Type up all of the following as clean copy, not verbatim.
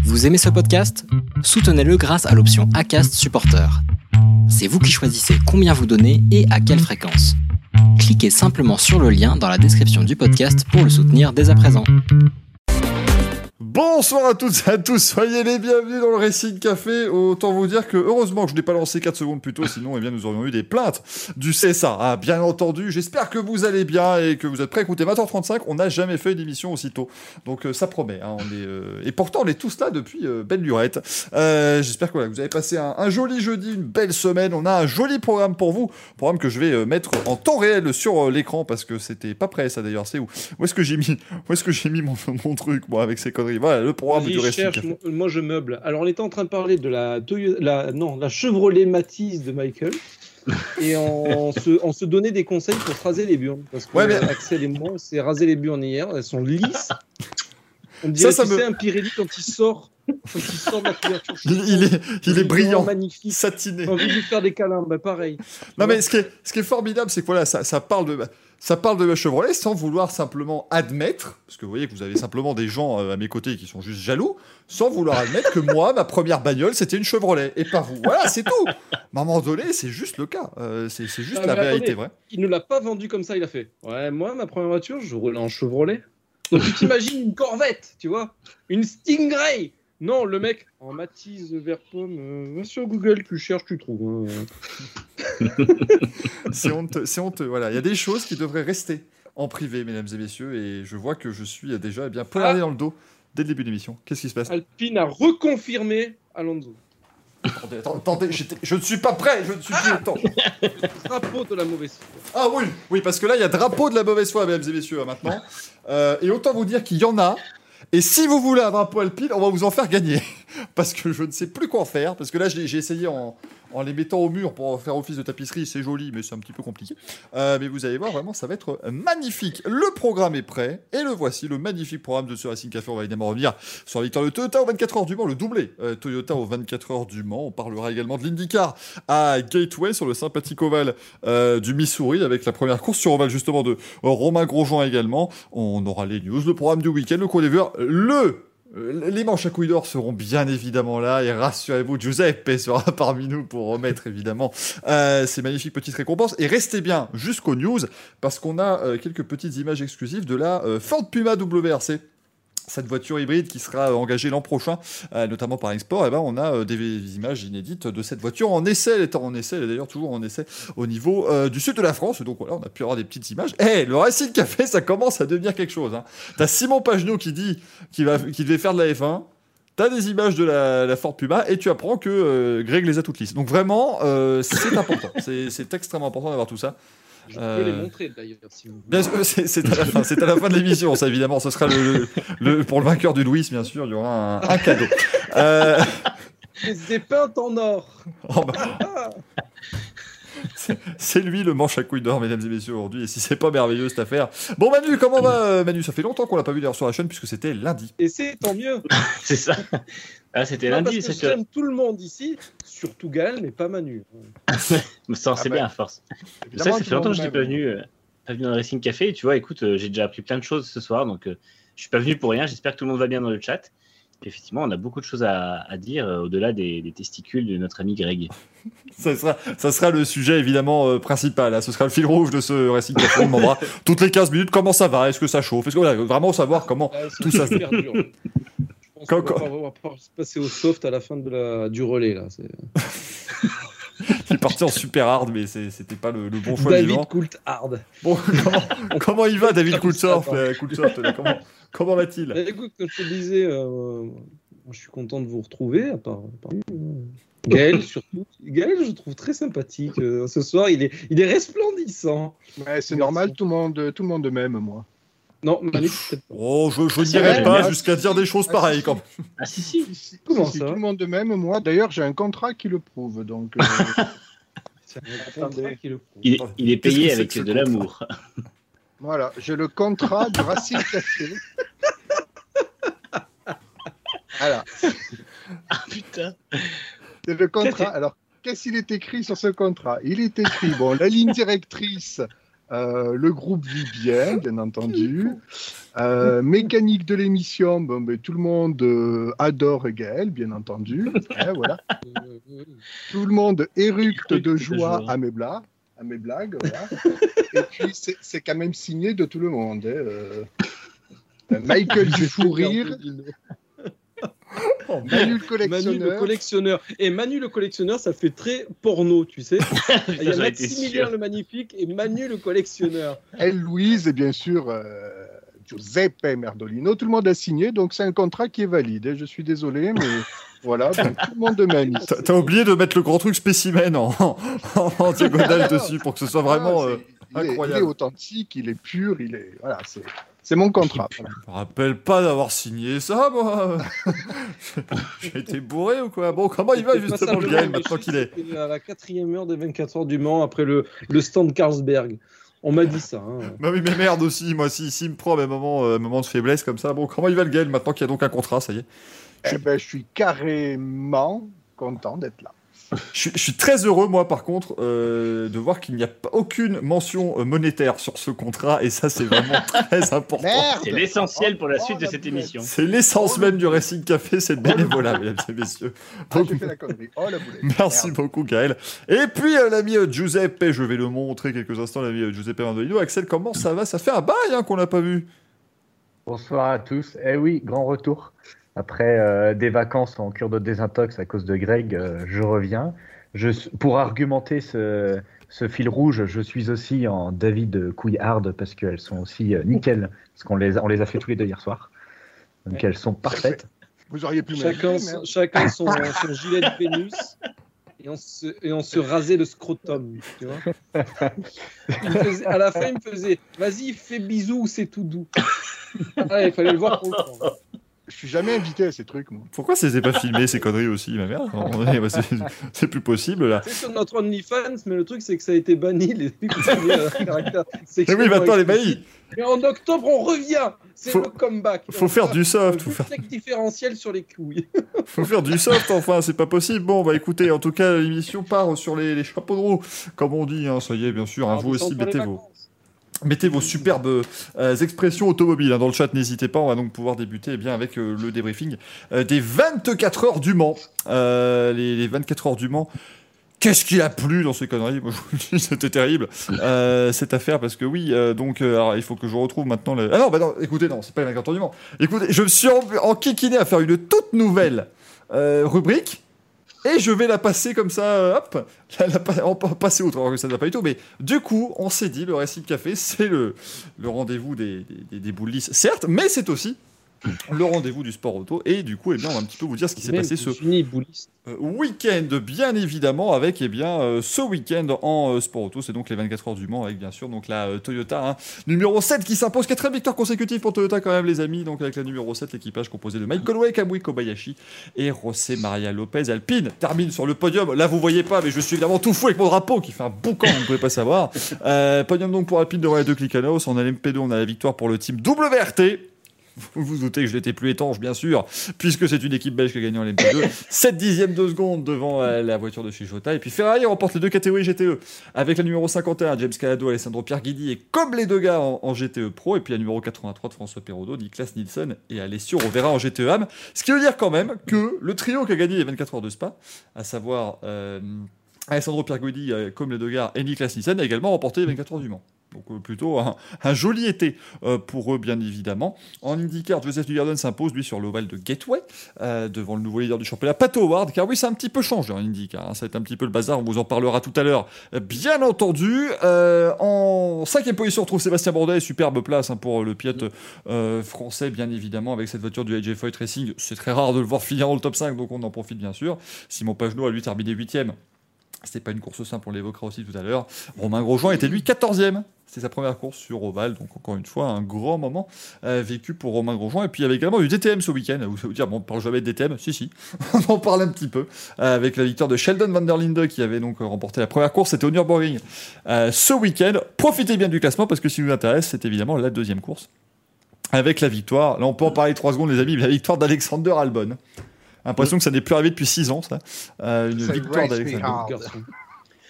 Vous aimez ce podcast ? Soutenez-le grâce à l'option Acast Supporter. C'est vous qui choisissez combien vous donnez et à quelle fréquence. Cliquez simplement sur le lien dans la description du podcast pour le soutenir dès à présent. Bonsoir à toutes et à tous, soyez les bienvenus dans le Racing Café. Autant vous dire que heureusement que je n'ai pas lancé 4 secondes plus tôt, sinon nous aurions eu des plaintes du CSA. Ah, bien entendu, j'espère que vous allez bien et que vous êtes prêts. Écoutez, 20h35, on n'a jamais fait une émission aussitôt, donc ça promet. Hein, et pourtant, on est tous là depuis belle lurette. J'espère que vous avez passé un joli jeudi, une belle semaine. On a un joli programme pour vous, programme que je vais mettre en temps réel sur l'écran parce que c'était pas prêt ça d'ailleurs. C'est où est-ce que j'ai mis mon truc moi avec ces conneries. Voilà, le programme du Racing Café. Moi, je meuble. Alors, on était en train de parler de la Chevrolet Matiz de Michael. Et on se donnait des conseils pour se raser les burnes. Parce que Axel et moi, on s'est rasé les burnes hier. Elles sont lisses. On dirait un Pirelli quand il sort de la couverture. Il est brillant, magnifique, satiné. J'ai envie de lui faire des câlins, pareil. Non, mais ce qui est formidable, c'est que voilà, ça parle de la Chevrolet sans vouloir simplement admettre, parce que vous voyez que vous avez simplement des gens à mes côtés qui sont juste jaloux, sans vouloir admettre que moi, ma première bagnole, c'était une Chevrolet, et pas vous. Voilà, c'est tout. À un moment donné, c'est juste le cas. C'est juste la vérité vraie. Il ne l'a pas vendu comme ça, il a fait. Ouais, moi, ma première voiture, je roulais en Chevrolet. Donc tu t'imagines une Corvette, tu vois, une Stingray. Non, le mec en Matiz vert pomme, va sur Google, tu cherches, tu trouves. C'est honteux. Voilà, il y a des choses qui devraient rester en privé, mesdames et messieurs, et je vois que je suis déjà bien poignardé dans le dos dès le début de l'émission. Qu'est-ce qui se passe ? Alpine a reconfirmé Alonso. Attendez, je ne suis pas prêt, je ne suis plus temps. Drapeau de la mauvaise foi. Ah oui, parce que là, il y a drapeau de la mauvaise foi, mesdames et messieurs, maintenant. Et autant vous dire qu'il y en a. Et si vous voulez un drapeau Alpine, on va vous en faire gagner. Parce que je ne sais plus quoi en faire. Parce que là, j'ai essayé en les mettant au mur pour faire office de tapisserie. C'est joli, mais c'est un petit peu compliqué. Mais vous allez voir, vraiment, ça va être magnifique. Le programme est prêt. Et le voici, le magnifique programme de ce Racing Café. On va évidemment revenir sur la victoire de Toyota aux 24 heures du Mans, le doublé Toyota aux 24 heures du Mans. On parlera également de l'IndyCar à Gateway sur le sympathique ovale du Missouri avec la première course sur ovale justement de Romain Grosjean également. On aura les news, le programme du week-end, le cours des viewers, les manches à couilles d'or seront bien évidemment là et rassurez-vous, Giuseppe sera parmi nous pour remettre évidemment ces magnifiques petites récompenses et restez bien jusqu'aux news parce qu'on a quelques petites images exclusives de la Ford Puma WRC. Cette voiture hybride qui sera engagée l'an prochain, notamment par Export, on a des images inédites de cette voiture en essai. Elle est en essai, elle est d'ailleurs toujours en essai au niveau du sud de la France. Donc voilà, on a pu avoir des petites images. Le Racing Café, ça commence à devenir quelque chose. Hein. T'as Simon Pagenaud qui dit qu'il devait faire de la F1. T'as des images de la Ford Puma et tu apprends que Greg les a toutes lisses. Donc vraiment, c'est important. C'est extrêmement important d'avoir tout ça. Je peux les montrer d'ailleurs si vous voulez. Bien sûr, c'est à la fin de l'émission, ça évidemment. Ce sera pour le vainqueur du Louis, bien sûr, il y aura un cadeau. Des peintes en or. Oh c'est lui le manche à couilles d'or, mesdames et messieurs, aujourd'hui. Et si c'est pas merveilleux cette affaire. Bon, Manu, comment va Manu ? Ça fait longtemps qu'on l'a pas vu d'ailleurs sur la chaîne puisque c'était lundi. Et c'est tant mieux. C'est ça. Ah, c'était lundi. Parce que j'aime tout le monde ici, surtout Gaël, mais pas Manu. C'est bien à force. Ça fait longtemps que je n'étais pas venu dans le Racing Café. Et tu vois, écoute, j'ai déjà appris plein de choses ce soir, donc je suis pas venu pour rien. J'espère que tout le monde va bien dans le chat. Et effectivement, on a beaucoup de choses à dire au-delà des testicules de notre ami Greg. Ça sera le sujet évidemment principal. Hein. Ce sera le fil rouge de ce Racing Café. On demandera toutes les 15 minutes comment ça va, est-ce que ça chauffe, est-ce que vraiment savoir comment tout ça se passe. Je pense qu'on va pas se passer au soft à la fin du relais là. Il est parti en super hard, mais c'était pas le bon choix. David Coulthard. Bon, comment il va, David Coulthard Comment va-t-il ? Écoute, comme je te disais, je suis content de vous retrouver, à part Gaël surtout. Gaël, je trouve très sympathique. Ce soir, il est resplendissant. Ouais, c'est normal, tout le monde m'aime, moi. Non, Manu, peut-être pas. Oh, je n'irai pas jusqu'à dire des choses pareilles quand même. Ah si. Comment ça ? Tout le monde m'aime, moi. D'ailleurs, j'ai un contrat qui le prouve, donc... Il est payé avec de l'amour. Voilà, j'ai le contrat du Racing Café. Voilà. Ah putain. C'est le contrat. Alors, qu'est-ce qu'il est écrit sur ce contrat ? Il est écrit, la ligne directrice, Le groupe vit bien entendu. Mécanique de l'émission, tout le monde adore Gaël, bien entendu. Voilà. Tout le monde éructe de joie à mes blagues. Voilà. Et puis, c'est quand même signé de tout le monde. Michael du fou rire. Manu le collectionneur. Et Manu le collectionneur, ça fait très porno, tu sais. Il y a Maximilien le magnifique et Manu le collectionneur. Elle, Louise, et bien sûr Giuseppe Merdolino. Tout le monde a signé, donc c'est un contrat qui est valide. Je suis désolé, mais voilà, tout le monde m'a mis. T'as oublié de mettre le grand truc spécimen en diagonale dessus pour que ce soit vraiment incroyable. Il est authentique, il est pur, voilà, c'est mon contrat. Je me rappelle pas d'avoir signé ça, moi. J'ai été bourré ou quoi? Bon, comment il va justement le Gaël maintenant qu'il est à la 4e heure des 24 heures du Mans après le stand Carlsberg. On m'a dit ça. Hein. Bah oui, mais merde aussi, moi, s'il me prend à mes moments de faiblesse comme ça. Bon, comment il va le Gaël maintenant qu'il y a donc un contrat, ça y est? Je suis carrément content d'être là. Je suis très heureux, moi, par contre, de voir qu'il n'y a aucune mention monétaire sur ce contrat, et ça, c'est vraiment très important. Merde, c'est l'essentiel pour la suite de cette émission. C'est l'essence même du Racing Café, c'est le bénévolat, mesdames et messieurs. Donc, j'ai fait la connerie. Oh, la boulette. Merci beaucoup, Gaël. Et puis, l'ami Giuseppe, je vais le montrer quelques instants, l'ami Giuseppe Merdolino. Axel, comment ça va? Ça fait un bail qu'on l'a pas vu. Bonsoir à tous. Eh oui, grand retour. Après des vacances en cure de désintox à cause de Greg, je reviens. Pour argumenter ce fil rouge, je suis aussi en David Couillard parce qu'elles sont aussi nickel. Parce qu'on les a fait tous les deux hier soir. Donc elles sont parfaites. Vous auriez pu chacun son gilet de Vénus et on se rasait le scrotum. Tu vois à la fin, il me faisait vas-y, fais bisous, c'est tout doux. Il fallait le voir pour le temps. Je suis jamais invité à ces trucs, moi. Pourquoi c'était pas filmé ces conneries aussi, ma mère? C'est plus possible là. C'est sur notre OnlyFans, mais le truc c'est que ça a été banni les caractères. Mais oui, maintenant les bannis. Mais en octobre on revient. C'est le comeback. Faut faire du soft. Faut faire différentiel sur les couilles. Faut faire du soft, enfin, c'est pas possible. Bon, bah écoutez, en tout cas, l'émission part sur les chapeaux de roue, comme on dit. Ça y est, bien sûr. Vous aussi, mettez vos superbes expressions automobiles dans le chat, n'hésitez pas. On va donc pouvoir débuter avec le débriefing des 24 heures du Mans. Les 24 heures du Mans. Qu'est-ce qu'il a plu dans ces conneries? Moi, je vous le dis, c'était terrible cette affaire, parce que oui, alors, il faut que je retrouve maintenant le... Ah non, écoutez, non, c'est pas les 24 heures du Mans. Écoutez, je me suis enquiquiné à faire une toute nouvelle rubrique. Et je vais la passer comme ça, passer outre, alors que ça ne va pas du tout. Mais du coup, on s'est dit, le Racing Café, c'est le rendez-vous des boules lisses, certes, mais c'est aussi le rendez-vous du sport auto. Et du coup, on va un petit peu vous dire ce qui s'est passé ce week-end, bien évidemment, avec ce week-end en sport auto. C'est donc les 24 heures du Mans, avec bien sûr donc la Toyota numéro 7 qui s'impose. 4e victoire consécutive pour Toyota quand même, les amis. Donc avec la numéro 7, l'équipage composé de Michael Way, Kamui Kobayashi et José Maria Lopez. Alpine termine sur le podium. Là, vous voyez pas, mais je suis évidemment tout fou avec mon drapeau qui fait un boucan, vous ne pouvez pas savoir. Podium donc pour Alpine devant les deux Clicanos. En LMP2, on a la victoire pour le team WRT. Vous vous doutez que je l'étais plus étanche, bien sûr, puisque c'est une équipe belge qui a gagné en LMP2. 7 dixièmes de seconde devant la voiture de chez Jota. Et puis Ferrari remporte les deux catégories GTE avec la numéro 51, James Calado, Alessandro Pierguidi, et comme les deux gars en GTE Pro, et puis la numéro 83 de François Perraudot, Niklas Nielsen et Alessio Rovera en GTE AM. Ce qui veut dire quand même que le trio qui a gagné les 24 heures de Spa, à savoir Alessandro Pierguidi, comme les deux gars, et Niklas Nielsen, a également remporté les 24 heures du Mans. Donc plutôt un joli été pour eux, bien évidemment. En IndyCar, Joseph Newgarden s'impose, lui, sur l'ovale de Gateway, devant le nouveau leader du championnat, Pato O'Ward, car oui, ça a un petit peu changé en IndyCar. Ça va être un petit peu le bazar, on vous en parlera tout à l'heure, bien entendu. En 5e position, on retrouve Sébastien Bourdais, superbe place pour le pilote français, bien évidemment, avec cette voiture du AJ Foyt Racing. C'est très rare de le voir finir dans le top 5, donc on en profite, bien sûr. Simon Pagenaud a lui terminé 8e. C'était pas une course simple, on l'évoquera aussi tout à l'heure. Romain Grosjean était lui 14e. C'était sa première course sur Oval, donc encore une fois, un grand moment vécu pour Romain Grosjean. Et puis il y avait également du DTM ce week-end. Vous allez vous dire, bon, on ne parle jamais de DTM. Si, on en parle un petit peu. Avec la victoire de Sheldon van der Linde qui avait donc remporté la première course. C'était au Nürburgring ce week-end. Profitez bien du classement parce que ce qui nous intéresse, c'est évidemment la deuxième course. Avec la victoire, là on peut en parler 3 secondes les amis, la victoire d'Alexander Albon. L'impression que ça n'est plus arrivé depuis 6 ans, ça. Une victoire d'Alexander.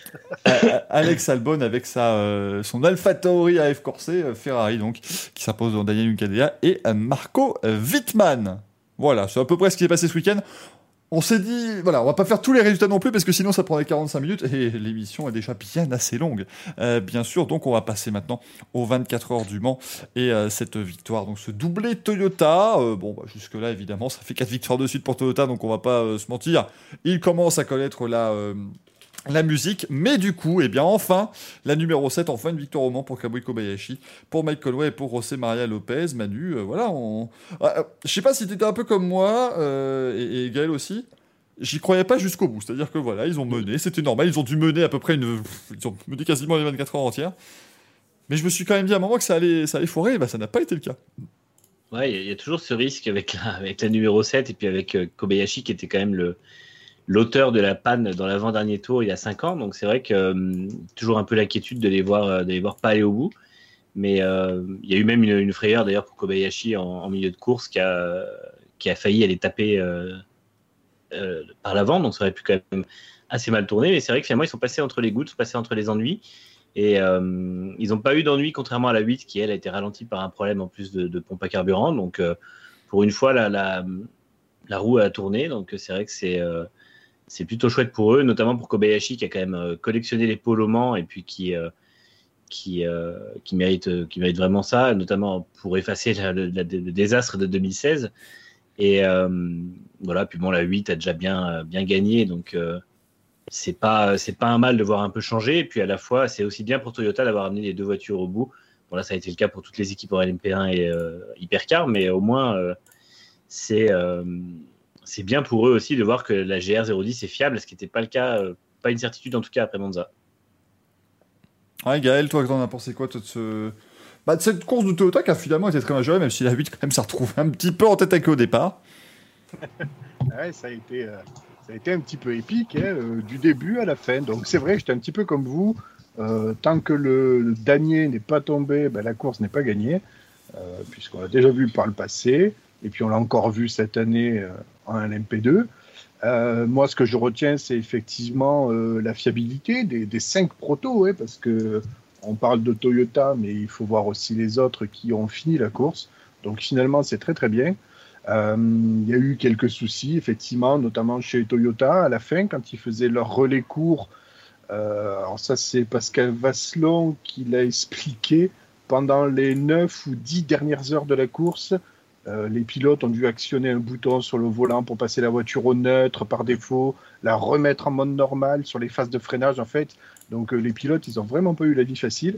Alex Albon avec son Alpha Tauri AF Corset, Ferrari donc, qui s'impose dans Daniel Ricciardo et Marco Wittmann. Voilà, c'est à peu près ce qui s'est passé ce week-end. On s'est dit, voilà, on va pas faire tous les résultats non plus parce que sinon ça prendrait 45 minutes et l'émission est déjà bien assez longue. Bien sûr, donc on va passer maintenant aux 24 heures du Mans et cette victoire, donc ce doublé Toyota. Jusque-là, évidemment, ça fait 4 victoires de suite pour Toyota, donc on va pas se mentir. Il commence à connaître la musique, mais du coup, enfin, la numéro 7, enfin une victoire au Mans pour Kamui Kobayashi, pour Mike Conway et pour José Maria Lopez. Manu, je sais pas si t'étais un peu comme moi, et Gaël aussi, j'y croyais pas jusqu'au bout, c'est-à-dire que voilà, ils ont mené, c'était normal, ils ont dû mener à peu près ils ont mené quasiment les 24 heures entières, mais je me suis quand même dit à un moment que ça allait foirer, et ça n'a pas été le cas. Ouais, il y a toujours ce risque avec la numéro 7, et puis avec Kobayashi qui était quand même l'auteur de la panne dans l'avant-dernier tour il y a 5 ans, donc c'est vrai que toujours un peu l'inquiétude de les voir pas aller au bout, mais il y a eu même une frayeur d'ailleurs pour Kobayashi en milieu de course qui a failli aller taper par l'avant, donc ça aurait pu quand même assez mal tourner, mais c'est vrai que finalement ils sont passés entre les gouttes, passés entre les ennuis, et ils n'ont pas eu d'ennui contrairement à la 8 qui elle a été ralentie par un problème en plus de pompe à carburant, donc pour une fois la roue a tourné, donc c'est vrai que c'est plutôt chouette pour eux, notamment pour Kobayashi qui a quand même collectionné les pôles au Mans et puis qui mérite vraiment ça, notamment pour effacer le désastre de 2016. Et voilà, puis bon, la 8 a déjà bien gagné, donc c'est pas un mal de voir un peu changer. Et puis à la fois, c'est aussi bien pour Toyota d'avoir amené les deux voitures au bout. Bon, là, ça a été le cas pour toutes les équipes en LMP1 et Hypercar, mais au moins, c'est bien pour eux aussi de voir que la GR010 est fiable, ce qui n'était pas le cas, pas une certitude en tout cas après Monza. Ouais, Gaël, toi, t'en as pensé quoi de cette course de Toyota qui a finalement été très mal gérée, même si la 8 quand même s'est retrouvée un petit peu en tête avec au départ. Ouais, ça a été un petit peu épique du début à la fin. Donc c'est vrai, j'étais un petit peu comme vous. Tant que le damier n'est pas tombé, la course n'est pas gagnée, puisqu'on l'a déjà vu par le passé, et puis on l'a encore vu cette année en LMP2. Moi, ce que je retiens, c'est effectivement la fiabilité des 5 protos, parce que on parle de Toyota, mais il faut voir aussi les autres qui ont fini la course. Donc finalement, c'est très très bien. Il y a eu quelques soucis, effectivement, notamment chez Toyota à la fin, quand ils faisaient leur relais court. Alors ça, c'est Pascal Vasselon qui l'a expliqué. Pendant les 9 ou 10 dernières heures de la course, les pilotes ont dû actionner un bouton sur le volant pour passer la voiture au neutre par défaut, la remettre en mode normal sur les phases de freinage, en fait. Donc les pilotes, ils n'ont vraiment pas eu la vie facile.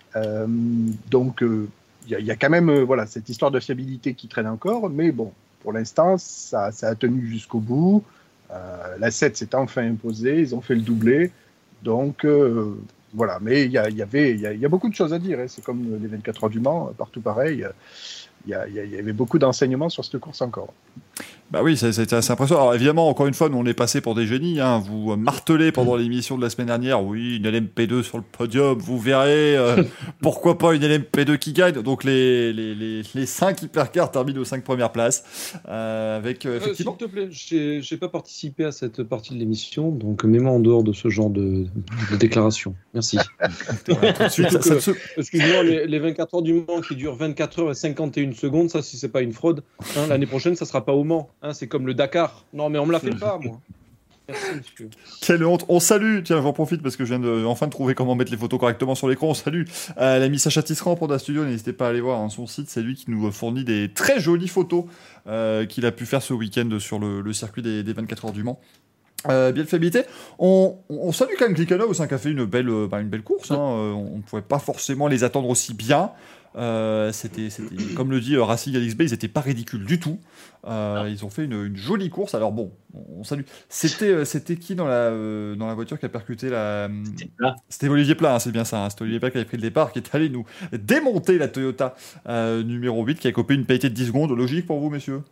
Donc il y a quand même cette histoire de fiabilité qui traîne encore, mais bon, pour l'instant, ça a tenu jusqu'au bout. La 7 s'est enfin imposée, ils ont fait le doublé. Donc voilà, mais il y a beaucoup de choses à dire. C'est comme les 24 heures du Mans, partout pareil. Il y avait beaucoup d'enseignements sur cette course encore. Bah oui, ça a été assez impressionnant. Alors évidemment, encore une fois, nous on est passé pour des génies. Vous martelez pendant l'émission de la semaine dernière, oui, une LMP2 sur le podium, vous verrez, pourquoi pas une LMP2 qui gagne. Donc les 5 hypercars terminent aux 5 premières places. Avec effectivement... S'il te plaît, j'ai pas participé à cette partie de l'émission, donc mets-moi en dehors de ce genre de déclaration. Merci. Tout de suite, excuse-moi, les 24 heures du Mans qui durent 24 heures et 51 secondes, ça, si c'est pas une fraude, l'année prochaine, ça sera pas au Mans. C'est comme le Dakar. Non, mais on me la fait pas, moi. Merci, monsieur. Quelle honte. On salue, tiens, j'en profite parce que je viens enfin de trouver comment mettre les photos correctement sur l'écran. On salue l'ami Sacha Tisserand pour Da Studio. N'hésitez pas à aller voir son site. C'est lui qui nous fournit des très jolies photos qu'il a pu faire ce week-end sur le circuit des 24 heures du Mans. Bien de fiabilité. On salue quand même Glickenhaus qui a fait une belle course. On ne pouvait pas forcément les attendre aussi bien. C'était comme le dit Racing Alex Bay, ils n'étaient pas ridicules du tout. Ils ont fait une jolie course. Alors bon, on salue. C'était qui dans la voiture qui a percuté C'était Olivier Plat, c'est bien ça. C'était Olivier Plat qui avait pris le départ, qui est allé nous démonter la Toyota numéro 8, qui a copé une pénalité de 10 secondes. Logique pour vous, messieurs?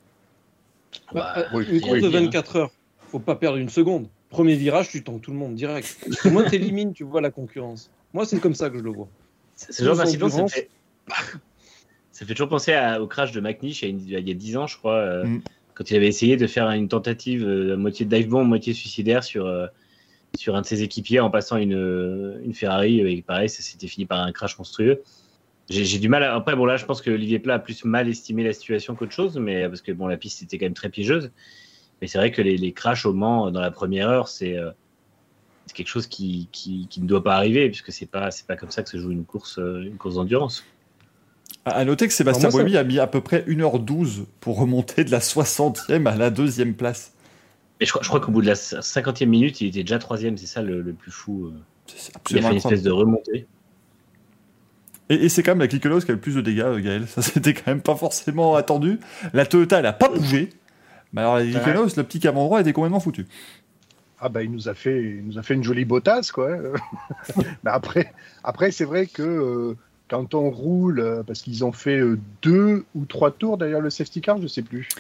Une course de 24 heures. Faut pas perdre une seconde. Premier virage, tu tends tout le monde direct. Au moins, t'élimines, tu vois la concurrence. Moi, c'est comme ça que je le vois. C'est genre d'incident, ça fait toujours penser au crash de McNish il y a 10 ans, je crois, quand il avait essayé de faire une tentative à moitié dive bomb, moitié suicidaire sur sur un de ses équipiers en passant une Ferrari. Et pareil, ça s'était fini par un crash monstrueux. J'ai du mal après, bon là, je pense que Olivier Plat a plus mal estimé la situation qu'autre chose, mais parce que bon, la piste était quand même très piégeuse. Mais c'est vrai que les crashs au Mans dans la première heure, c'est quelque chose qui ne doit pas arriver, puisque c'est pas comme ça que se joue une course d'endurance. À noter que Sébastien Buemi a mis à peu près 1h12 pour remonter de la 60e à la 2e place. Et je crois qu'au bout de la 50e minute, il était déjà 3e, c'est ça le plus fou. Il a fait une espèce de remontée. Et c'est quand même la Cliquelos qui a le plus de dégâts, Gaël. Ça, c'était quand même pas forcément attendu. La Toyota, elle a pas bougé. Mais alors, la Cliquelos, le petit camion droit était complètement foutu. Ah bah, il nous a fait une jolie bottasse, quoi. Mais après, c'est vrai que quand on roule, parce qu'ils ont fait 2 ou 3 tours derrière le safety car, je sais plus.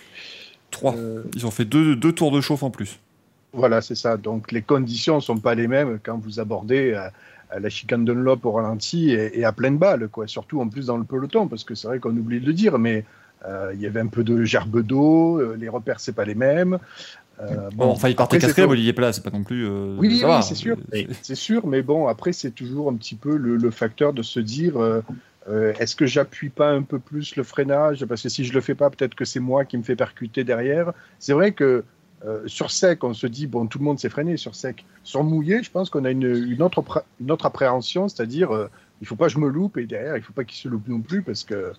3. Ils ont fait 2 tours de chauffe en plus. Voilà, c'est ça. Donc les conditions sont pas les mêmes quand vous abordez la chicane Dunlop au ralenti et à pleine balle, quoi. Surtout en plus dans le peloton, parce que c'est vrai qu'on oublie de le dire, mais il y avait un peu de gerbe d'eau, les repères c'est pas les mêmes. Enfin, il partait 4e, Olivier Plat, c'est pas non plus. Oui, c'est sûr. C'est sûr, mais bon, après c'est toujours un petit peu le facteur de se dire. Est-ce que j'appuie pas un peu plus le freinage, parce que si je le fais pas, peut-être que c'est moi qui me fais percuter derrière. C'est vrai que sur sec, on se dit bon, tout le monde s'est freiné sur sec. Sur mouillé, je pense qu'on a une autre appréhension, c'est-à-dire il faut pas que je me loupe et derrière il faut pas qu'il se loupe non plus parce que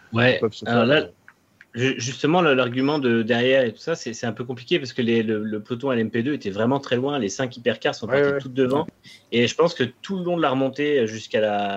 alors là, justement l'argument de derrière et tout ça, c'est un peu compliqué parce que le peloton LMP2 était vraiment très loin, les 5 hypercars sont partis tout devant et je pense que tout le long de la remontée jusqu'à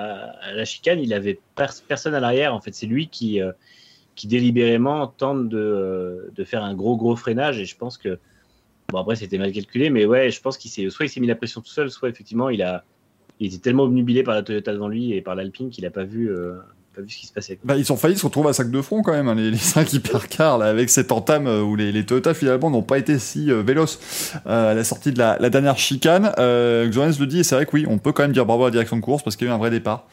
la chicane, il avait personne à l'arrière. En fait, c'est lui qui délibérément tente de faire un gros freinage, et je pense que bon, après c'était mal calculé, mais ouais, je pense soit il s'est mis la pression tout seul, soit effectivement il était tellement obnubilé par la Toyota devant lui et par l'Alpine qu'il a pas vu ce qui se passait. Bah, ils ont failli se retrouver à sac de front quand même, hein, les 5 hypercars là, avec cette entame où les Toyota finalement n'ont pas été si véloces à la sortie de la dernière chicane. Johannes le dit, et c'est vrai que oui, on peut quand même dire bravo à la direction de course parce qu'il y a eu un vrai départ.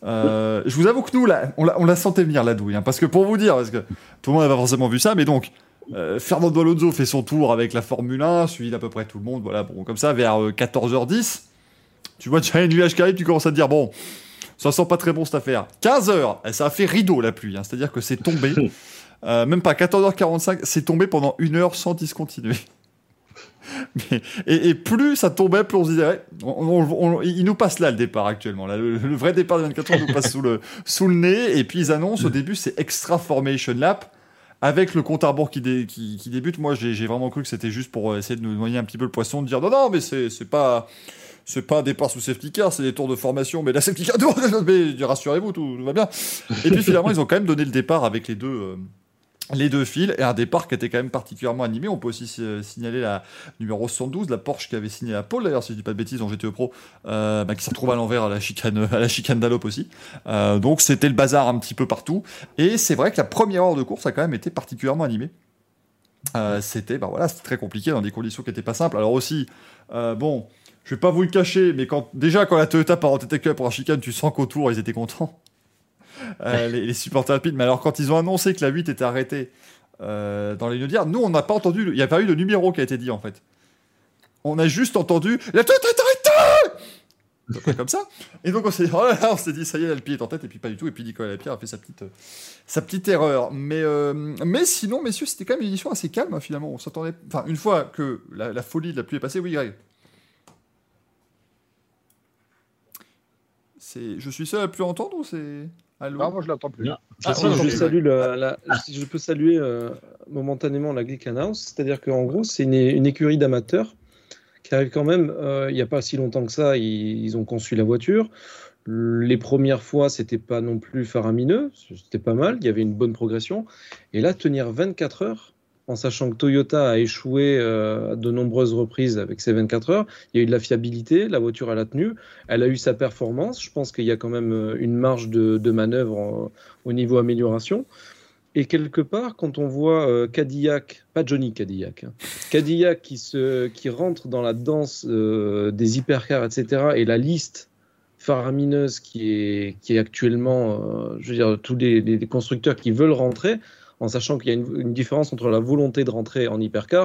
Je vous avoue que nous là, on la sentait venir la douille, hein, parce que pour vous dire, parce que tout le monde n'a pas forcément vu ça, mais donc Fernando Alonso fait son tour avec la Formule 1, suivi d'à peu près tout le monde, voilà, bon, comme ça, vers 14h10, tu vois déjà une nuage qui arrive, tu commences à te dire bon, ça sent pas très bon cette affaire. 15h, ça a fait rideau la pluie, hein, c'est-à-dire que c'est tombé, même pas 14h45, c'est tombé pendant 1 heure sans discontinuer. Et plus ça tombait, plus on se disait il nous passe là le départ actuellement. Là, le vrai départ de 24 heures nous passe sous le nez. Et puis ils annoncent au début c'est Extra Formation Lap avec le compte à rebours qui débute. Moi j'ai vraiment cru que c'était juste pour essayer de nous noyer un petit peu le poisson, de dire non mais c'est pas un départ sous safety car, c'est des tours de formation, mais la safety car, mais rassurez-vous, tout va bien. Et puis finalement ils ont quand même donné le départ avec les deux fils, et un départ qui était quand même particulièrement animé. On peut aussi signaler la numéro 72, la Porsche qui avait signé la pole, d'ailleurs, si je dis pas de bêtises, en GTE Pro, qui s'est retrouvée à l'envers à la chicane d'Allop aussi. Donc c'était le bazar un petit peu partout. Et c'est vrai que la première heure de course a quand même été particulièrement animée. C'était très compliqué dans des conditions qui n'étaient pas simples. Alors aussi, je vais pas vous le cacher, mais quand la Toyota part en tête avec pour la chicane, tu sens qu'autour ils étaient contents. Les supporters alpines, mais alors quand ils ont annoncé que la 8 était arrêtée dans les Nodières, nous on n'a pas entendu, il n'y a pas eu de numéro qui a été dit en fait. On a juste entendu la tête est arrêtée comme ça, et donc on s'est dit ça y est, l'Alpine est en tête, et puis pas du tout, et puis Nicolas Lapierre a fait sa petite erreur, mais sinon messieurs, c'était quand même une édition assez calme, hein, finalement. On s'attendait, enfin une fois que la folie de la pluie est passée. Oui, Greg. Je suis seul à plus entendre ou c'est... Allô? Non, moi je l'entends plus. Je peux saluer momentanément la Glick Announce, c'est-à-dire qu'en gros c'est une écurie d'amateurs qui arrive quand même, il n'y a pas si longtemps que ça, ils ont conçu la voiture. Les premières fois c'était pas non plus faramineux, c'était pas mal, il y avait une bonne progression, et là tenir 24 heures, en sachant que Toyota a échoué à de nombreuses reprises avec ses 24 heures. Il y a eu de la fiabilité, la voiture elle a tenu, elle a eu sa performance. Je pense qu'il y a quand même une marge de manœuvre au niveau amélioration. Et quelque part, quand on voit Cadillac, pas Johnny Cadillac, Cadillac qui rentre dans la danse des hypercars, etc., et la liste faramineuse qui est actuellement, je veux dire, tous les constructeurs qui veulent rentrer, en sachant qu'il y a une différence entre la volonté de rentrer en hypercar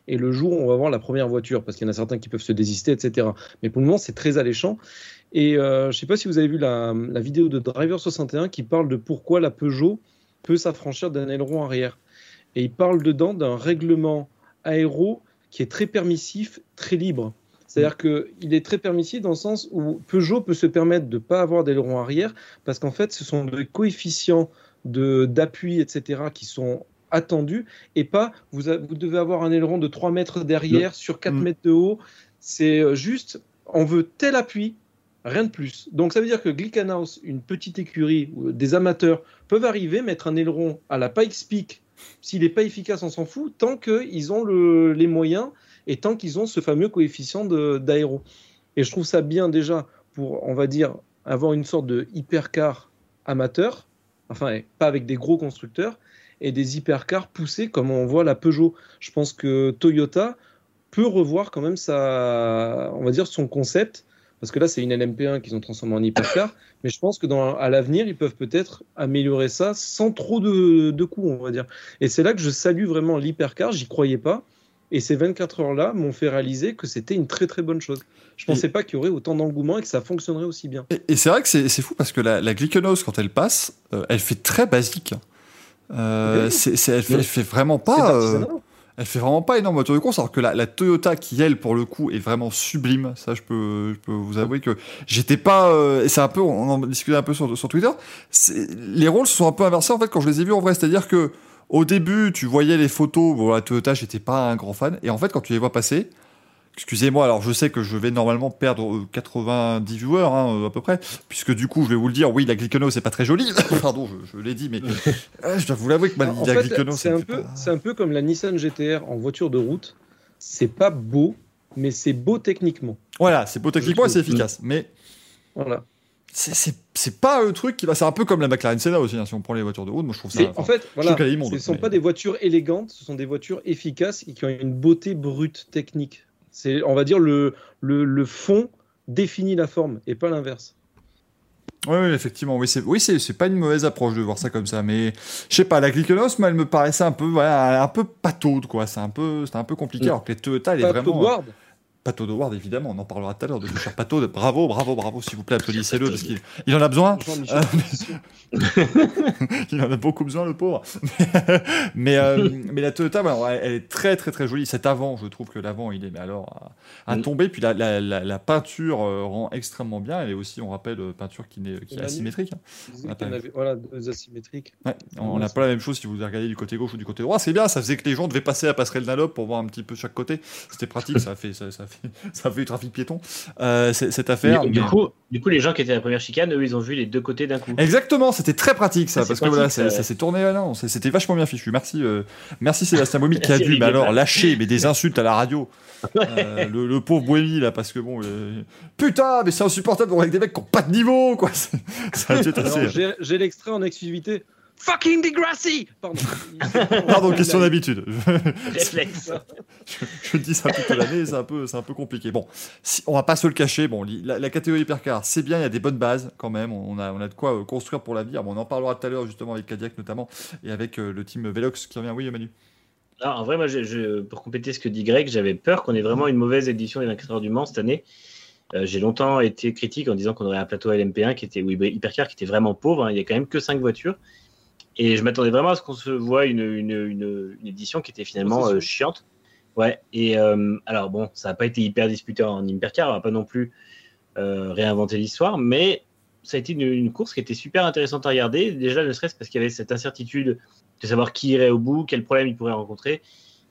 et le jour où on va voir la première voiture, parce qu'il y en a certains qui peuvent se désister, etc. Mais pour le moment, c'est très alléchant. Et je ne sais pas si vous avez vu la vidéo de Driver61 qui parle de pourquoi la Peugeot peut s'affranchir d'un aileron arrière. Et il parle dedans d'un règlement aéro qui est très permissif, très libre. C'est-à-dire qu'il est très permissif dans le sens où Peugeot peut se permettre de ne pas avoir d'aileron arrière parce qu'en fait, ce sont des coefficients d'appui, etc., qui sont attendus et pas vous devez avoir un aileron de 3 mètres derrière sur 4 mètres de haut. C'est juste, on veut tel appui, rien de plus. Donc ça veut dire que Glickenhaus, une petite écurie, des amateurs peuvent arriver, mettre un aileron à la Pikes Peak. S'il n'est pas efficace, on s'en fout, tant qu'ils ont les moyens et tant qu'ils ont ce fameux coefficient d'aéro. Et je trouve ça bien déjà pour, on va dire, avoir une sorte de hypercar amateur, enfin pas avec des gros constructeurs, et des hypercars poussés comme on voit la Peugeot. Je pense que Toyota peut revoir quand même on va dire son concept, parce que là c'est une LMP1 qu'ils ont transformé en hypercar, mais je pense que à l'avenir ils peuvent peut-être améliorer ça sans trop de coûts, on va dire. Et c'est là que je salue vraiment l'hypercar, j'y croyais pas. Et ces 24 heures-là m'ont fait réaliser que c'était une très très bonne chose. Je ne pensais pas qu'il y aurait autant d'engouement et que ça fonctionnerait aussi bien. Et c'est vrai que c'est fou parce que la Glickenhaus, quand elle passe, elle fait très basique. Elle fait vraiment pas. Elle fait vraiment pas énorme voiture de course, alors que la Toyota, qui elle pour le coup est vraiment sublime. Ça, je peux vous avouer que j'étais pas. Et c'est un peu, on en discutait un peu sur Twitter. Les rôles se sont un peu inversés en fait quand je les ai vus en vrai. C'est-à-dire que au début, tu voyais les photos, bon, la Toyota, j'étais pas un grand fan. Et en fait, quand tu les vois passer, excusez-moi, alors je sais que je vais normalement perdre 90 viewers, à peu près, puisque du coup, je vais vous le dire, oui, la Glickenhaus, c'est pas très joli. Pardon, je l'ai dit, mais je dois vous l'avouer que la Glickenhaus, c'est un peu comme la Nissan GT-R en voiture de route. C'est pas beau, mais c'est beau techniquement. Voilà, c'est beau techniquement et c'est efficace. Mais voilà. C'est pas le truc qui va. C'est un peu comme la McLaren Senna aussi, si on prend les voitures de route. Moi, je trouve ça. En fait, voilà, ce ne sont pas des voitures élégantes, ce sont des voitures efficaces et qui ont une beauté brute technique. C'est, on va dire, le fond définit la forme et pas l'inverse. Oui, effectivement. Oui, c'est pas une mauvaise approche de voir ça comme ça. Mais je sais pas, la Glickenhaus, elle me paraissait un peu pataude, quoi. C'était un peu compliqué. Alors que les Toyota, elle est vraiment. Pato de Ward, évidemment, on en parlera tout à l'heure de cher Pato. Bravo, s'il vous plaît, applaudissez-le, parce qu'il en a besoin. Il en a beaucoup besoin, le pauvre. mais la Toyota, elle est très, très, très jolie. Cet avant, je trouve que l'avant, il est à tomber. Puis la peinture rend extrêmement bien. Elle est aussi, on rappelle, peinture qui est asymétrique. Voilà, deux asymétriques. Ouais, on n'a pas la même chose si vous regardez du côté gauche ou du côté droit. C'est bien, ça faisait que les gens devaient passer à passerelle Dunlop pour voir un petit peu chaque côté. C'était pratique, ça fait du trafic piéton, cette affaire. Du coup, les gens qui étaient à la première chicane, eux, ils ont vu les deux côtés d'un coup. Exactement, c'était très pratique ça, parce que ça s'est tourné. Non, c'était vachement bien fichu. Merci Sébastien Boemi qui a dû lâcher des insultes à la radio. Le pauvre Boemi là, parce que bon, putain, mais c'est insupportable avec des mecs qui n'ont pas de niveau, quoi. Ça a dû être assez. J'ai l'extrait en exclusivité. Fucking Degrassi. Pardon, question d'habitude. Réflexe. Je dis ça toute l'année, c'est un peu compliqué. Bon, on va pas se le cacher. Bon, la catégorie hypercar, c'est bien, il y a des bonnes bases quand même. On a de quoi construire pour l'avenir. Bon, on en parlera tout à l'heure justement avec Cadillac notamment et avec le team Velox qui revient. Oui, Manu. Alors, en vrai, moi, pour compléter ce que dit Greg, j'avais peur qu'on ait vraiment une mauvaise édition des 24 heures du Mans cette année. J'ai longtemps été critique en disant qu'on aurait un plateau LMP1 hypercar qui était vraiment pauvre. Il y a quand même que 5 voitures. Et je m'attendais vraiment à ce qu'on se voit une édition qui était finalement chiante. Ouais. Et alors bon, ça n'a pas été hyper disputé en hypercar, on va pas non plus réinventer l'histoire, mais ça a été une course qui était super intéressante à regarder. Déjà, ne serait-ce parce qu'il y avait cette incertitude de savoir qui irait au bout, quels problèmes il pourrait rencontrer,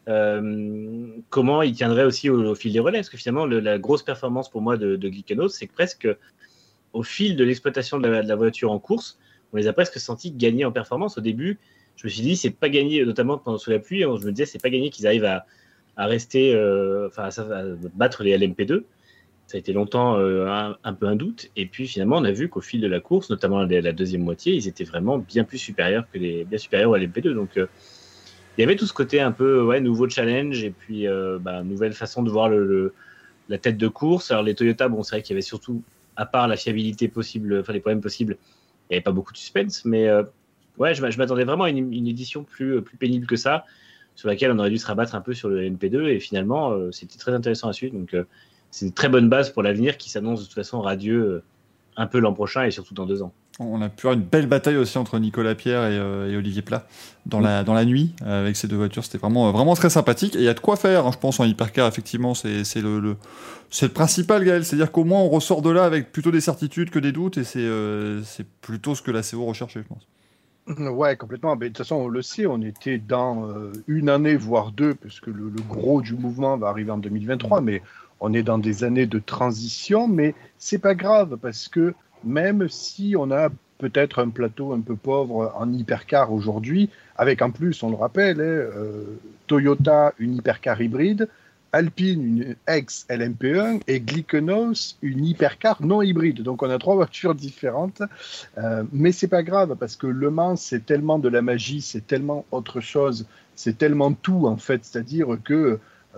comment il tiendrait aussi au fil des relais. Parce que finalement, la grosse performance pour moi de Glickenhaus, c'est que presque au fil de l'exploitation de la voiture en course, on les a presque sentis gagner en performance. Au début, je me suis dit, c'est pas gagné, notamment pendant sous la pluie, je me disais, c'est pas gagné qu'ils arrivent à rester, à battre les LMP2. Ça a été longtemps un peu un doute. Et puis finalement, on a vu qu'au fil de la course, notamment la deuxième moitié, ils étaient vraiment bien supérieurs aux LMP2. Donc il y avait tout ce côté un peu nouveau challenge et puis nouvelle façon de voir la tête de course. Alors les Toyota, bon, c'est vrai qu'il y avait surtout, à part la fiabilité possible, enfin les problèmes possibles, il n'y avait pas beaucoup de suspense, mais je m'attendais vraiment à une édition plus pénible que ça, sur laquelle on aurait dû se rabattre un peu sur le LMP2 et finalement c'était très intéressant à suivre. Donc c'est une très bonne base pour l'avenir qui s'annonce de toute façon radieux un peu l'an prochain et surtout dans 2 ans. On a pu avoir une belle bataille aussi entre Nicolas Pierre et Olivier Plat dans la nuit avec ces 2 voitures. C'était vraiment très sympathique. Et il y a de quoi faire, hein, je pense, en hypercar. Effectivement, c'est le principal, Gaël. C'est-à-dire qu'au moins, on ressort de là avec plutôt des certitudes que des doutes. Et c'est plutôt ce que la CO recherchait, je pense. Ouais, complètement. Mais de toute façon, on le sait, on était dans une année, voire 2, parce que le gros du mouvement va arriver en 2023. Mais on est dans des années de transition. Mais c'est pas grave, parce que même si on a peut-être un plateau un peu pauvre en hypercar aujourd'hui, avec en plus, on le rappelle, Toyota, une hypercar hybride, Alpine, une ex-LMP1, et Glickenhaus, une hypercar non hybride. Donc on a 3 voitures différentes, mais c'est pas grave, parce que Le Mans, c'est tellement de la magie, c'est tellement autre chose, c'est tellement tout, en fait. C'est-à-dire que,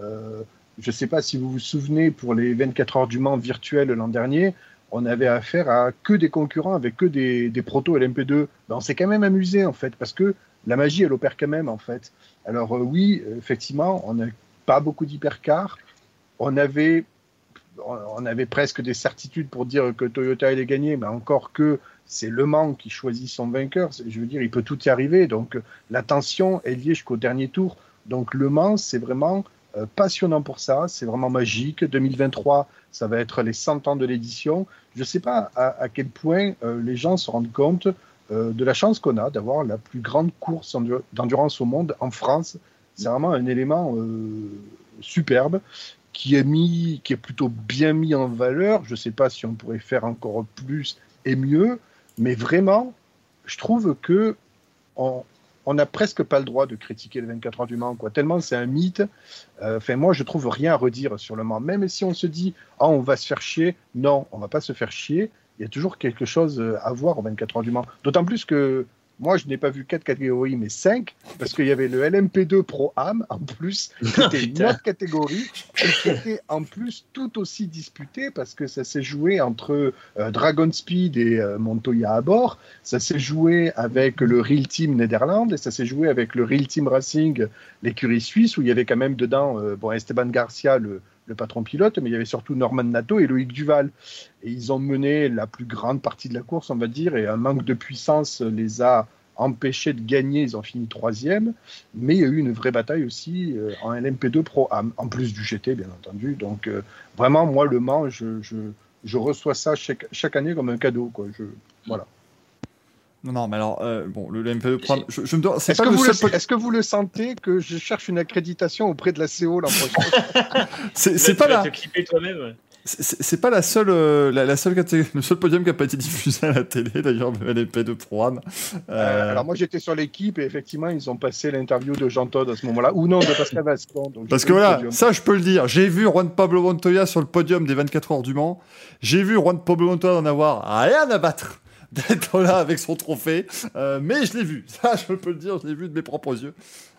je sais pas si vous vous souvenez, pour les 24 heures du Mans virtuelles l'an dernier, on avait affaire à que des concurrents avec que des protos LMP2. Ben, on s'est quand même amusé, en fait, parce que la magie, elle opère quand même, en fait. Alors oui, effectivement, on n'a pas beaucoup d'hypercars. On avait presque des certitudes pour dire que Toyota allait gagner, mais encore que c'est Le Mans qui choisit son vainqueur. Je veux dire, il peut tout y arriver. Donc la tension est liée jusqu'au dernier tour. Donc Le Mans, c'est vraiment passionnant pour ça. C'est vraiment magique. 2023, ça va être les 100 ans de l'édition. Je ne sais pas à quel point les gens se rendent compte de la chance qu'on a d'avoir la plus grande course d'endurance au monde en France. C'est vraiment un élément superbe qui est plutôt bien mis en valeur. Je ne sais pas si on pourrait faire encore plus et mieux, mais vraiment, je trouve que on n'a presque pas le droit de critiquer les 24 heures du Mans, quoi. Tellement c'est un mythe. Moi, je trouve rien à redire sur le Mans. Même si on se dit, on va se faire chier. Non, on va pas se faire chier. Il y a toujours quelque chose à voir aux 24 heures du Mans. D'autant plus que moi, je n'ai pas vu 4 catégories, mais 5, parce qu'il y avait le LMP2 Pro-Am, en plus, qui était une autre catégorie, et qui était en plus tout aussi disputée, parce que ça s'est joué entre Dragon Speed et Montoya à bord, ça s'est joué avec le Real Team Netherlands, et ça s'est joué avec le Real Team Racing, l'écurie suisse, où il y avait quand même dedans Esteban Garcia, le patron pilote, mais il y avait surtout Norman Nato et Loïc Duval. Et ils ont mené la plus grande partie de la course, on va dire, et un manque de puissance les a empêchés de gagner. Ils ont fini 3e, mais il y a eu une vraie bataille aussi en LMP2 Pro-Am, en plus du GT, bien entendu. Donc, vraiment, moi, Le Mans, je reçois ça chaque année comme un cadeau, quoi. Voilà. Non, mais alors, le LMP2 Pro-Am, je me demande, est-ce que vous le sentez que je cherche une accréditation auprès de la CO l'an prochain? C'est pas là. Te clipper toi-même. C'est pas la seule le seul podium qui n'a pas été diffusé à la télé, d'ailleurs, le LMP2 Pro-Am. Alors moi j'étais sur l'équipe et effectivement ils ont passé l'interview de Jean Todt à ce moment-là, ou non, de Pascal Vascon. Parce que voilà, ça je peux le dire, j'ai vu Juan Pablo Montoya sur le podium des 24 heures du Mans, j'ai vu Juan Pablo Montoya en avoir rien à battre d'être là avec son trophée, mais je l'ai vu, ça je peux le dire, je l'ai vu de mes propres yeux.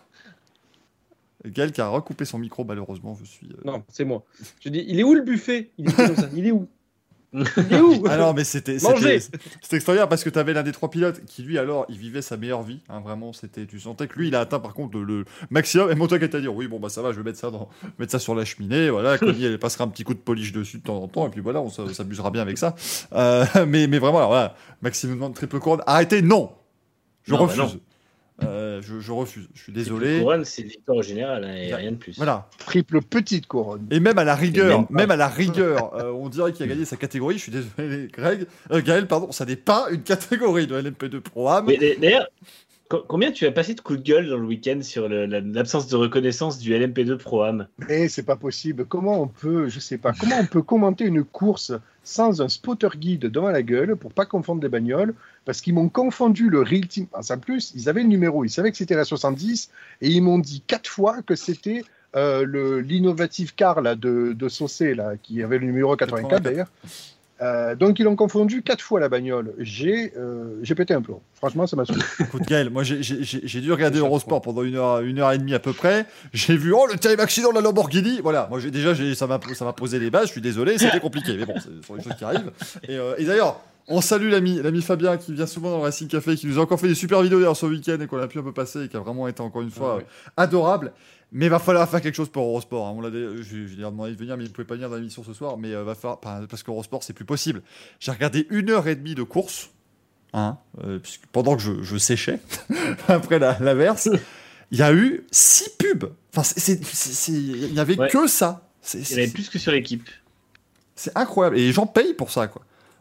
Gaël qui a recoupé son micro, malheureusement, je suis... Non, c'est moi. Je dis, il est où le buffet? Il est comme ça. Il est où? Il est où? Ah non, mais c'était extraordinaire parce que tu avais l'un des 3 pilotes qui, lui, alors, il vivait sa meilleure vie. Hein, vraiment, tu sentais que lui, il a atteint par contre le maximum. Et Montoya qui t'a dit, oui, bon, bah ça va, je vais mettre ça sur la cheminée. Voilà, Connie, elle passera un petit coup de polish dessus de temps en temps. Et puis voilà, on s'amusera bien avec ça. Mais vraiment, alors voilà, maximum de triple couronne. Arrêtez, non! Je refuse. Bah non. Je refuse, je suis désolé. Triple couronne, c'est victoire au général, et rien de plus. Voilà. Triple petite couronne. Et même à la rigueur, on dirait qu'il a gagné sa catégorie. Je suis désolé, Gaël, pardon, ça n'est pas une catégorie de LMP2 Pro-Am. Mais d'ailleurs, combien tu as passé de coups de gueule dans le week-end sur l'absence de reconnaissance du LMP2 Pro-Am? Mais c'est pas possible. Comment on peut commenter une course sans un spotter guide devant la gueule pour pas confondre les bagnoles? Parce qu'ils m'ont confondu le Real Team. En plus, ils avaient le numéro, ils savaient que c'était la 70 et ils m'ont dit 4 fois que c'était l'innovative car là, de Saucé, là, qui avait le numéro 84 d'ailleurs. Donc ils l'ont confondu 4 fois la bagnole. J'ai pété un plomb. Franchement, ça m'a saoulé. Écoute Gaël, moi j'ai dû regarder Eurosport pendant une heure et demie à peu près. J'ai vu le terrible accident de la Lamborghini. Voilà, moi ça m'a posé les bases. Je suis désolé, c'était compliqué, mais bon, ce sont des choses qui arrivent. Et d'ailleurs, on salue l'ami Fabien qui vient souvent dans le Racing Café, qui nous a encore fait des super vidéos d'ailleurs ce week-end et qu'on a pu un peu passer et qui a vraiment été encore une fois adorable. Mais va falloir faire quelque chose pour Eurosport. Hein. Je lui ai demandé de venir, mais il ne pouvait pas venir dans l'émission ce soir. Mais va falloir, parce qu'Eurosport, c'est plus possible. J'ai regardé 1h30 de course, pendant que je séchais, après la verse. Il y a eu 6 pubs. Enfin, il n'y avait que ça. Il y en avait plus que sur l'équipe. C'est incroyable. Et les gens payent pour ça, quoi.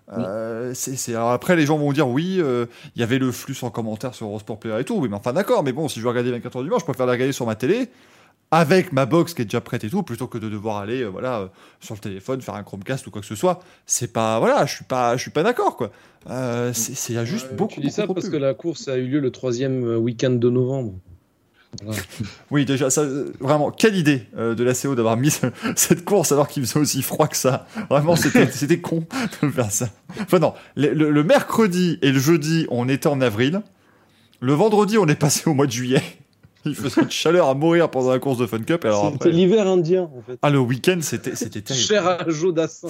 Alors après, les gens vont dire oui, il y avait le flux en commentaire sur Eurosport Player et tout. Oui, mais enfin, d'accord. Mais bon, si je veux regarder 24 heures du match, je préfère la regarder sur ma télé. Avec ma box qui est déjà prête et tout, plutôt que de devoir aller sur le téléphone, faire un Chromecast ou quoi que ce soit. C'est pas, je suis pas d'accord, quoi. Il y a juste beaucoup. Tu dis ça parce que la course a eu lieu le 3e week-end de novembre. Voilà. Oui, déjà, ça, vraiment, quelle idée de la CO d'avoir mis cette course alors qu'il faisait aussi froid que ça. Vraiment, c'était con de faire ça. Enfin non, le mercredi et le jeudi, on était en avril. Le vendredi, on est passé au mois de juillet. Il faisait une chaleur à mourir pendant la course de Fun Cup. C'était l'hiver indien, en fait. Ah, le week-end, c'était terrible. Cher à Jodassin.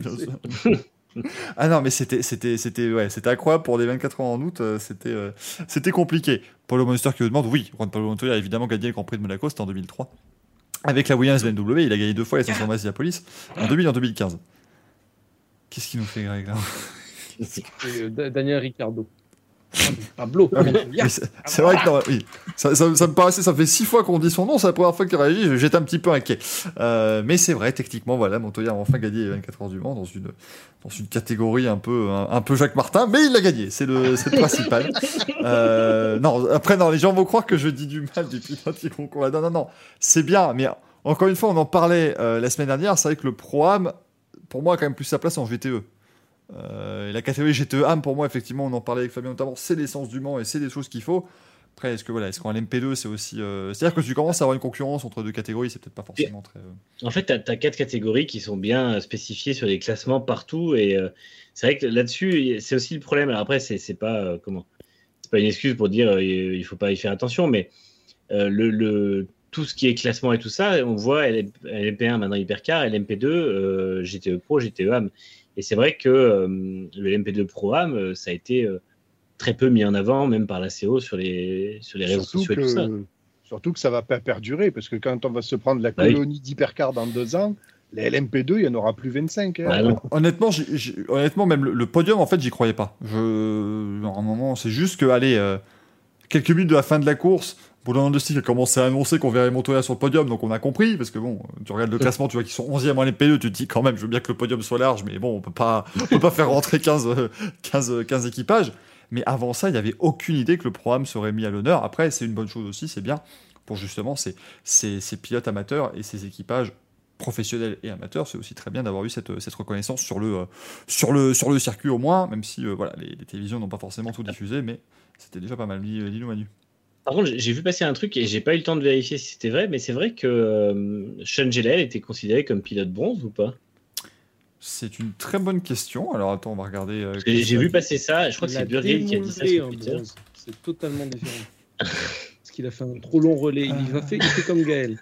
Ah non, mais c'était incroyable pour les 24 heures en août. C'était compliqué. Paulo Monster qui nous demande, oui, Juan Pablo Montoya a évidemment gagné le Grand Prix de Monaco, c'était en 2003. Avec la Williams BMW, il a gagné 2 fois les 500 miles Police, en 2000 et en 2015. Qu'est-ce qu'il nous fait, Greg, là Daniel Ricciardo. Pablo. C'est vrai que non, oui. Ça me paraissait, ça fait 6 fois qu'on dit son nom, c'est la première fois qu'il réagit, j'étais un petit peu inquiet. Mais c'est vrai, techniquement, voilà, Montoya a enfin gagné les 24 heures du Mans dans une catégorie un peu Jacques Martin, mais il l'a gagné, c'est le principal. Non, les gens vont croire que je dis du mal des pilotes qui concourent là. Non, c'est bien, mais encore une fois, on en parlait la semaine dernière, c'est vrai que le Pro-Am, pour moi, a quand même plus sa place en GTE. La catégorie GTE AM, pour moi, effectivement, on en parlait avec Fabien notamment, c'est l'essence du Mans et c'est des choses qu'il faut. Après, est-ce qu'en LMP2, c'est aussi. C'est-à-dire que tu commences à avoir une concurrence entre 2 catégories, c'est peut-être pas forcément très. En fait, tu as 4 catégories qui sont bien spécifiées sur les classements partout. Et c'est vrai que là-dessus, c'est aussi le problème. Alors après, c'est pas c'est pas une excuse pour dire il faut pas y faire attention, mais tout ce qui est classement et tout ça, on voit LMP1 maintenant Hypercar, LMP2 GTE Pro, GTE AM. Et c'est vrai que le LMP2 Pro AM, ça a été très peu mis en avant, même par la CO sur les réseaux sociaux et tout ça. Surtout que ça ne va pas perdurer, parce que quand on va se prendre la colonie d'Hypercar dans 2 ans, les LMP2, il n'y en aura plus 25. Hein. Honnêtement, même le podium, en fait, j'y croyais pas. À un moment, c'est juste que, quelques minutes de la fin de la course, Boulogne de Stick a commencé à annoncer qu'on verrait Montoya sur le podium, donc on a compris, parce que bon, tu regardes le classement, tu vois qu'ils sont 11e en LMP2, tu te dis quand même, je veux bien que le podium soit large, mais bon, on peut pas faire rentrer 15 équipages. Mais avant ça, il n'y avait aucune idée que le Pro-Am serait mis à l'honneur. Après, c'est une bonne chose aussi, c'est bien pour justement ces pilotes amateurs et ces équipages professionnels et amateurs. C'est aussi très bien d'avoir eu cette reconnaissance sur le circuit au moins, même si les télévisions n'ont pas forcément tout diffusé, mais c'était déjà pas mal. Dis-nous, Manu. Par contre, j'ai vu passer un truc et j'ai pas eu le temps de vérifier si c'était vrai, mais c'est vrai que Sean Gelael était considéré comme pilote bronze ou pas ? C'est une très bonne question. Alors attends, on va regarder. J'ai vu passer ça, je crois que c'est Burrill qui a dit ça sur Twitter. C'est totalement différent. Parce qu'il a fait un trop long relais. Il fait comme Gaël.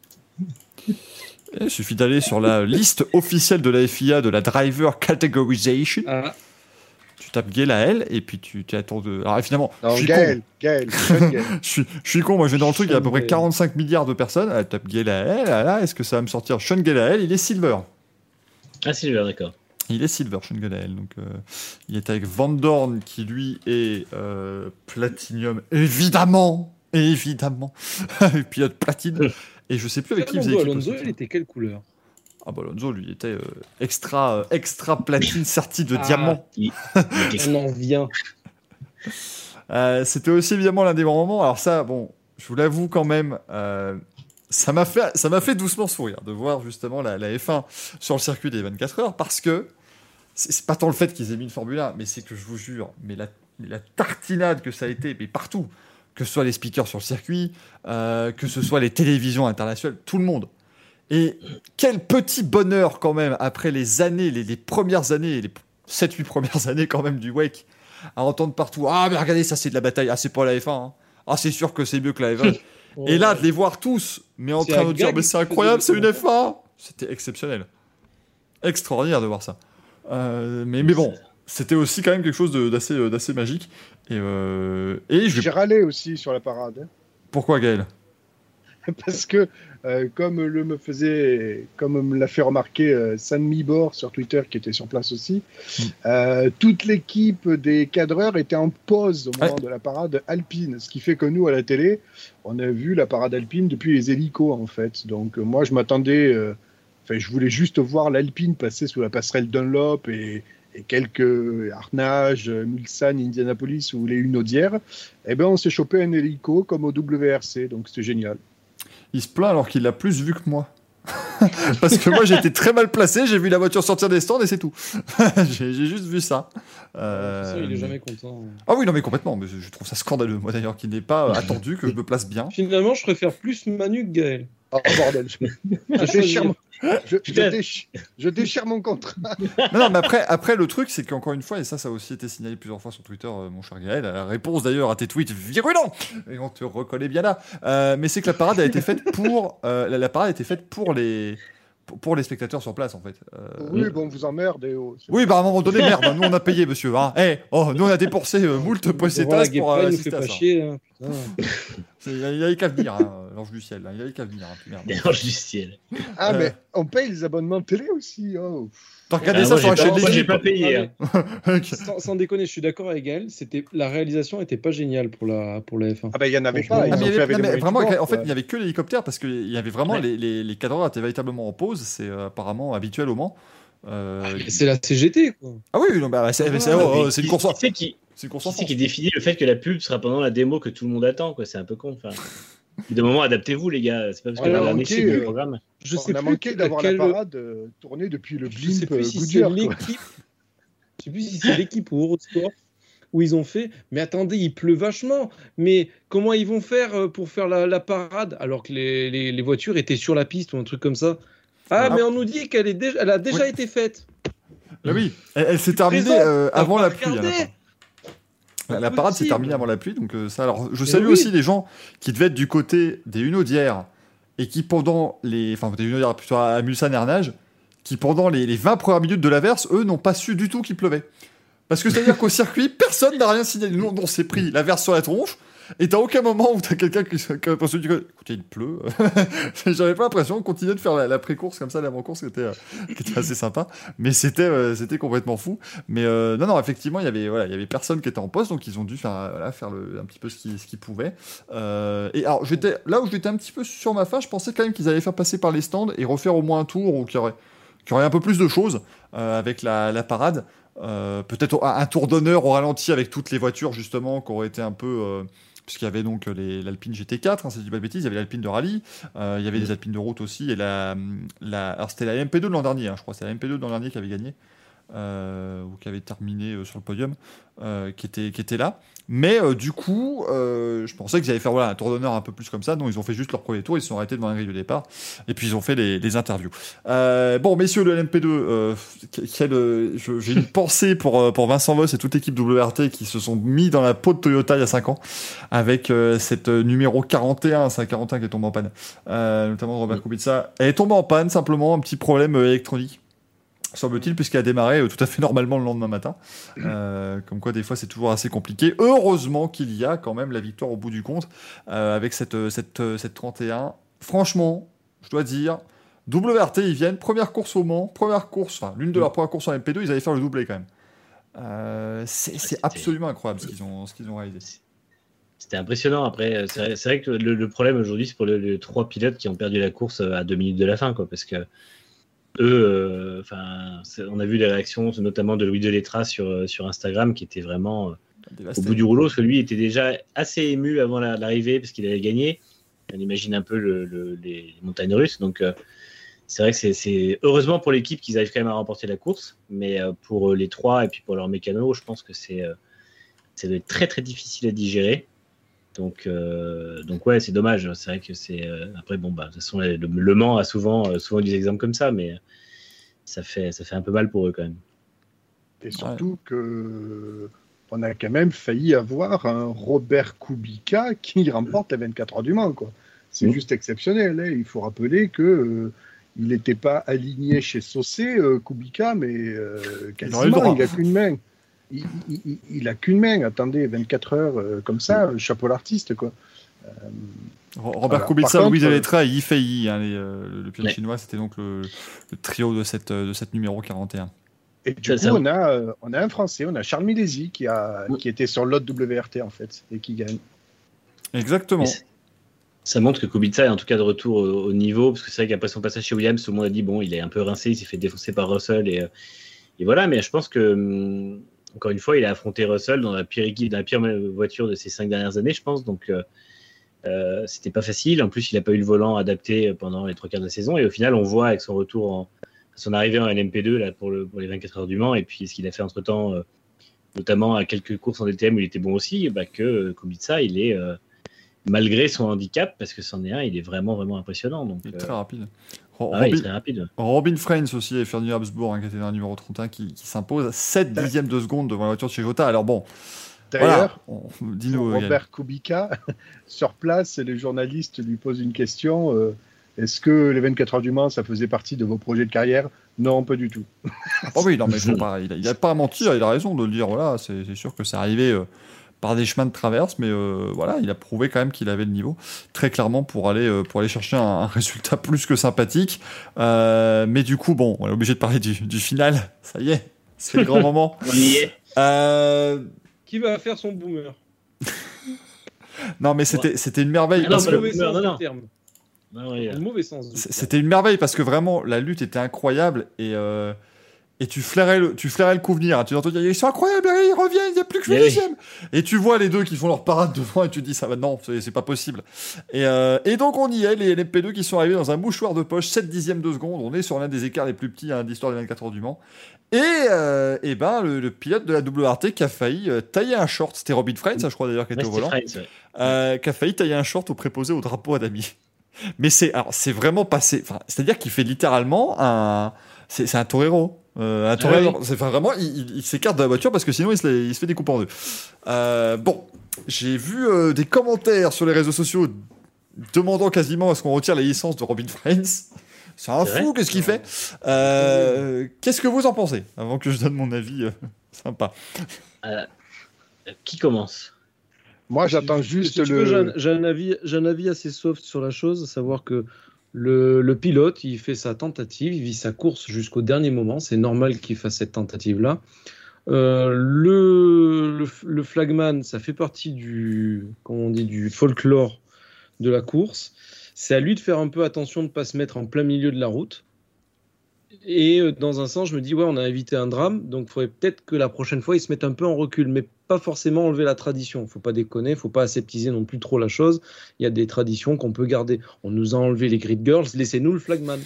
Il suffit d'aller sur la liste officielle de la FIA de la Driver Categorization. Ah. Tu tapes Gelael et puis tu attends de. Alors finalement, non, je suis Gaël. Je suis con, moi je vais dans le truc, il y a à peu près 45 milliards de personnes. Elle tape Gelael, là, est-ce que ça va me sortir Sean Gelael? Il est silver. Ah, silver, d'accord. Il est silver, Sean Gelael. Donc, il est avec Van Dorn qui lui est platinium, évidemment. Pilote platine. Et je sais plus avec qui il faisait l'équipe. Alonso, il était quelle couleur? Ah bah Alonso, lui, était extra platine serti de diamant. On en vient. C'était aussi évidemment l'un des bons moments. Alors ça, bon, je vous l'avoue quand même, ça m'a fait doucement sourire de voir justement la F1 sur le circuit des 24 heures, parce que c'est pas tant le fait qu'ils aient mis une Formule 1, mais c'est que je vous jure, mais la tartinade que ça a été, mais partout, que ce soit les speakers sur le circuit, que ce soit les télévisions internationales, tout le monde. Et quel petit bonheur quand même, après les années, les premières années, les 7-8 premières années quand même du WEC, à entendre partout, ah mais regardez, ça c'est de la bataille, ah c'est pas la F1, hein. Ah c'est sûr que c'est mieux que la F1. Et là, de les voir tous, mais en train de dire, mais c'est incroyable, c'est une F1. C'était exceptionnel. Extraordinaire de voir ça. Mais bon, c'était aussi quand même quelque chose d'assez magique. J'ai râlé aussi sur la parade. Hein. Pourquoi, Gaël ? Parce que, comme me l'a fait remarquer San Mibor sur Twitter, qui était sur place aussi, toute l'équipe des cadreurs était en pause au moment de la parade alpine. Ce qui fait que nous, à la télé, on a vu la parade alpine depuis les hélicos, en fait. Donc, moi, je m'attendais... je voulais juste voir l'alpine passer sous la passerelle Dunlop et quelques Arnage, Mulsanne, Indianapolis ou les Hunaudières. Eh ben, on s'est chopé un hélico comme au WRC, donc c'était génial. Il se plaint alors qu'il l'a plus vu que moi. Parce que moi, j'étais très mal placé, j'ai vu la voiture sortir des stands et c'est tout. j'ai juste vu ça. Ça, il est jamais content. Ah oui, non mais complètement. Mais je trouve ça scandaleux, moi d'ailleurs, qu'il n'ait pas attendu que je me place bien. Finalement, je préfère plus Manu que Gaël. Oh bordel, je déchire mon contrat. Non, mais après le truc, c'est qu'encore une fois, et ça a aussi été signalé plusieurs fois sur Twitter, mon cher Gaël, la réponse d'ailleurs à tes tweets virulents, et on te reconnaît bien là, mais c'est que la parade a été faite pour la parade a été faite pour les spectateurs sur place en fait. Oui, bon, vous emmerdez. Oui, bah à un moment donné, merde, nous on a payé, monsieur. Hein. Nous on a dépensé moult pesetas pour assister à ça. Chier, hein. Il avait qu'à venir, l'ange du ciel. Il avait qu'à venir. L'ange du ciel. Ah, mais on paye les abonnements télé aussi. Oh. T'as regardé ça sur la chaîne d'équipe. J'ai pas payé. Sans déconner, je suis d'accord avec Gaël. La réalisation était pas géniale pour la F1. Ah bah il y en avait pas. Vraiment, en fait, il n'y avait que l'hélicoptère parce qu'il y avait vraiment les cadreurs étaient véritablement en pause. C'est apparemment habituel au Mans. C'est la CGT quoi. Ah oui, c'est une course. C'est qui définit le fait que la pub sera pendant la démo que tout le monde attend, quoi. C'est un peu con. Enfin, de moment, adaptez-vous, les gars. C'est pas parce que la dernière c'est le programme. On a manqué d'avoir la parade tournée depuis le blimp. Je sais plus si c'est l'équipe. Je sais plus si c'est l'équipe ou Eurosport où ils ont fait. Mais attendez, il pleut vachement. Mais comment ils vont faire pour faire la parade alors que les voitures étaient sur la piste ou un truc comme ça? Mais on nous dit qu'elle a déjà été faite. Bah oui, elle s'est terminée avant la pluie. La parade s'est terminée avant la pluie, donc ça. Alors, je salue aussi les gens qui devaient être du côté des Hunaudières et qui pendant des Hunaudières plutôt à Mulsanne et Arnage, qui pendant les 20 premières minutes de l'averse, eux n'ont pas su du tout qu'il pleuvait. Parce que c'est-à-dire qu'au circuit, personne n'a rien signalé. Nous, on s'est pris l'averse sur la tronche. Et t'as aucun moment où t'as quelqu'un qui a l'impression de dire écoutez, il pleut. J'avais pas l'impression de continuer de faire la pré-course comme ça, l'avant-course qui était assez sympa. Mais c'était complètement fou. Mais non, effectivement, il y avait personne qui était en poste, donc ils ont dû faire un petit peu ce qu'ils pouvaient. Et alors, là où j'étais un petit peu sur ma fin, je pensais quand même qu'ils allaient faire passer par les stands et refaire au moins un tour, ou qu'il y aurait un peu plus de choses avec la parade. Peut-être un tour d'honneur au ralenti avec toutes les voitures, justement, qui auraient été un peu... puisqu'il y avait donc l'Alpine GT4, si je dis pas de bêtises, il y avait l'Alpine de rallye, il y avait des Alpines de route aussi, et alors c'était la MP2 de l'an dernier, je crois, c'est la MP2 de l'an dernier qui avait gagné, ou qui avait terminé sur le podium, qui était là. Mais du coup, je pensais qu'ils allaient faire un tour d'honneur un peu plus comme ça. Non, ils ont fait juste leur premier tour, ils se sont arrêtés devant la grille de départ, et puis ils ont fait les interviews. Bon, messieurs, le LMP2, j'ai une pensée pour Vincent Voss et toute l'équipe WRT qui se sont mis dans la peau de Toyota il y a 5 ans, avec cette numéro 41, c'est 41 qui est tombé en panne, notamment Robert Kubica. Elle est tombée en panne, simplement, un petit problème électronique, semble-t-il, puisqu'elle a démarré tout à fait normalement le lendemain matin. Comme quoi, des fois, c'est toujours assez compliqué. Heureusement qu'il y a quand même la victoire au bout du compte, avec cette 31. Franchement, je dois dire, WRT, ils viennent, première course au Mans, l'une de leurs premières courses en MP2, ils allaient faire le doublé quand même. C'est absolument incroyable ce qu'ils ont réalisé. C'était impressionnant. Après, c'est vrai que le problème aujourd'hui, c'est pour les 3 pilotes qui ont perdu la course à 2 minutes de la fin, quoi, parce que eux, on a vu les réactions, notamment de Louis Delettra sur Instagram, qui était vraiment au bout du rouleau, parce que lui était déjà assez ému avant l'arrivée, parce qu'il avait gagné. On imagine un peu les montagnes russes. Donc, c'est vrai que c'est heureusement pour l'équipe qu'ils arrivent quand même à remporter la course, mais pour les 3 et puis pour leur mécano, je pense que ça doit être très très difficile à digérer. Donc ouais, c'est dommage. C'est vrai que c'est après de toute façon le Mans a souvent des exemples comme ça, mais ça fait un peu mal pour eux quand même. Et surtout que on a quand même failli avoir un Robert Kubica qui remporte les 24 heures du Mans, quoi. C'est juste exceptionnel. Hein. Il faut rappeler que il n'était pas aligné chez Saucé, Kubica, mais quasiment il a qu'une main. Il a qu'une main. Attendez, 24 heures comme ça, chapeau l'artiste, quoi. Robert Kubica, Louis Delettra et Yi Fei, le pilote chinois, c'était donc le trio de cette numéro 41. Et du coup, on a un Français, on a Charles Milesi qui était sur l'autre WRT en fait et qui gagne. Exactement. Ça montre que Kubica est en tout cas de retour au niveau, parce que c'est vrai qu'après son passage chez Williams, tout le monde a dit bon, il est un peu rincé, il s'est fait défoncer par Russell et voilà. Mais je pense que encore une fois, il a affronté Russell dans la pire voiture de ces 5 dernières années, je pense. Donc c'était pas facile. En plus, il n'a pas eu le volant adapté pendant les 3 quarts de la saison. Et au final, on voit avec son retour son arrivée en LMP2 là, pour les 24 heures du Mans, et puis ce qu'il a fait entre-temps, notamment à quelques courses en DTM où il était bon aussi, que Kubica, il est, malgré son handicap, parce que c'en est un, il est vraiment, vraiment impressionnant. Donc, il est très rapide. Il est très rapide. Robin Freins aussi, et Ferdinand Habsbourg, qui était dans le numéro 31, qui s'impose à 7 dixièmes de seconde devant la voiture de chez Jota. Alors bon, d'ailleurs, dis-nous, Robert Kubica, sur place, les journalistes lui posent une question. Est-ce que les 24 heures du Mans, ça faisait partie de vos projets de carrière ? Non, pas du tout. Oh oui, non, mais il n'a pas à mentir, il a raison de le dire. Voilà, c'est sûr que c'est arrivé par des chemins de traverse, mais voilà, il a prouvé quand même qu'il avait le niveau, très clairement, pour aller chercher un résultat plus que sympathique. Mais du coup, bon, on est obligé de parler du final. Ça y est, c'est le grand moment. On y est. Qui va faire son boomer ? Non, mais c'était une merveille. C'était une merveille parce que vraiment la lutte était incroyable et tu flairais le coup venir. Tu entends dire ils sont incroyables, ils reviennent, il n'y a plus que 8e. Et tu vois les deux qui font leur parade devant et tu te dis ça va, non, c'est pas possible. Et donc on y est, les LMP2 qui sont arrivés dans un mouchoir de poche, 7 dixièmes de seconde. On est sur l'un des écarts les plus petits de l'histoire des 24 heures du Mans. Et le pilote de la WRT qui a failli tailler un short, c'était Robin Freins, je crois d'ailleurs, qui était au volant, qui a failli tailler un short au préposé au drapeau Adami. Mais c'est vraiment passé. C'est-à-dire qu'il fait littéralement c'est un torero. Un torero. Oui. Vraiment, il s'écarte de la voiture parce que sinon il se fait découper en deux. Bon, j'ai vu des commentaires sur les réseaux sociaux demandant quasiment à ce qu'on retire la licence de Robin Freins. C'est un fou, qu'est-ce qu'il fait ? Qu'est-ce que vous en pensez ? Avant que je donne mon avis sympa. Qui commence ? Moi, j'attends juste j'ai un avis assez soft sur la chose, à savoir que le pilote, il fait sa tentative, il vit sa course jusqu'au dernier moment. C'est normal qu'il fasse cette tentative-là. Le flagman, ça fait partie du folklore de la course. C'est à lui de faire un peu attention de ne pas se mettre en plein milieu de la route. Et dans un sens, je me dis, on a évité un drame, donc il faudrait peut-être que la prochaine fois, ils se mettent un peu en recul, mais pas forcément enlever la tradition. Il ne faut pas déconner, il ne faut pas aseptiser non plus trop la chose. Il y a des traditions qu'on peut garder. On nous a enlevé les grid girls, laissez-nous le flagman.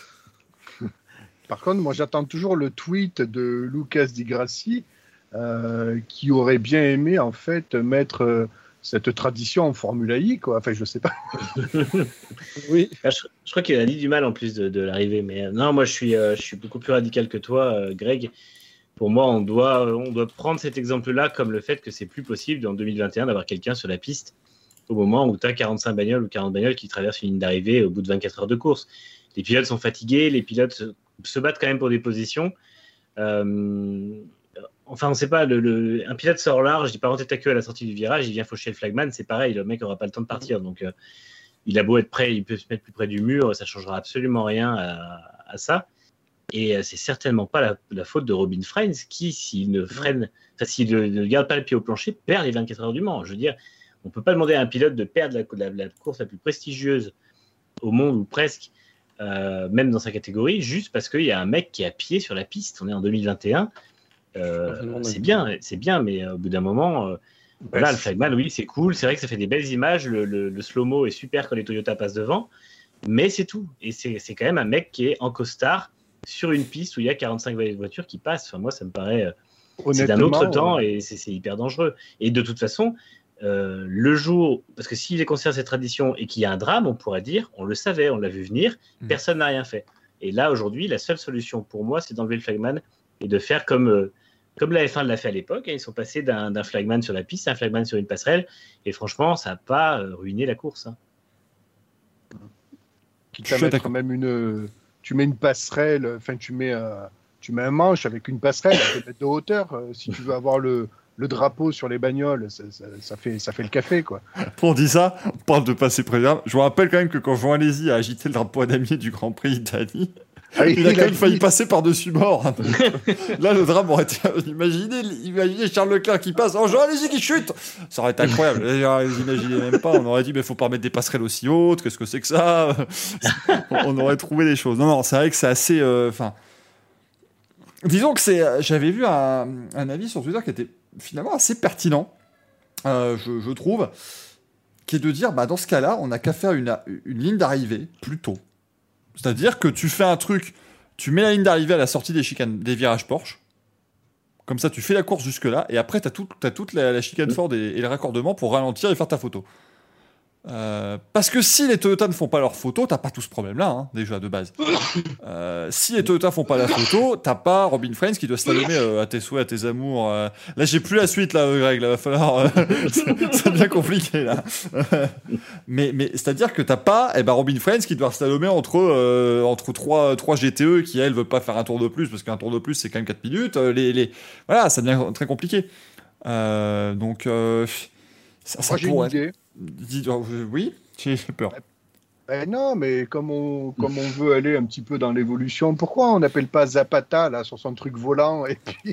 Par contre, moi, j'attends toujours le tweet de Lucas Di Grassi, qui aurait bien aimé, en fait, mettre cette tradition en Formule I, quoi. Enfin, je sais pas. Oui. Je crois qu'il a dit du mal en plus de l'arrivée, mais non, moi je suis beaucoup plus radical que toi, Greg. Pour moi, on doit prendre cet exemple-là comme le fait que c'est plus possible en 2021 d'avoir quelqu'un sur la piste au moment où tu as 45 bagnoles ou 40 bagnoles qui traversent une ligne d'arrivée au bout de 24 heures de course. Les pilotes sont fatigués, les pilotes se battent quand même pour des positions. Enfin, on ne sait pas, un pilote sort large, il part en tête à queue à la sortie du virage, il vient faucher le flagman, c'est pareil, le mec n'aura pas le temps de partir. Donc, il a beau être prêt, il peut se mettre plus près du mur, ça ne changera absolument rien à ça. Et c'est certainement pas la faute de Robin Freins qui, s'il ne garde pas le pied au plancher, perd les 24 heures du Mans. Je veux dire, on ne peut pas demander à un pilote de perdre la course la plus prestigieuse au monde, ou presque, même dans sa catégorie, juste parce qu'il y a un mec qui est à pied sur la piste. On est en 2021. C'est bien, mais au bout d'un moment, le flagman, oui, c'est cool. C'est vrai que ça fait des belles images. Le slow-mo est super quand les Toyota passent devant, mais c'est tout. Et c'est quand même un mec qui est en costard sur une piste où il y a 45 voitures qui passent. Enfin, moi, ça me paraît c'est d'un autre temps et c'est hyper dangereux. Et de toute façon, le jour, parce que s'il conserve cette tradition et qu'il y a un drame, on pourrait dire, on le savait, on l'a vu venir, personne n'a rien fait. Et là, aujourd'hui, la seule solution pour moi, c'est d'enlever le flagman et de faire comme la F1 l'a fait à l'époque. Ils sont passés d'un flagman sur la piste à un flagman sur une passerelle. Et franchement, ça n'a pas ruiné la course. Quitte à mettre quand même tu mets une passerelle, enfin tu mets un manche avec une passerelle à 2 mètres de hauteur. Si tu veux avoir le drapeau sur les bagnoles, ça fait le café, quoi. On dit ça, on parle de passé président. Je vous rappelle quand même que quand Jean Alesi a agité le drapeau à damier du Grand Prix d'Italie, il a quand même failli passer par-dessus bord. Là, le drame aurait été... Imaginez Charles Leclerc qui passe. Oh, Jean Alesi qui chute. Ça aurait été incroyable. Vous imaginez même pas. On aurait dit, mais faut pas mettre des passerelles aussi hautes. Qu'est-ce que c'est que ça? On aurait trouvé des choses. Non, c'est vrai que c'est assez... Disons que j'avais vu un avis sur Twitter qui était finalement assez pertinent, je trouve, qui est de dire, dans ce cas-là, on n'a qu'à faire une ligne d'arrivée plus tôt. C'est-à-dire que tu fais un truc, tu mets la ligne d'arrivée à la sortie des virages Porsche, comme ça tu fais la course jusque-là, et après t'as toute la chicane Ford et le raccordement pour ralentir et faire ta photo. Parce que si les Toyota ne font pas leur photo, t'as pas tout ce problème-là, déjà de base. Si les Toyota font pas la photo, t'as pas Robin Friends qui doit slalomer à tes souhaits, à tes amours. Là, j'ai plus la suite, là, Greg. Là, va falloir. C'est bien compliqué, là. mais c'est-à-dire que t'as pas Robin Friends qui doit slalomer entre trois GTE qui, elles, veulent pas faire un tour de plus, parce qu'un tour de plus, c'est quand même 4 minutes. Voilà, ça devient très compliqué. Donc, ça j'ai pourrait... une idée. Oui, j'ai peur. Non, mais comme on veut aller un petit peu dans l'évolution, pourquoi on n'appelle pas Zapata là sur son truc volant et puis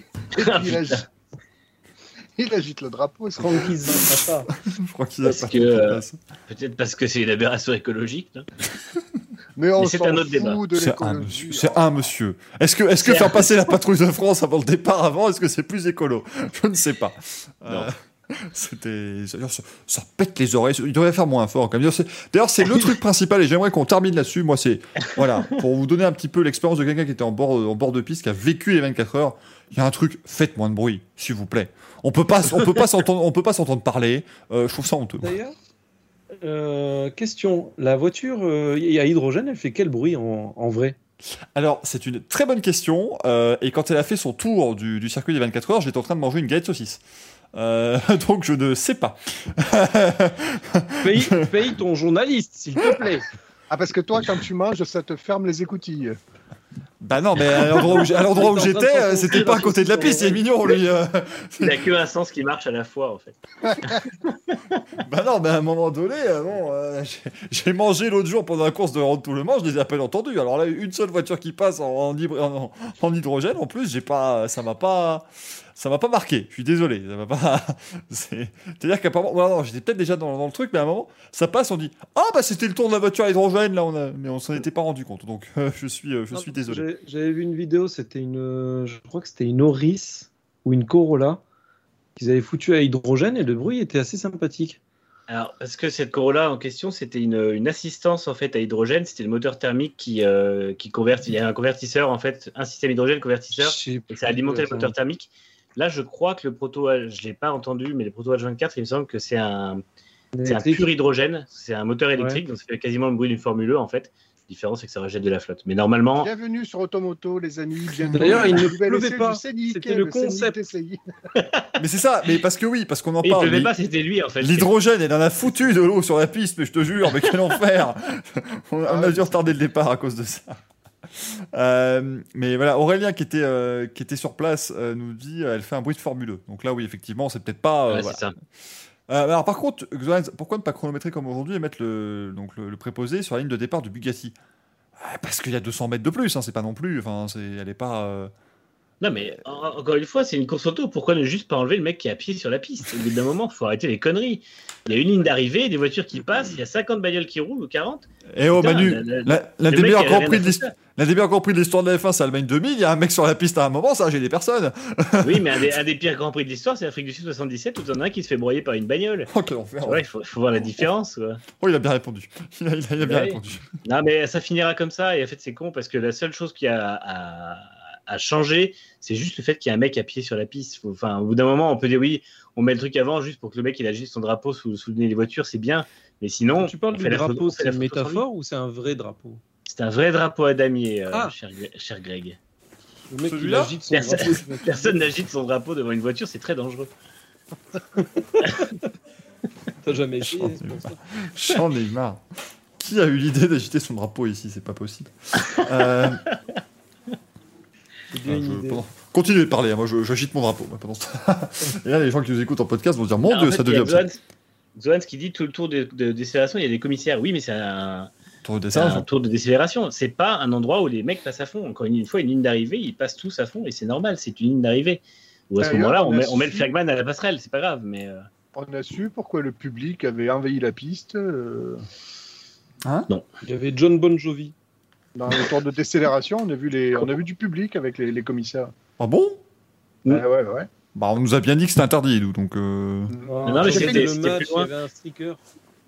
il agite le drapeau? Frankie Zapata. Peut-être parce que c'est une aberration écologique. Non mais c'est un autre débat. C'est un monsieur. Est-ce que faire passer la patrouille de France avant le départ est-ce que c'est plus écolo? Je ne sais pas. Non. Ça pète les oreilles. Il devrait faire moins fort. D'ailleurs, c'est le truc principal et j'aimerais qu'on termine là-dessus. Moi, c'est pour vous donner un petit peu l'expérience de quelqu'un qui était en bord de piste, qui a vécu les 24 heures. Il y a un truc, faites moins de bruit, s'il vous plaît. On peut pas s'entendre parler. Je trouve ça honteux. D'ailleurs, question, la voiture à hydrogène, elle fait quel bruit en vrai? Alors, c'est une très bonne question. Et quand elle a fait son tour du circuit des 24 heures, j'étais en train de manger une galette saucisse. Donc je ne sais pas. Paye ton journaliste, s'il te plaît. Ah, parce que toi, quand tu manges, ça te ferme les écoutilles. Bah non, mais à l'endroit où j'étais, c'était pas à côté de la piste, c'est mignon, lui. Il n'a qu'un sens qui marche à la fois, en fait. Bah non, mais à un moment donné, j'ai mangé l'autre jour pendant la course de Road to Le Mans, je les ai à peine entendus. Alors là, une seule voiture qui passe en hydrogène, en plus, ça m'a pas marqué. Je suis désolé. C'est-à-dire qu'apparemment, j'étais peut-être déjà dans le truc, mais à un moment, ça passe, on dit c'était le tour de la voiture à hydrogène, là, mais on s'en était pas rendu compte. Donc, je suis désolé. J'avais vu une vidéo, je crois que c'était une Auris ou une Corolla qu'ils avaient foutu à hydrogène et le bruit était assez sympathique. Alors, parce que cette Corolla en question, c'était une assistance en fait à hydrogène. C'était le moteur thermique qui convertit. Il y a un convertisseur en fait, un système hydrogène convertisseur, et ça alimentait le moteur thermique. Là, je crois que le proto, je l'ai pas entendu, mais le proto H24, il me semble que c'est un pur hydrogène. C'est un moteur électrique, donc ça fait quasiment le bruit d'une Formule E en fait. La différence, c'est que ça rejette de la flotte. Mais normalement. Bienvenue sur Automoto, les amis. D'ailleurs, il ne pleuvait pas. C'était le concept. Mais c'est ça. Mais parce qu'on en parle. Il pleuvait pas, c'était lui en fait. L'hydrogène, il en a foutu de l'eau sur la piste, mais je te jure, mais quel enfer. On a dû retarder le départ à cause de ça. Mais voilà, Aurélien qui était sur place nous dit elle fait un bruit de Formule 2. Donc là, oui, effectivement, c'est peut-être pas. C'est ça. Alors par contre, pourquoi ne pas chronométrer comme aujourd'hui et mettre le préposé sur la ligne de départ du Bugatti? Parce qu'il y a 200 mètres de plus, c'est pas non plus. Elle est pas. Non, mais encore une fois, c'est une course auto. Pourquoi ne juste pas enlever le mec qui est à pied sur la piste? Au bout d'un moment, il faut arrêter les conneries. Il y a une ligne d'arrivée, des voitures qui passent, il y a 50 bagnoles qui roulent ou 40. Et oh, Manu, l'un des meilleurs Grands Prix de l'histoire de la F1, c'est Allemagne 2000. Il y a un mec sur la piste à un moment, ça a gêné personne. Oui, mais un des pires Grands Prix de l'histoire, c'est l'Afrique du Sud 77, où il y en a un qui se fait broyer par une bagnole. Oh, quel enfer. Ouais, il faut voir la différence. Quoi. Oh, il a bien répondu. Il a bien répondu. Non, mais ça finira comme ça. Et en fait, c'est con parce que la seule chose qu'il y a à changer. C'est juste le fait qu'il y a un mec à pied sur la piste. Enfin, au bout d'un moment, on peut dire oui, on met le truc avant juste pour que le mec il agite son drapeau sous le nez des voitures, c'est bien. Mais sinon, quand tu parles du drapeau, c'est une métaphore ou c'est un vrai drapeau? C'est un vrai drapeau à damier, cher Greg. Le mec qui agite son drapeau. Personne n'agite son drapeau devant une voiture, c'est très dangereux. T'as jamais essayé, c'est pour ça. J'en ai marre. Qui a eu l'idée d'agiter son drapeau ici? C'est pas possible. Continuez de parler, moi j'agite mon drapeau. Pendant ce temps. Et là, les gens qui nous écoutent en podcast vont se dire mon Dieu, ça devient absurde. Zohan, ce qui dit tout le tour de décélération, il y a des commissaires. Oui, mais c'est un tour de décélération. C'est pas un endroit où les mecs passent à fond. Encore une fois, une ligne d'arrivée, ils passent tous à fond et c'est normal, c'est une ligne d'arrivée. Ou à ce moment-là, on met le flagman à la passerelle, c'est pas grave. Mais on a su pourquoi le public avait envahi la piste. Non. Il y avait John Bon Jovi. Dans le tour de décélération, on a vu du public avec les commissaires. Ah bon? Ouais. Bah, on nous a bien dit que c'était interdit, nous, donc. Non, mais c'était le match, il y avait un sticker.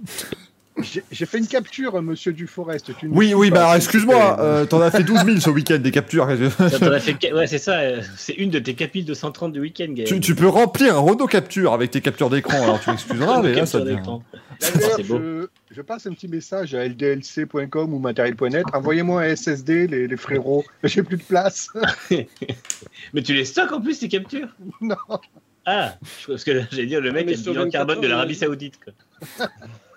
J'ai fait une capture, monsieur Duforest. Oui, bah excuse-moi, t'en as fait 12 000 ce week-end, des captures. Ouais, c'est ça, c'est une de tes capilles de 130 du week-end, Gaël. Tu peux remplir un Renault Capture avec tes captures d'écran, alors tu m'excuseras, mais là, ça devient... C'est beau. Je passe un petit message à ldlc.com ou matériel.net. Envoyez-moi un SSD, les frérots. J'ai plus de place. Mais tu les stocks en plus, ces captures? Non. Ah, parce que j'allais dire, le mec a le bilan carbone de l'Arabie Saoudite, quoi.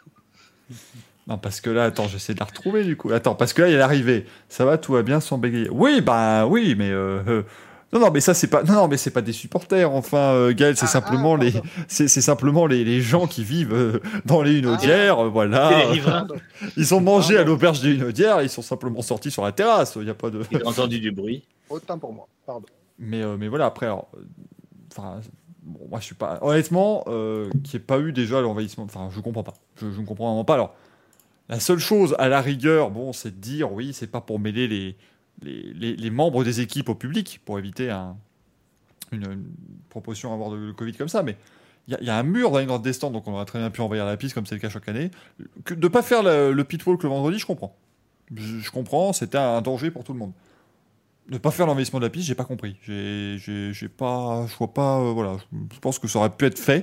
Non, parce que là, attends, j'essaie de la retrouver du coup. Attends, parce que là, il y a l'arrivée. Ça va, tout va bien sans bégayer. Oui, mais non, mais ça, c'est pas. Non, mais c'est pas des supporters. Enfin, Gaël, c'est simplement c'est simplement les gens qui vivent dans les Hunaudières, voilà. Les riverains. Ils ont mangé à l'auberge des Hunaudières. Ils sont simplement sortis sur la terrasse. Il y a pas de. Ils ont entendu du bruit. Autant pour moi. Pardon. Mais voilà, après, enfin. Bon, moi, je suis pas. Honnêtement, qu'il n'y ait pas eu déjà l'envahissement. Enfin, je comprends pas. Je ne comprends vraiment pas. Alors, la seule chose, à la rigueur, bon, c'est de dire, oui, c'est pas pour mêler les membres des équipes au public, pour éviter une proportion à avoir de Covid comme ça. Mais il y a un mur dans les notes des stands, donc on aurait très bien pu envahir la piste, comme c'est le cas chaque année. De ne pas faire le pit walk le vendredi, je comprends. Je comprends, c'était un danger pour tout le monde. Ne pas faire l'envahissement de la piste, j'ai pas compris. Je vois pas, voilà. Je pense que ça aurait pu être fait.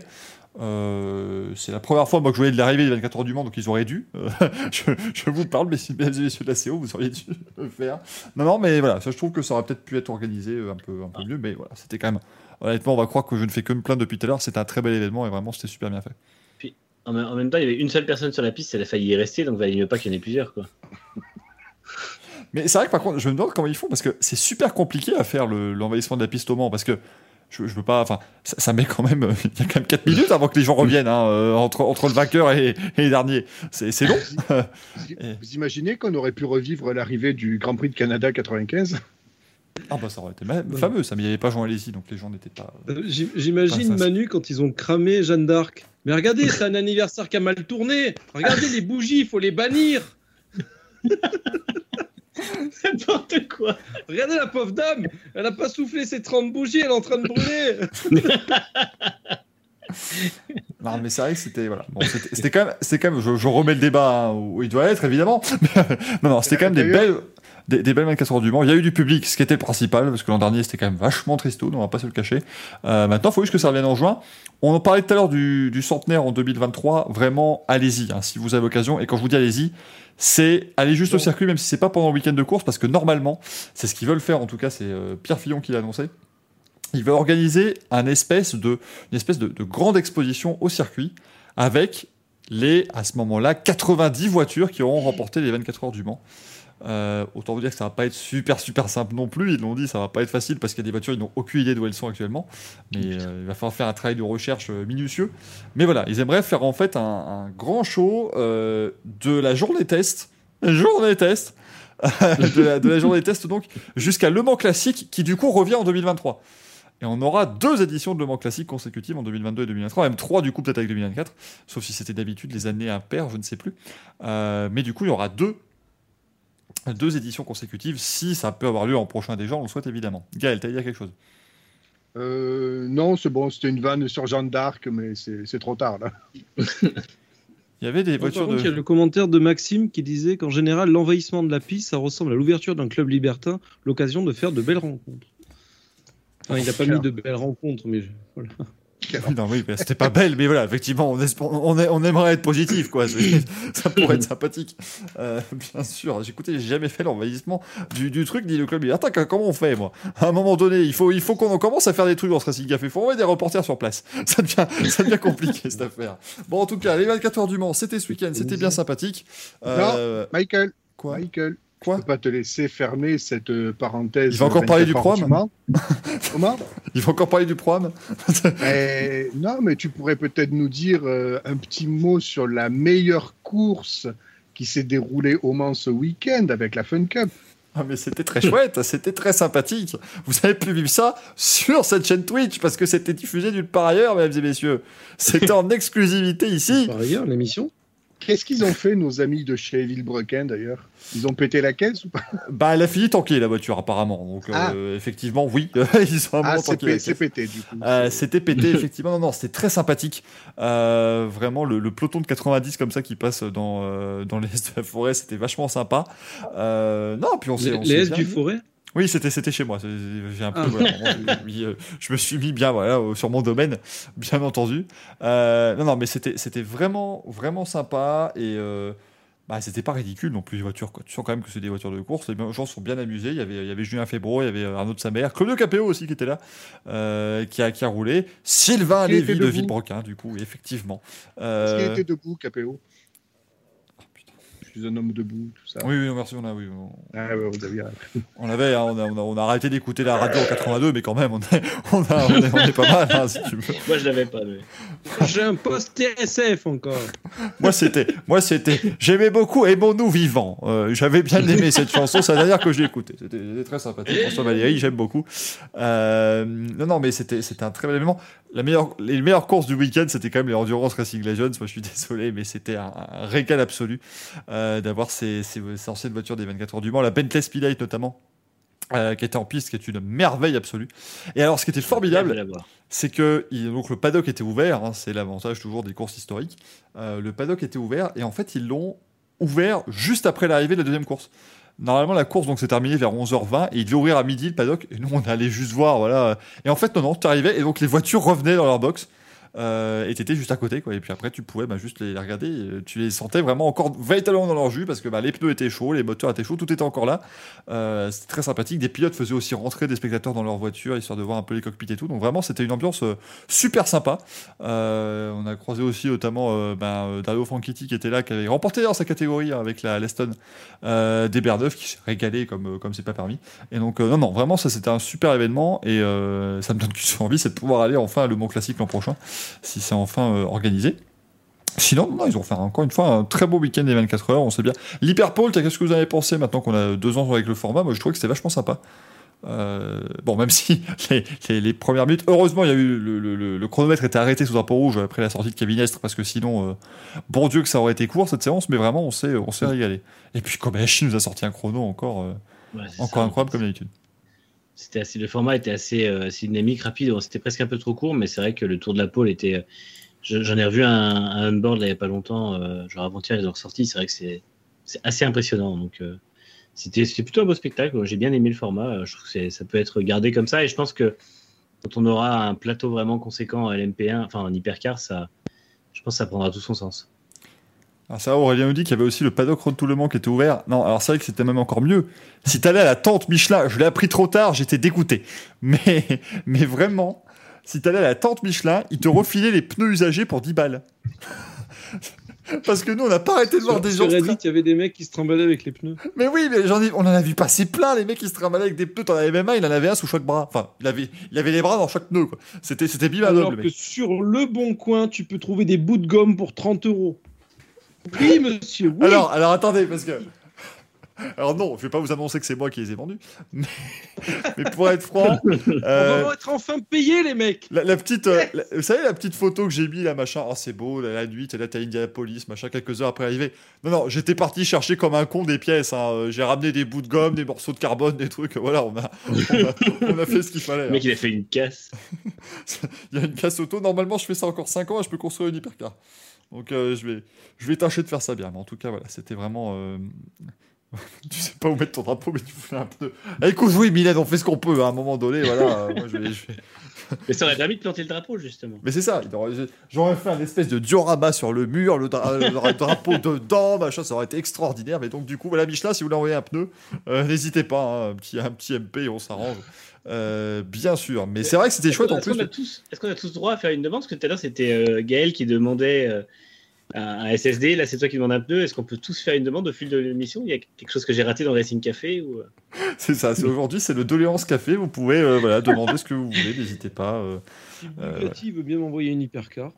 C'est la première fois moi, que je voyais de l'arrivée des 24 heures du Mans, donc ils auraient dû. Je vous parle, mesdames et messieurs de la CO, vous auriez dû le faire. Non, mais voilà, ça, je trouve que ça aurait peut-être pu être organisé un peu mieux, mais voilà, c'était quand même. Honnêtement, on va croire que je ne fais que me plaindre depuis tout à l'heure. C'était un très bel événement et vraiment, c'était super bien fait. Puis, en même temps, il y avait une seule personne sur la piste, elle a failli y rester, donc il valait mieux pas qu'il y en ait plusieurs, quoi. Mais c'est vrai que par contre, je me demande comment ils font, parce que c'est super compliqué à faire l'envahissement de la piste au Mans, parce que je veux pas, enfin, ça met quand même, il y a quand même 4 minutes avant que les gens reviennent, entre le vainqueur et les derniers. C'est long. Vous imaginez qu'on aurait pu revivre l'arrivée du Grand Prix de Canada 95? Ah bah ça aurait été fameux, ça, mais il n'y avait pas Jean Alesi, donc les gens n'étaient pas... J'imagine Manu quand ils ont cramé Jeanne d'Arc. Mais regardez, c'est un anniversaire qui a mal tourné. Regardez les bougies, il faut les bannir. N'importe quoi. Regardez la pauvre dame, elle a pas soufflé ses 30 bougies, elle est en train de brûler. Non, mais c'est vrai que c'était voilà. Bon, c'était quand même. Je remets le débat où il doit être évidemment. non, c'était quand même des belles 24 heures du Mans. Il y a eu du public, ce qui était le principal, parce que l'an dernier c'était quand même vachement tristo, on va pas se le cacher. Maintenant, il faut juste que ça revienne en juin. On en parlait tout à l'heure du centenaire en 2023. Vraiment, allez-y, si vous avez l'occasion. Et quand je vous dis allez-y, c'est aller juste au circuit, même si c'est pas pendant le week-end de course, parce que normalement, c'est ce qu'ils veulent faire. En tout cas, c'est Pierre Fillon qui l'a annoncé. Il va organiser une espèce de grande exposition au circuit avec à ce moment-là, 90 voitures qui auront remporté les 24 heures du Mans. Autant vous dire que ça va pas être super simple non plus. Ils l'ont dit, ça va pas être facile parce qu'il y a des voitures, ils n'ont aucune idée d'où elles sont actuellement. Mais il va falloir faire un travail de recherche minutieux. Mais voilà, ils aimeraient faire en fait un grand show de la journée test. De la journée test donc jusqu'à Le Mans Classique qui du coup revient en 2023. Et on aura 2 éditions de Le Mans Classique consécutives en 2022 et 2023, même 3 du coup peut-être avec 2024, sauf si c'était d'habitude les années impaires, je ne sais plus. Mais du coup il y aura 2 éditions consécutives, si ça peut avoir lieu en prochain déjà, on le souhaite évidemment. Gaël, t'as dit quelque chose? Non, c'est bon, c'était une vanne sur Jeanne d'Arc, mais c'est trop tard là. Il y avait des voitures par contre, il y a le commentaire de Maxime qui disait qu'en général, l'envahissement de la piste, ça ressemble à l'ouverture d'un club libertin, l'occasion de faire de belles rencontres. Enfin, il n'a pas mis de belles rencontres, mais voilà. Non, oui, c'était pas belle, mais voilà, effectivement, on aimerait être positif, quoi. Ça pourrait être sympathique. Bien sûr, j'ai jamais fait l'envahissement du truc, dit le club. Attends, comment on fait, moi? À un moment donné, il faut qu'on commence à faire des trucs dans ce Racing Café. Il faut envoyer des reporters sur place. Ça devient compliqué, cette affaire. Bon, en tout cas, les 24 heures du Mans, c'était ce week-end, c'était bien sympathique. Non, Michael. Quoi? Je peux pas te laisser fermer cette parenthèse. Il va encore parler du programme. Comment? Il va encore parler du programme. Non, mais tu pourrais peut-être nous dire un petit mot sur la meilleure course qui s'est déroulée au Mans ce week-end avec la Fun Cup. Ah, mais c'était très chouette, c'était très sympathique. Vous avez pu vivre ça sur cette chaîne Twitch parce que c'était diffusé nulle part ailleurs, mesdames et messieurs. C'était en exclusivité ici. Par ailleurs, l'émission. Qu'est-ce qu'ils ont fait, nos amis de chez Villebrequin, d'ailleurs? Ils ont pété la caisse ou pas? Bah, elle a fini tanker, la voiture, apparemment. Donc, effectivement, oui. Ils ont un moment tanké. C'est pété, du coup. C'était pété, effectivement. Non, c'était très sympathique. Vraiment, le peloton de 90 comme ça qui passe dans l'est de la forêt, c'était vachement sympa. Non, puis on s'est l'est du forêt? Oui, c'était chez moi. J'ai un peu, voilà, je me suis mis bien, voilà, sur mon domaine, bien entendu. Non, mais c'était vraiment, vraiment sympa et c'était pas ridicule non plus les voitures, quoi. Tu sens quand même que c'est des voitures de course. Les gens sont bien amusés. Il y avait Julien Febro, il y avait Arnaud de Samer, Claudio Capéo aussi qui était là, qui a roulé. Sylvain Lévy de Villebrequin, du coup, effectivement. Est-ce qu'il était debout, Capéo? Un homme debout, tout ça. Oui, merci, on a. Oui, vous avez on a arrêté d'écouter la radio en 82, mais quand même, on est pas mal, hein, si tu veux. Moi, je l'avais pas. Mais... J'ai un poste TSF encore. Moi, c'était. J'aimais beaucoup Aimons-nous vivants. J'avais bien aimé cette chanson, c'est la dernière que j'ai écoutée. C'était très sympathique. François Valéry, j'aime beaucoup. Non, mais c'était un très bel événement. Les meilleures courses du week-end, c'était quand même les Endurance Racing Legends. Moi, je suis désolé, mais c'était un régal absolu d'avoir ces anciennes voitures des 24 heures du Mans. La Bentley Speedlight, notamment, qui était en piste, qui est une merveille absolue. Et alors, ce qui était formidable, c'est que donc, le paddock était ouvert. Hein, c'est l'avantage toujours des courses historiques. Le paddock était ouvert, et en fait, ils l'ont ouvert juste après l'arrivée de la deuxième course. Normalement, la course donc s'est terminée vers 11h20 et il devait ouvrir à midi le paddock. Et nous, on allait juste voir, voilà. Et en fait, non, tu arrivais et donc les voitures revenaient dans leur box. Et t'étais juste à côté, quoi. Et puis après, tu pouvais juste les regarder. Et tu les sentais vraiment encore véritablement dans leur jus parce que les pneus étaient chauds, les moteurs étaient chauds, tout était encore là. C'était très sympathique. Des pilotes faisaient aussi rentrer des spectateurs dans leur voiture histoire de voir un peu les cockpits et tout. Donc vraiment, c'était une ambiance super sympa. On a croisé aussi notamment Dario Franchitti qui était là, qui avait remporté dans sa catégorie avec la Leston des Berneuf, qui s'est régalé comme c'est pas permis. Et donc non, vraiment, ça c'était un super événement et ça me donne qu'une envie, c'est de pouvoir aller enfin à Le Mans Classique l'an prochain, si c'est enfin organisé. Sinon, non, ils ont fait encore une fois un très beau week-end des 24 heures, on sait bien. L'Hyperpole, qu'est-ce que vous avez pensé maintenant qu'on a 2 ans avec le format? Moi, je trouvais que c'était vachement sympa. Même si les premières minutes, heureusement, il y a eu le chronomètre était arrêté sous un drapeau rouge après la sortie de Kevin Estre, parce que sinon, bon Dieu que ça aurait été court cette séance, mais vraiment, on s'est régalé. Et puis, Kobayashi nous a sorti un chrono encore incroyable comme d'habitude. Le format était assez dynamique, rapide. C'était presque un peu trop court, mais c'est vrai que le tour de la pole était. J'en ai revu un on-board là, il n'y a pas longtemps, genre avant-hier, ils ont ressorti. C'est vrai que c'est assez impressionnant. Donc, c'était plutôt un beau spectacle. J'ai bien aimé le format. Je trouve que ça peut être gardé comme ça. Et je pense que quand on aura un plateau vraiment conséquent à LMP1, enfin en hypercar, je pense que ça prendra tout son sens. Alors ça, Aurélien nous dit qu'il y avait aussi le paddock Road to Le Mans qui était ouvert. Non, alors c'est vrai que c'était même encore mieux. Si t'allais à la tente Michelin, je l'ai appris trop tard, j'étais dégoûté. Mais vraiment, si t'allais à la tente Michelin, ils te refilaient les pneus usagés pour 10 balles. Parce que nous, on n'a pas arrêté de voir des gens. Sur Reddit, il y avait des mecs qui se trimballaient avec les pneus. Mais oui, mais on en a vu passer plein, les mecs qui se trimballaient avec des pneus. T'en avais même un, il en avait un sous chaque bras. Enfin, il avait les bras dans chaque pneu, quoi. C'était bimable. Alors que sur Le Bon Coin, tu peux trouver des bouts de gomme pour 30 €. Oui, monsieur, oui. Alors attendez, parce que... Alors non, je vais pas vous annoncer que c'est moi qui les ai vendus, mais pour être franc... On va être enfin payés, les mecs. La petite... vous savez, la petite photo que j'ai mis, là, machin, c'est beau, la nuit, là, t'as Indianapolis, machin, quelques heures après l'arrivée. Non, j'étais parti chercher comme un con des pièces, hein. J'ai ramené des bouts de gomme, des morceaux de carbone, des trucs, voilà, on a fait ce qu'il fallait. Le mec, il a fait une casse. Il y a une casse auto, normalement, je fais ça encore 5 ans et je peux construire une hypercar. Donc je vais tâcher de faire ça bien. Mais en tout cas, voilà, c'était vraiment... Tu sais pas où mettre ton drapeau, mais tu fais un peu... Écoute, oui, Mylène, on fait ce qu'on peut, à un moment donné, voilà. Moi, je vais... Mais ça aurait permis de planter le drapeau, justement. Mais c'est ça, j'aurais fait un espèce de diorama sur le mur, le drapeau dedans, machin, ça aurait été extraordinaire. Mais donc, du coup, voilà, Michelin, si vous voulez envoyer un pneu, n'hésitez pas, hein, un petit MP et on s'arrange. Bien sûr, mais c'est vrai que c'était chouette en plus. Est-ce qu'on a tous droit à faire une demande? Parce que tout à l'heure, c'était Gaël qui demandait un SSD, là c'est toi qui demandes un pneu. Est-ce qu'on peut tous faire une demande au fil de l'émission? Il y a quelque chose que j'ai raté dans le Racing Café ou... C'est ça, aujourd'hui c'est le Doléance Café, vous pouvez demander ce que vous voulez, n'hésitez pas. Si Bugatti veut bien m'envoyer une hypercar.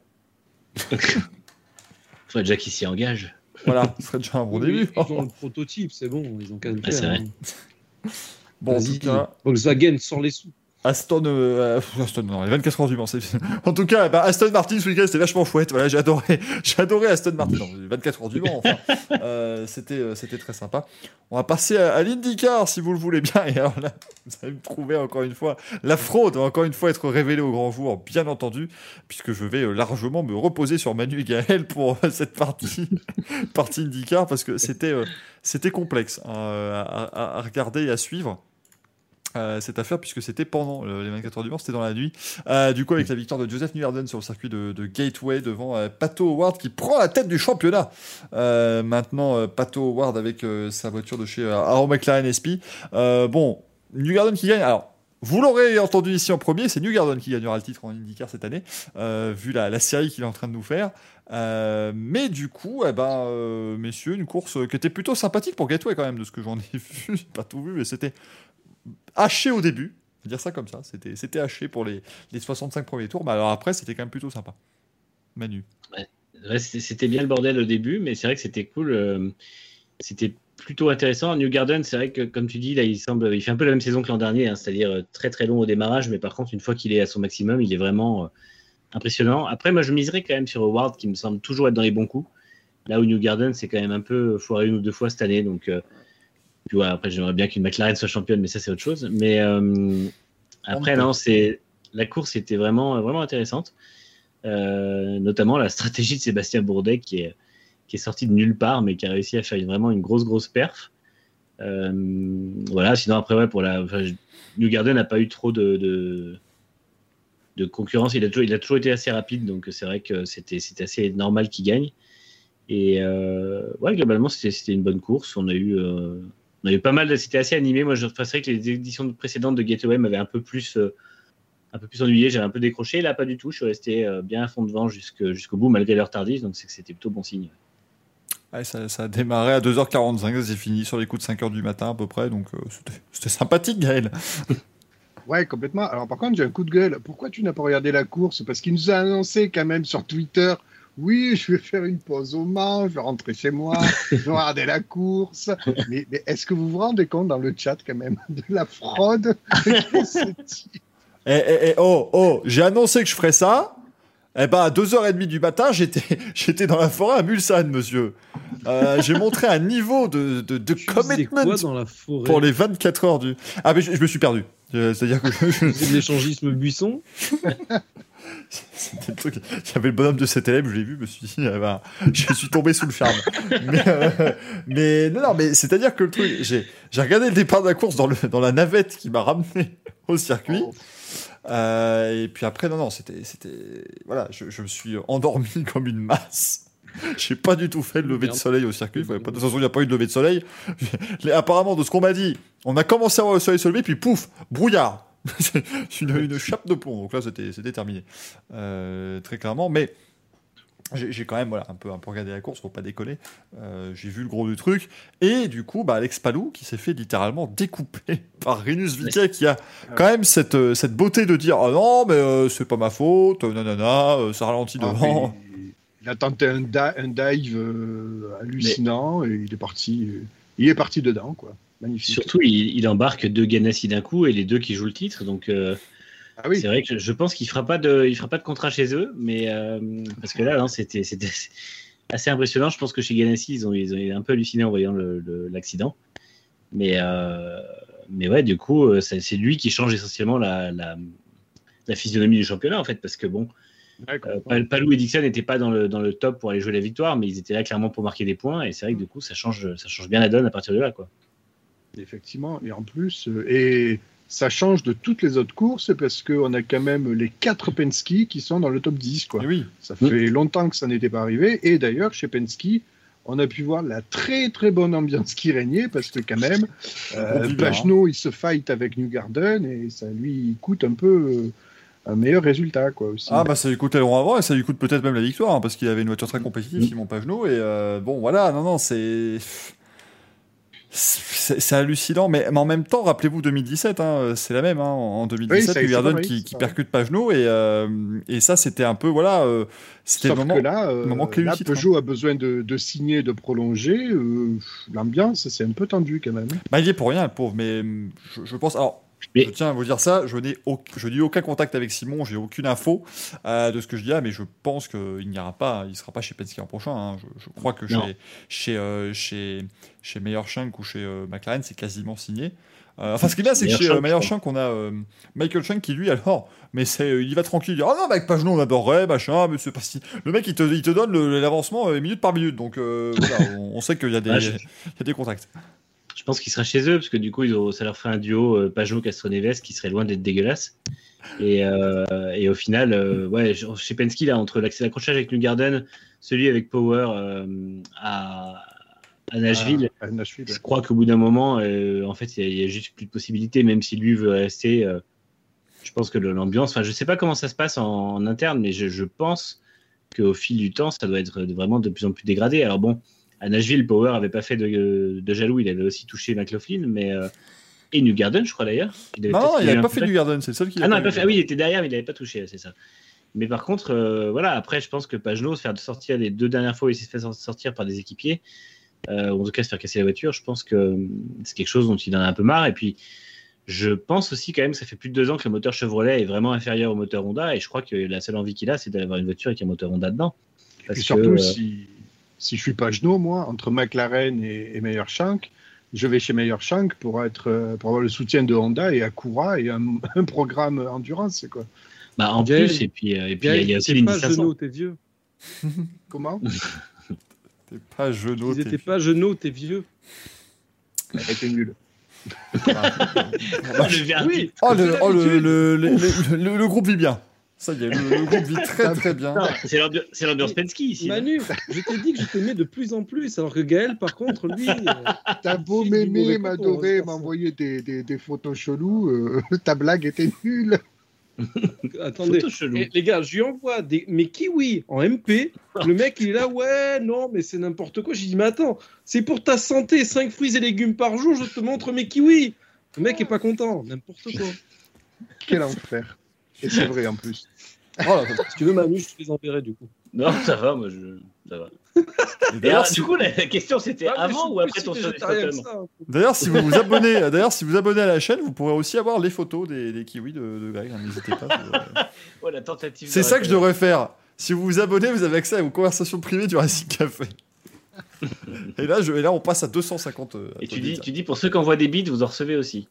Faudrait déjà qu'il s'y engage. Voilà, ce serait déjà un bon début. Ils ont le prototype, c'est bon, ils ont qu'à le faire. C'est vrai. Bon, en tout cas... Volkswagen sort les sous. Aston, non, les 24 heures du Mans. En tout cas, Aston Martin ce week-end, c'était vachement chouette. Voilà, j'ai adoré Aston Martin. Non, les 24 heures du Mans, enfin, c'était très sympa. On va passer à l'IndyCar, si vous le voulez bien. Et alors là, vous allez me trouver encore une fois la fraude, va encore une fois être révélée au grand jour, bien entendu, puisque je vais largement me reposer sur Manu et Gaël pour cette partie IndyCar, parce que c'était complexe à regarder et à suivre. Cette affaire, puisque c'était pendant les 24 heures du Mans, c'était dans la nuit. Du coup, avec la victoire de Joseph Newgarden sur le circuit de Gateway devant Pato O'Ward qui prend la tête du championnat. Maintenant, Pato O'Ward avec sa voiture de chez Arrow McLaren SP. Bon, Newgarden qui gagne. Alors, vous l'aurez entendu ici en premier, c'est Newgarden qui gagnera le titre en IndyCar cette année, vu la série qu'il est en train de nous faire. Mais du coup, messieurs, une course qui était plutôt sympathique pour Gateway quand même, de ce que j'en ai vu. J'ai pas tout vu, mais c'était haché au début, on va dire ça comme ça. C'était haché pour les 65 premiers tours, mais alors après, c'était quand même plutôt sympa. Manu. Ouais, c'était bien le bordel au début, mais c'est vrai que c'était cool. C'était plutôt intéressant. Newgarden, c'est vrai que, comme tu dis, là, il fait un peu la même saison que l'an dernier, hein, c'est-à-dire très très long au démarrage, mais par contre, une fois qu'il est à son maximum, il est vraiment impressionnant. Après, moi, je miserais quand même sur Howard, qui me semble toujours être dans les bons coups. Là où Newgarden, c'est quand même un peu foiré une ou deux fois cette année, donc... Puis ouais, après, j'aimerais bien qu'une McLaren soit championne, mais ça, c'est autre chose. Mais après, non, la course était vraiment, vraiment intéressante. Notamment la stratégie de Sébastien Bourdais qui est sorti de nulle part, mais qui a réussi à faire vraiment une grosse perf. Voilà, sinon, après, ouais, Newgarden n'a pas eu trop de concurrence. Il a toujours été assez rapide, donc c'est vrai que c'était assez normal qu'il gagne. Et ouais, globalement, c'était une bonne course. On a eu pas mal, c'était assez animé. Moi, c'est vrai que les éditions précédentes de Gateway m'avaient un peu plus ennuyé. J'avais un peu décroché. Là, pas du tout. Je suis resté bien à fond devant jusqu'au bout, malgré l'heure tardive. Donc, c'est que c'était plutôt bon signe. Ouais, ça a démarré à 2h45. Ça s'est fini sur les coups de 5h du matin à peu près. Donc, c'était sympathique, Gaël. Ouais, complètement. Alors, par contre, j'ai un coup de gueule. Pourquoi tu n'as pas regardé la course? Parce qu'il nous a annoncé quand même sur Twitter... Oui, je vais faire une pause au Mans, je vais rentrer chez moi, je vais regarder la course. Mais est-ce que vous vous rendez compte dans le chat quand même de la fraude? J'ai annoncé que je ferais ça. À 2h30 du matin, j'étais dans la forêt à Mulsanne, monsieur. J'ai montré un niveau de commitment dans la forêt pour les 24 heures du... Ah, mais je me suis perdu. C'est-à-dire que c'est de l'échangisme buisson. C'était le truc. J'avais le bonhomme de cet élève, je l'ai vu, je me suis dit, je suis tombé sous le charme. Mais non, mais c'est-à-dire que le truc, j'ai regardé le départ de la course dans la navette qui m'a ramené au circuit. Et puis après, non, c'était voilà, je me suis endormi comme une masse. J'ai pas du tout fait le lever de soleil au circuit. De toute façon, il n'y a pas eu de lever de soleil. Apparemment, de ce qu'on m'a dit, on a commencé à voir le soleil se lever, puis pouf, brouillard. une chape de plomb. Donc là, c'était terminé. Très clairement. Mais j'ai quand même un peu regardé la course, faut pas décoller. J'ai vu le gros du truc. Et du coup, Alex Palou, qui s'est fait littéralement découper par Rinus VeeKay, qui a quand même cette beauté de dire « Ah non, mais c'est pas ma faute, nanana, ça ralentit devant. » Il a tenté un dive hallucinant et il est parti dedans, quoi. Magnifique. Surtout, il embarque 2 Ganassi d'un coup et les 2 qui jouent le titre. Donc, c'est vrai que je pense qu'il fera pas de contrat chez eux, mais parce que là, non, c'était assez impressionnant. Je pense que chez Ganassi, ils ont un peu halluciné en voyant l'accident. Mais ouais, du coup, c'est lui qui change essentiellement la physionomie du championnat, en fait, parce que bon, Palou et Dixon n'étaient pas dans le top pour aller jouer la victoire, mais ils étaient là clairement pour marquer des points. Et c'est vrai que du coup, ça change bien la donne à partir de là, quoi. Effectivement, et en plus, et ça change de toutes les autres courses parce qu'on a quand même les 4 Penske qui sont dans le top 10, quoi. Et oui. Ça fait longtemps que ça n'était pas arrivé. Et d'ailleurs, chez Penske, on a pu voir la très très bonne ambiance qui régnait parce que quand même, Pagenaud, il se fight avec Newgarden et ça lui coûte un peu un meilleur résultat, quoi, aussi. Ah bah ça lui coûte le rang avant et ça lui coûte peut-être même la victoire, hein, parce qu'il avait une voiture très compétitive, Simon Pagenaud, et bon voilà, non, c'est hallucinant, mais en même temps, rappelez-vous 2017, hein, c'est la même, hein, en 2017, oui, Newgarden qui percute Pagenaud, et ça c'était un peu, voilà, c'était Sauf le moment, que là, clé du titre. Peugeot a besoin de signer, de prolonger, l'ambiance c'est un peu tendu quand même. Bah il y est pour rien, le pauvre, mais je pense, alors... Mais... Je tiens à vous dire ça, je n'ai aucun contact avec Simon, j'ai aucune info de ce que je dis là, mais je pense qu'il n'y aura pas, il ne sera pas chez Penske l'an prochain. Hein. Je crois que chez Meyer Shank ou chez McLaren, c'est quasiment signé. Enfin, ce qui est bien, c'est que chez Meyer Shank, on a Michael Shank qui, lui, alors, mais il y va tranquille, il dit « Ah non, mais avec Pagenaud, on adorerait, machin, mais c'est pas si... » Le mec, il te donne l'avancement minute par minute, donc voilà, on sait qu'il y a des contacts. Je pense qu'il sera chez eux, parce que du coup, ça leur ferait un duo Pagenaud-Castroneves qui serait loin d'être dégueulasse. Et au final, chez Penske, là, entre l'accrochage avec Newgarden, celui avec Power à Nashville, je crois qu'au bout d'un moment, en fait, il y a juste plus de possibilités, même si lui veut rester. Je pense que l'ambiance, enfin, je sais pas comment ça se passe en interne, mais je pense qu'au fil du temps, ça doit être vraiment de plus en plus dégradé. Alors bon, à Nashville, Power avait pas fait de jaloux, il avait aussi touché McLaughlin, mais et Newgarden, je crois d'ailleurs. Il n'avait pas fait Newgarden, c'est le seul qui. Ah non, il pas fait. Ah oui, il était derrière, mais il n'avait pas touché, c'est ça. Mais par contre, voilà, après, je pense que Pagenaud se faire sortir les 2 dernières fois où il s'est fait sortir par des équipiers, ou en tout cas se faire casser la voiture, je pense que c'est quelque chose dont il en a un peu marre. Et puis, je pense aussi quand même que ça fait plus de 2 ans que le moteur Chevrolet est vraiment inférieur au moteur Honda, et je crois que la seule envie qu'il a, c'est d'avoir une voiture avec un moteur Honda dedans. Et surtout, si je suis Pagenaud, moi, entre McLaren et Meyer Shank, je vais chez Meyer Shank pour avoir le soutien de Honda et Acura et un programme endurance, quoi. Bah en plus, et puis il y a aussi l'Indy 500. Genoux, t'es vieux. Comment? T'es pas Genoux, t'es pas Genoux, t'es vieux. Elle était nulle. Le groupe vit bien. Ça y est, le groupe vit très très bien. Non, c'est l'ambiance Penske ici. Manu, je t'ai dit que je t'aimais de plus en plus, alors que Gaël, par contre, lui... T'as beau m'aimer, m'adorer, m'envoyer des photos cheloues, ta blague était nulle. Attendez, les gars, je lui envoie mes kiwis en MP. Le mec, il est là, ouais, non, mais c'est n'importe quoi. J'ai dit, mais attends, c'est pour ta santé, 5 fruits et légumes par jour, je te montre mes kiwis. Le mec est pas content, n'importe quoi. Quel enfer. Et c'est vrai en plus. Voilà, si tu veux, Manu, je te les enverrai du coup. Non, ça va, ça va. D'ailleurs, du coup, la question c'était avant ou après ton D'ailleurs, si vous vous abonnez à la chaîne, vous pourrez aussi avoir les photos des kiwis de Greg. N'hésitez pas. La tentative. C'est ça que je devrais faire. Si vous vous abonnez, vous avez accès aux conversations privées du Racing Café. Et là, on passe à 250. Et tu dis pour ceux qui envoient des bits, vous en recevez aussi.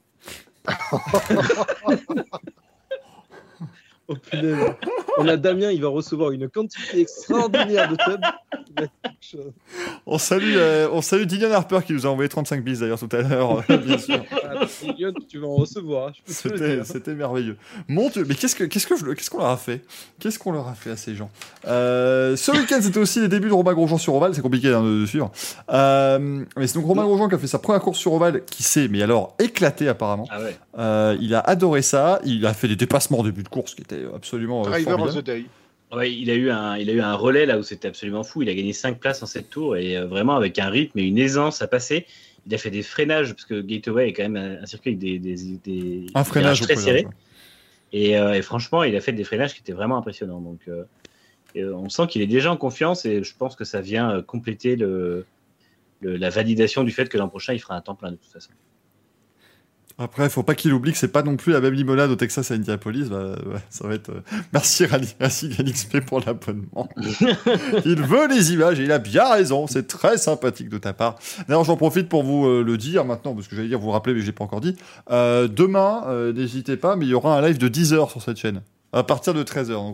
Oh punaise. On a Damien, il va recevoir une quantité extraordinaire de tubs. On salue Dylan Harper qui nous a envoyé 35 bis d'ailleurs tout à l'heure, bien sûr. Dylan, tu vas en recevoir. C'était merveilleux. Mon Dieu, mais qu'est-ce qu'on leur a fait? Qu'est-ce qu'on leur a fait à ces gens? Ce week-end, c'était aussi les débuts de Romain Grosjean sur Oval, c'est compliqué de suivre. Mais c'est donc Romain Grosjean qui a fait sa première course sur Oval, qui s'est, mais alors, éclaté apparemment. Ah ouais. Il a adoré ça, il a fait des dépassements au début de course qui étaient absolument Driver of the day. Ouais, il a eu un relais là où c'était absolument fou. Il a gagné 5 places en 7 tours et vraiment avec un rythme et une aisance à passer. Il a fait des freinages parce que Gateway est quand même un circuit avec des un freinage très serré. Et franchement, il a fait des freinages qui étaient vraiment impressionnants. Donc, on sent qu'il est déjà en confiance et je pense que ça vient compléter la validation du fait que l'an prochain il fera un temps plein de toute façon. Après, il faut pas qu'il oublie que c'est pas non plus la même limonade au Texas à Indianapolis. Ça va être. Merci Racing LXP pour l'abonnement. Il veut les images et il a bien raison. C'est très sympathique de ta part. D'ailleurs, j'en profite pour vous le dire maintenant, parce que j'allais dire vous rappeler, mais je l'ai pas encore dit. Demain, n'hésitez pas, mais il y aura un live de 10 heures sur cette chaîne. À partir de 13h. Donc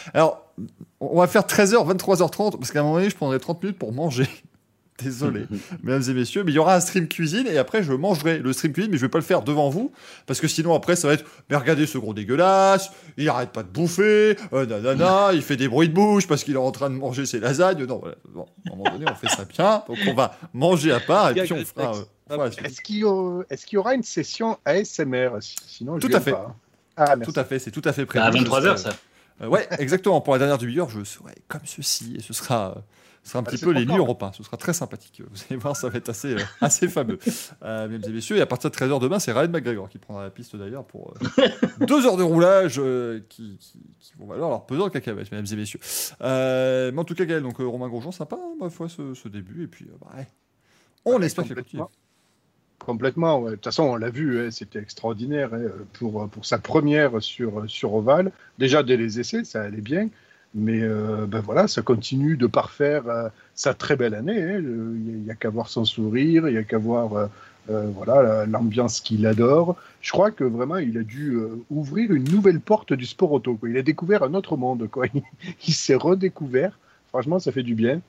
on va faire 13h, 23h30, parce qu'à un moment donné, je prendrai 30 minutes pour manger. Désolé, mesdames et messieurs, mais il y aura un stream cuisine et après je mangerai le stream cuisine, mais je vais pas le faire devant vous parce que sinon après ça va être mais regardez ce gros dégueulasse, il arrête pas de bouffer, il fait des bruits de bouche parce qu'il est en train de manger ses lasagnes. Non, voilà. Bon, à un moment donné, on fait ça bien, donc on va manger à part et puis on fera. Est-ce qu'il y aura une session ASMR sinon je Tout à fait. Pas. Ah, tout à fait, c'est tout à fait prévu. À 23h ça. Ouais, exactement. Pour la dernière demi-heure, je serai comme ceci et ce sera un petit peu les nuits Europe 1. Ce sera très sympathique. Vous allez voir, ça va être assez fameux. Mesdames et messieurs, et à partir de 13h demain, c'est Ryan McGregor qui prendra la piste d'ailleurs pour 2 heures de roulage qui vont valoir leur pesant de cacahuètes, mesdames et messieurs. Mais en tout cas, Gaël, donc Romain Grosjean, sympa, ma foi, ce début. Et puis, on espère qu'il continue. Complètement, ouais. De toute façon, on l'a vu, c'était extraordinaire pour sa première sur Oval. Déjà, dès les essais, ça allait bien. Mais voilà, ça continue de parfaire sa très belle année. Il n'y a qu'à voir son sourire, il n'y a qu'à voir l'ambiance qu'il adore. Je crois que vraiment, il a dû ouvrir une nouvelle porte du sport auto, quoi. Il a découvert un autre monde, quoi. Il s'est redécouvert. Franchement, ça fait du bien.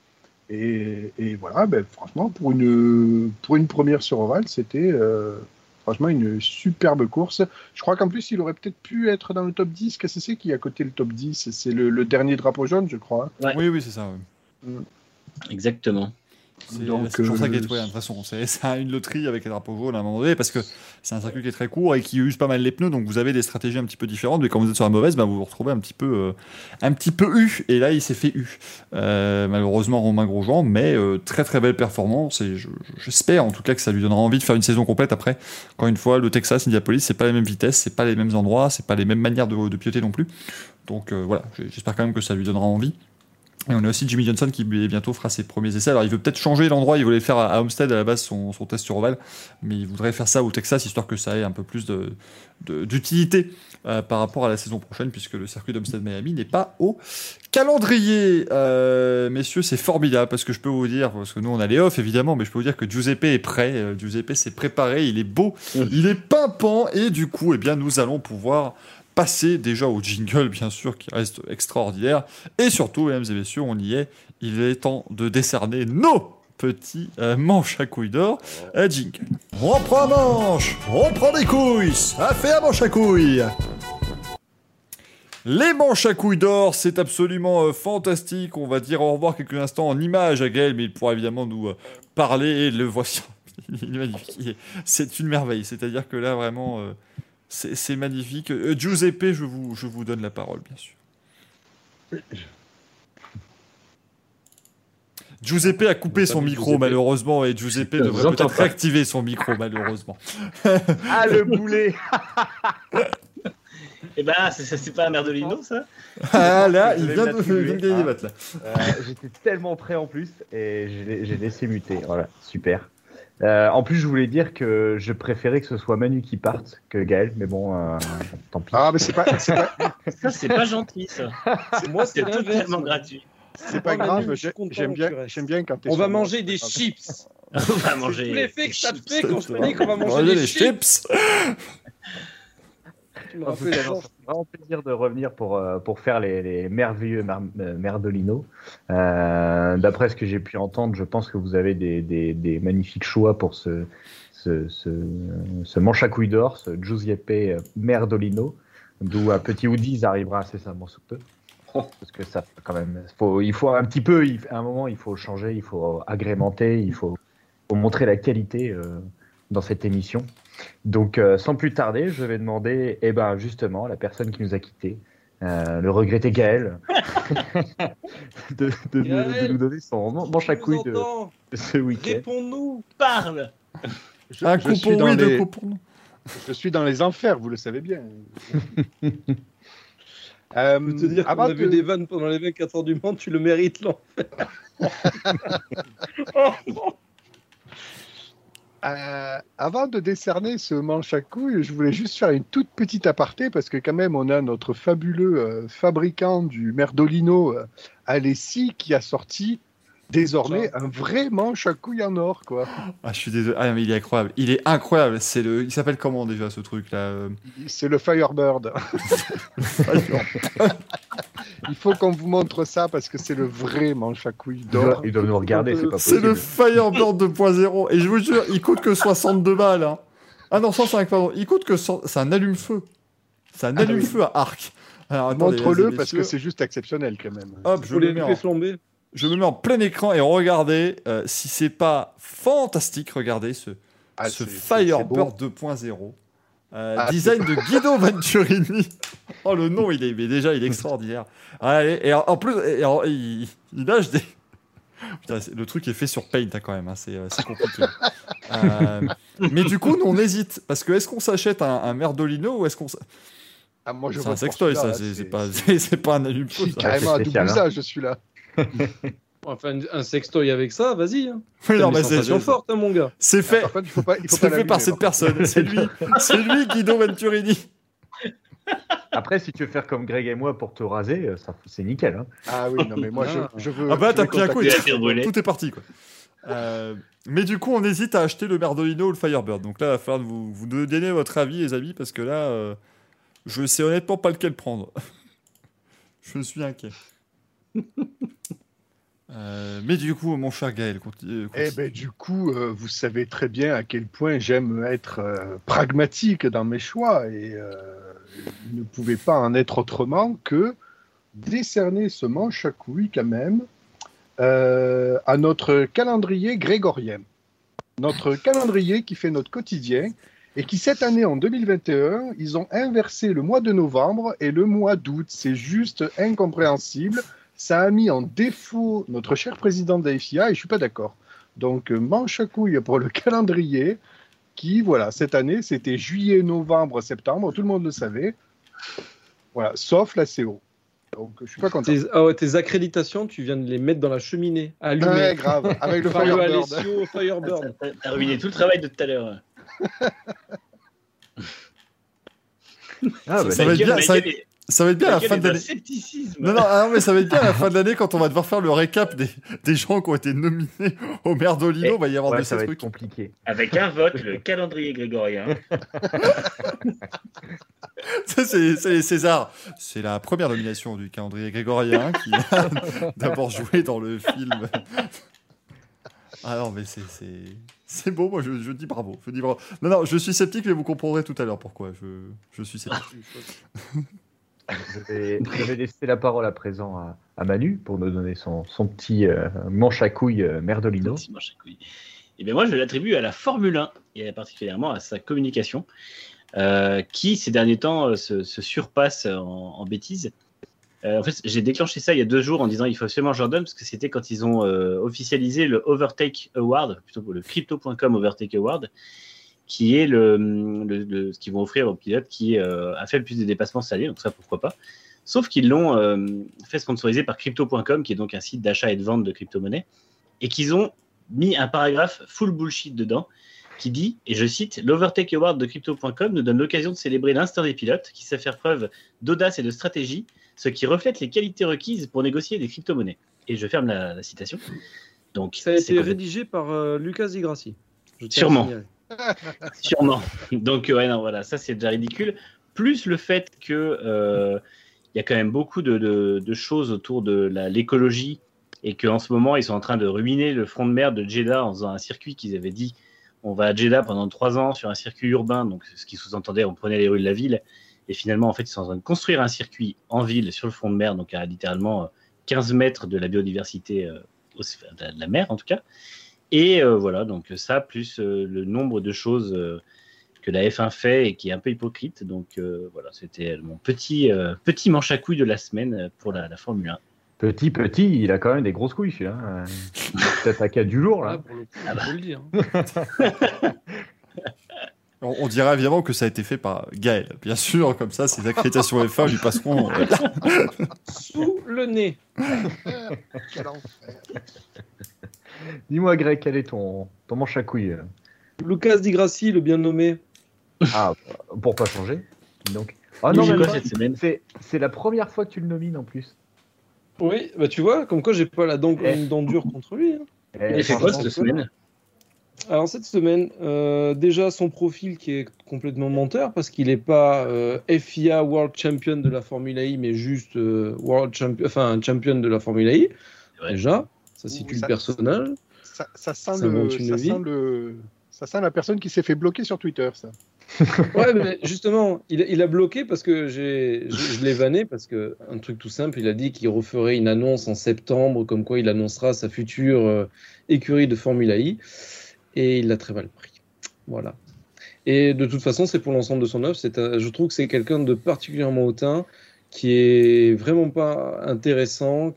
Et voilà, franchement, pour une première sur Oval, c'était franchement une superbe course. Je crois qu'en plus, il aurait peut-être pu être dans le top 10. Qu'est-ce que c'est qui est à côté le top 10 ? C'est le dernier drapeau jaune, je crois. Ouais. Oui, c'est ça. Ouais. Exactement. C'est toujours ça qui est de toute façon. C'est une loterie avec les drapeaux jaunes à un moment donné parce que c'est un circuit qui est très court et qui use pas mal les pneus, donc vous avez des stratégies un petit peu différentes, mais quand vous êtes sur la mauvaise, vous vous retrouvez un petit peu eu, et là il s'est fait eu. Malheureusement Romain Grosjean, mais très très belle performance et j'espère en tout cas que ça lui donnera envie de faire une saison complète après. Encore une fois, le Texas, Indianapolis, c'est pas les mêmes vitesses, c'est pas les mêmes endroits, c'est pas les mêmes manières de piloter non plus. Donc voilà, j'espère quand même que ça lui donnera envie. Et on a aussi Jimmy Johnson qui bientôt fera ses premiers essais. Alors il veut peut-être changer l'endroit, il voulait le faire à Homestead à la base, son test sur Oval, mais il voudrait faire ça au Texas histoire que ça ait un peu plus d'utilité par rapport à la saison prochaine, puisque le circuit d'Homestead Miami n'est pas au calendrier. Messieurs, c'est formidable parce que je peux vous dire, parce que nous on a les off évidemment, mais je peux vous dire que Giuseppe est prêt, Giuseppe s'est préparé, il est beau, il est pimpant, et du coup nous allons pouvoir passer déjà au jingle, bien sûr, qui reste extraordinaire. Et surtout, mesdames et messieurs, on y est. Il est temps de décerner nos petits manches à couilles d'or. Jingle. On prend un manche, on prend des couilles. Ça fait un manche à couilles. Les manches à couilles d'or, c'est absolument fantastique. On va dire au revoir quelques instants en images à Gaël, mais il pourra évidemment nous parler. Et le voici. Il est magnifique. C'est une merveille. C'est-à-dire que là, vraiment... C'est magnifique. Giuseppe, je vous donne la parole, bien sûr. Giuseppe a coupé son micro, malheureusement, et Giuseppe devrait peut-être réactiver son micro, malheureusement. Ah, le boulet. Eh ben, c'est pas un Merdolino, ça? Ah, là, il vient de gagner des battes, là. J'étais tellement prêt en plus, et j'ai laissé muter. Voilà, super. En plus, je voulais dire que je préférais que ce soit Manu qui parte que Gaël, mais bon, tant pis. Ah, mais c'est pas... Ça, c'est pas gentil, ça. Moi, c'est totalement gratuit. C'est pas grave, j'aime bien quand t'es... On va manger des chips. On va manger tous les faits que ça te fait quand je te dis qu'on va manger des chips. C'est vraiment plaisir de revenir pour faire les merveilleux Merdolino. D'après ce que j'ai pu entendre, je pense que vous avez des magnifiques choix pour ce manche à couilles d'or, ce Giuseppe Merdolino, d'où un petit hoodies arrivera incessamment sous peu. Parce que ça, quand même, il faut un petit peu, à un moment, il faut changer, il faut agrémenter, il faut montrer la qualité dans cette émission. Donc, sans plus tarder, je vais demander, justement, à la personne qui nous a quittés, le regretté Gaël, de nous donner son manche à couilles de ce week-end. Réponds-nous, parle. Je suis dans les enfers, vous le savez bien. Je peux te dire qu'on a vu des vannes pendant les 24 heures du Mans, tu le mérites, l'enfer. Avant de décerner ce manche à couilles, je voulais juste faire une toute petite aparté parce que quand même on a notre fabuleux fabricant du Merdolino Alessi qui a sorti désormais un vrai manche à couilles en or, quoi. Ah, je suis désolé. Ah, mais il est incroyable. Il est incroyable. Il s'appelle comment déjà ce truc-là C'est le Firebird. Il faut qu'on vous montre ça parce que c'est le vrai manche à couilles d'or. Ils doivent nous regarder, c'est pas possible. C'est le Firebird 2.0. Et je vous jure, il coûte que 62 balles. Hein. Ah non, 105, pardon. Il coûte que 100... C'est un allume-feu. C'est un allume-feu à arc. Alors, montre-le parce que c'est juste exceptionnel quand même. Hop, je me mets en plein écran et regardez si c'est pas fantastique. Regardez ce Firebird 2.0. Design de Guido Venturini. Oh, le nom, il est extraordinaire. Allez, et en plus, il lâche des. Putain, le truc est fait sur Paint quand même, hein, c'est compliqué. Mais du coup, nous on hésite parce que est-ce qu'on s'achète un Merdolino ou est-ce qu'on moi, c'est un sextoy, ça, c'est pas un allume-feu. C'est carrément un double usage, je suis là. Enfin, un sextoy avec ça, vas-y. Hein. Oui, non, mais c'est forte, hein, mon gars. C'est fait. Par contre, il faut pas fait par cette personne. C'est lui, Guido Venturini. Après, si tu veux faire comme Greg et moi pour te raser, c'est nickel. Hein. Ah oui, non, mais moi, je veux. Ah bah, t'as pris un coup, tout est parti, quoi. Mais du coup, on hésite à acheter le Merdolino ou le Firebird. Donc là, il va falloir vous donner votre avis, les amis, parce que là, je sais honnêtement pas lequel prendre. Je suis inquiet. Mais du coup, mon cher Gaël, continue. Eh ben, du coup, vous savez très bien à quel point j'aime être pragmatique dans mes choix et il ne pouvait pas en être autrement que décerner ce manche à couilles quand même à notre calendrier grégorien. Notre calendrier qui fait notre quotidien et qui, cette année, en 2021, ils ont inversé le mois de novembre et le mois d'août. C'est juste incompréhensible. Ça a mis en défaut notre cher président de la FIA et je ne suis pas d'accord. Donc, manche à couilles pour le calendrier qui, voilà, cette année, c'était juillet, novembre, septembre. Tout le monde le savait. Voilà, sauf la CO. Donc, je ne suis pas content. Tes accréditations, tu viens de les mettre dans la cheminée. Allumées. Ouais, grave. Avec le Firebird. Firebird. T'as ruiné tout le travail de tout à l'heure. Ça va être bien. Ça va être bien à la fin de l'année. Non, mais ça va être bien à la fin de l'année quand on va devoir faire le récap des gens qui ont été nominés au Merdolino. Il va y avoir de ces trucs compliqués. Avec un vote, le calendrier grégorien. Ça, c'est les Césars. C'est la première nomination du calendrier grégorien qui a d'abord joué dans le film. Ah non, mais c'est beau, moi je dis bravo. Non, je suis sceptique, mais vous comprendrez tout à l'heure pourquoi je suis sceptique. Je vais laisser la parole à présent à Manu pour nous donner son petit manche à couilles Merdolino. Petit manche à couilles. Et bien moi, je l'attribue à la Formule 1 et particulièrement à sa communication qui, ces derniers temps, se surpasse en bêtises. En fait, j'ai déclenché ça il y a 2 jours en disant il faut absolument que j'en donne parce que c'était quand ils ont officialisé le Overtake Award, plutôt le Crypto.com Overtake Award, qui est ce qu'ils vont offrir aux pilotes qui a fait le plus de dépassements cette année, donc ça pourquoi pas. Sauf qu'ils l'ont fait sponsoriser par Crypto.com, qui est donc un site d'achat et de vente de crypto-monnaies, et qu'ils ont mis un paragraphe full bullshit dedans qui dit, et je cite, l'Overtake Award de Crypto.com nous donne l'occasion de célébrer l'instinct des pilotes qui savent faire preuve d'audace et de stratégie, ce qui reflète les qualités requises pour négocier des crypto-monnaies. Et je ferme la citation. Donc, ça a été rédigé par Lucas Di Grassi. Sûrement. Sûrement. Donc, ouais, non, voilà, ça c'est déjà ridicule. Plus le fait que y a quand même beaucoup de choses autour de l'écologie et qu'en ce moment, ils sont en train de ruiner le front de mer de Jeddah en faisant un circuit qu'ils avaient dit on va à Jeddah pendant 3 ans sur un circuit urbain, donc ce qui sous-entendait on prenait les rues de la ville. Et finalement, en fait, ils sont en train de construire un circuit en ville sur le front de mer, donc à littéralement 15 mètres de la biodiversité de la mer en tout cas. Et voilà, donc ça, plus le nombre de choses que la F1 fait et qui est un peu hypocrite. Donc voilà, c'était mon petit manche à couilles de la semaine pour la Formule 1. Petit, il a quand même des grosses couilles, celui-là. Peut-être à 4 du lourd, là. Faut le dire. On dirait évidemment que ça a été fait par Gaël. Bien sûr, comme ça, ces accréditations F1 lui passeront sous le nez. Quel enfer. Dis-moi, Greg, quel est ton manche à couilles Lucas Di Grassi, le bien nommé. Ah, pour pas changer. Donc. Ah non, mais cette semaine. C'est la première fois que tu le nomines en plus. Oui, bah tu vois, comme quoi j'ai pas une dent dure contre lui. Hein. Il fait quoi cette semaine ? Alors cette semaine, déjà son profil qui est complètement menteur parce qu'il n'est pas FIA World Champion de la Formule I, mais juste champion de la Formule I. Déjà, ça situe le personnage. Ça sent la personne qui s'est fait bloquer sur Twitter, ça. Ouais, mais justement, il a bloqué parce que je l'ai vanné parce que un truc tout simple, il a dit qu'il referait une annonce en septembre, comme quoi il annoncera sa future écurie de Formule I, et il l'a très mal pris. Voilà. Et de toute façon, c'est pour l'ensemble de son œuvre. Je trouve que c'est quelqu'un de particulièrement hautain, qui est vraiment pas intéressant,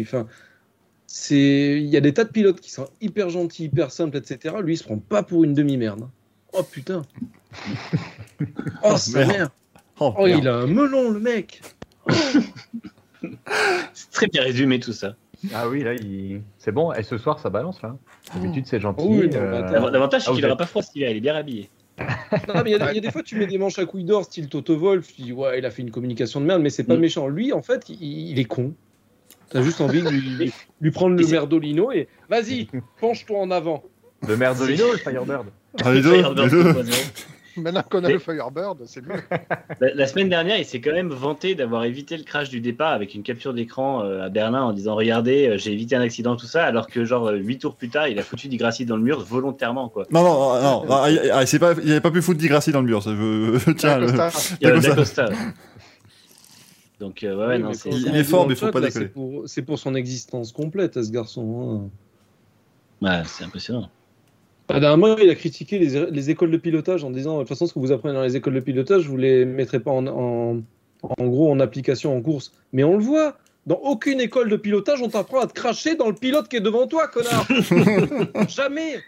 il y a des tas de pilotes qui sont hyper gentils, hyper simples, etc. Lui, il se prend pas pour une demi-merde. Oh putain. Oh, sa mère. Oh, il a un melon, le mec. Oh. C'est très bien résumé tout ça. Ah oui, là, c'est bon. Et ce soir, ça balance, là. D'habitude, c'est gentil. Oui, l'avantage, c'est qu'il n'aura pas froid cet hiver. Il est bien habillé. Non, mais il y a des fois, tu mets des manches à couilles d'or, style Toto Wolff. Tu dis, ouais, il a fait une communication de merde, mais c'est pas méchant. Lui, en fait, il est con. T'as juste envie de lui prendre le merdolino et vas-y, penche-toi en avant. Le merdolino ou le Firebird? Les deux. Maintenant qu'on a le Firebird, c'est mieux. La semaine dernière, il s'est quand même vanté d'avoir évité le crash du départ avec une capture d'écran à Berlin en disant regardez, j'ai évité un accident, tout ça, alors que genre 8 tours plus tard, il a foutu Di Grassi dans le mur volontairement, quoi. Non, il n'avait pas pu foutre Di Grassi dans le mur. Ça, tiens, D'Acosta. Donc, non, il est fort, mais il faut pas décoller. C'est pour son existence complète, à ce garçon. Ouais, c'est impressionnant. Dernièrement, il a critiqué les écoles de pilotage en disant de toute façon, ce que vous apprenez dans les écoles de pilotage, vous ne les mettrez pas en application en course. Mais on le voit, dans aucune école de pilotage, on t'apprend à te cracher dans le pilote qui est devant toi, connard. Jamais.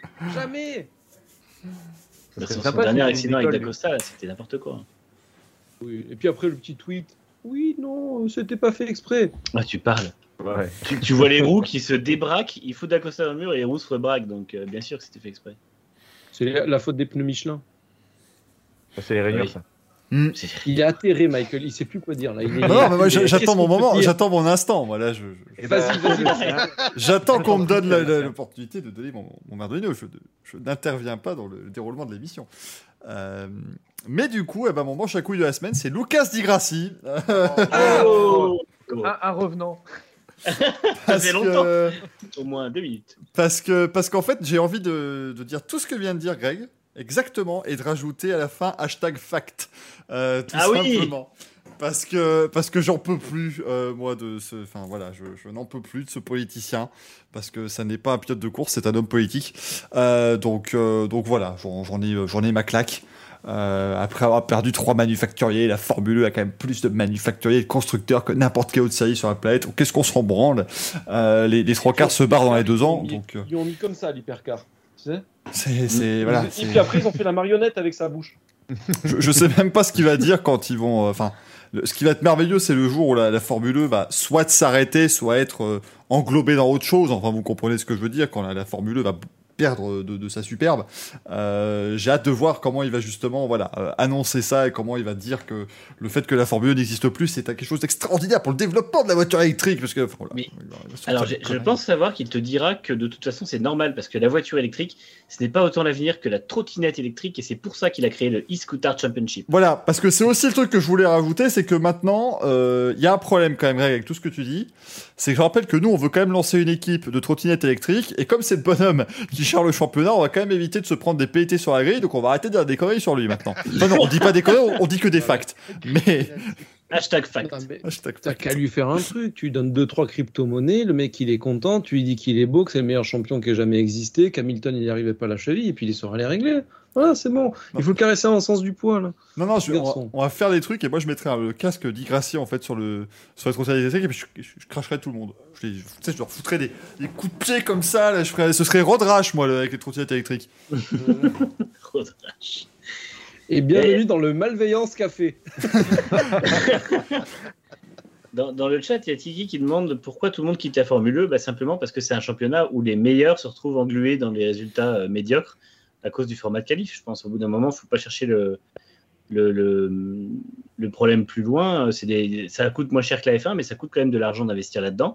Son dernier accident avec D'Acosta, c'était n'importe quoi. Oui. Et puis après, le petit tweet. Oui, non, c'était pas fait exprès. Ah, tu parles. Ouais. Tu vois les roues qui se débraquent, il faut d'Acosta dans le mur et les roues se rebraquent, donc bien sûr que c'était fait exprès. C'est la faute des pneus Michelin. C'est les rainures, ça. Il est atterré, Michael, il sait plus quoi dire là. Non, mais moi j'attends mon moment, j'attends mon instant. Moi, là, Vas-y. J'attends qu'on me donne l'opportunité de donner mon merdolino. Je n'interviens pas dans le déroulement de l'émission. Mais du coup, mon manche à couilles de la semaine, c'est Lucas Di Grassi. Un revenant. Ça fait longtemps. Au moins 2 minutes. Parce qu'en fait, j'ai envie de dire tout ce que vient de dire Greg, exactement, et de rajouter à la fin #fact. Tout simplement. Parce que j'en peux plus, moi, de ce. Enfin, voilà, je n'en peux plus de ce politicien. Parce que ça n'est pas un pilote de course, c'est un homme politique. Donc voilà, j'en ai ma claque. Après avoir perdu 3 manufacturiers, la Formule 1 a quand même plus de manufacturiers et de constructeurs que n'importe quelle autre série sur la planète. Qu'est-ce qu'on s'en branle? Les 3 quarts se barrent dans les 2 ans. Ils ont mis comme ça l'hypercar, tu sais. Voilà. Et puis après, ils ont fait la marionnette avec sa bouche. Je sais même pas ce qu'il va dire quand ils vont. Ce qui va être merveilleux, c'est le jour où la Formule 1 va soit s'arrêter, soit être englobée dans autre chose. Enfin, vous comprenez ce que je veux dire quand la Formule 1 va perdre de sa superbe. J'ai hâte de voir comment il va justement annoncer ça et comment il va dire que le fait que la Formule 1 n'existe plus, c'est quelque chose d'extraordinaire pour le développement de la voiture électrique. Parce que, alors, je pense savoir qu'il te dira que de toute façon, c'est normal parce que la voiture électrique, ce n'est pas autant l'avenir que la trottinette électrique et c'est pour ça qu'il a créé le e-scooter championship. Voilà, parce que c'est aussi le truc que je voulais rajouter, c'est que maintenant, y a un problème quand même, Greg, avec tout ce que tu dis. C'est que je rappelle que nous, on veut quand même lancer une équipe de trottinettes électriques et comme c'est le bonhomme qui gère le championnat, on va quand même éviter de se prendre des PET sur la grille, donc on va arrêter de dire des conneries sur lui maintenant. Enfin non, on dit pas des conneries, on dit que des facts. Mais... #fact. T'as qu'à lui faire un truc, tu lui donnes 2-3 crypto-monnaies, le mec il est content, tu lui dis qu'il est beau, que c'est le meilleur champion qui ait jamais existé, qu'Hamilton il n'y arrivait pas à la cheville, et puis il saura les régler. Voilà, c'est bon. Il faut le caresser dans le sens du poil. Non, on va faire des trucs, et moi je mettrai le casque Di Grassi en fait sur la trottinette électrique, et puis je cracherai tout le monde. Je leur foutrais des coups de pied comme ça, là, ce serait Road Rash, moi, avec les trottinettes électriques. Road Rash. Et bienvenue dans le Malveillance Café. Dans le chat, il y a Tiki qui demande pourquoi tout le monde quitte la Formule 1. Simplement parce que c'est un championnat où les meilleurs se retrouvent englués dans des résultats médiocres à cause du format de qualif. Je pense au bout d'un moment, il ne faut pas chercher le le problème plus loin, ça coûte moins cher que la F1, mais ça coûte quand même de l'argent d'investir là-dedans.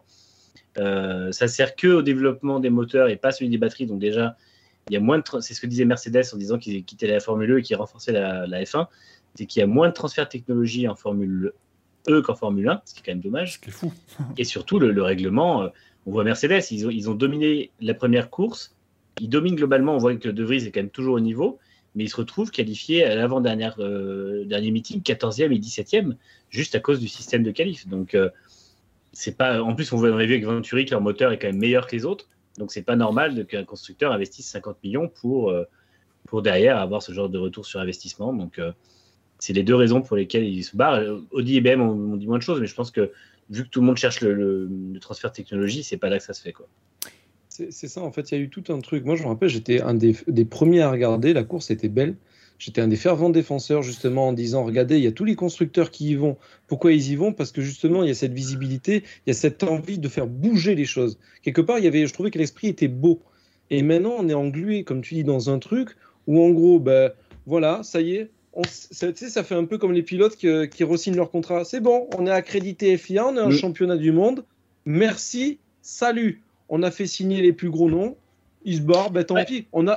Ça sert que au développement des moteurs et pas celui des batteries. Donc déjà, il y a moins c'est ce que disait Mercedes en disant qu'ils quittaient la Formule E et qu'ils renforçaient la F1, c'est qu'il y a moins de transfert de technologie en Formule E qu'en Formule 1, ce qui est quand même dommage. Ce qui est fou. Et surtout, le règlement, on voit Mercedes, ils ont dominé la première course, ils dominent globalement, on voit que De Vries est quand même toujours au niveau, mais ils se retrouvent qualifiés à l'avant-dernier meeting, 14e et 17e, juste à cause du système de qualif. Donc, c'est pas. En plus, on a vu avec Venturi que leur moteur est quand même meilleur que les autres, donc c'est pas normal qu'un constructeur investisse 50 millions pour derrière avoir ce genre de retour sur investissement. Donc, c'est les deux raisons pour lesquelles ils se barrent. Audi et BM ont dit moins de choses, mais je pense que vu que tout le monde cherche le transfert de technologie, c'est pas là que ça se fait, quoi. C'est ça, en fait, il y a eu tout un truc. Moi, je me rappelle, j'étais un des premiers à regarder. La course était belle. J'étais un des fervents défenseurs, justement, en disant, regardez, il y a tous les constructeurs qui y vont. Pourquoi ils y vont ? Parce que, justement, il y a cette visibilité, il y a cette envie de faire bouger les choses. Quelque part, je trouvais que l'esprit était beau. Et maintenant, on est englué, comme tu dis, dans un truc où, en gros, voilà, ça y est, ça fait un peu comme les pilotes qui re-signent leur contrat. C'est bon, on est accrédité FIA, on est un championnat du monde. Merci, salut. On a fait signer les plus gros noms. Ils se barrent, tant pis. On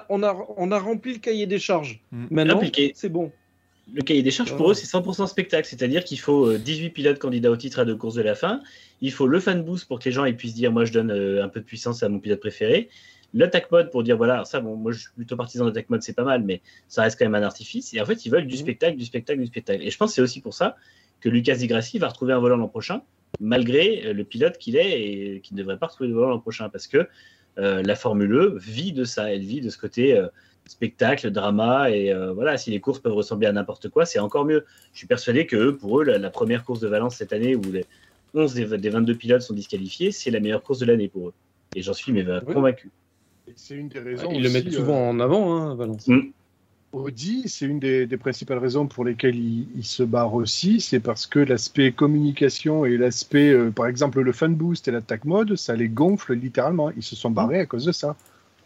a rempli le cahier des charges. Maintenant, c'est bon. Le cahier des charges, pour eux, c'est 100% spectacle. C'est-à-dire qu'il faut 18 pilotes candidats au titre à 2 courses de la fin. Il faut le fan boost pour que les gens puissent dire, moi, je donne un peu de puissance à mon pilote préféré. L'attack mode pour dire, voilà, ça, bon, moi, je suis plutôt partisan de l'attack mode, c'est pas mal, mais ça reste quand même un artifice. Et en fait, ils veulent du spectacle. Et je pense que c'est aussi pour ça que Lucas Di Grassi va retrouver un volant l'an prochain, malgré le pilote qu'il est et qui ne devrait pas retrouver le volant l'an prochain, parce que la Formule E vit de ça, elle vit de ce côté spectacle, drama, et voilà, si les courses peuvent ressembler à n'importe quoi, c'est encore mieux. Je suis persuadé que pour eux, la première course de Valence cette année, où les 11 des 22 pilotes sont disqualifiés, c'est la meilleure course de l'année pour eux. Et j'en suis convaincu. C'est une des raisons. Ils le mettent souvent en avant, Valence. Audi, c'est une des principales raisons pour lesquelles ils se barrent aussi, c'est parce que l'aspect communication et l'aspect, par exemple, le fan boost et l'attack mode, ça les gonfle littéralement. Ils se sont barrés à cause de ça.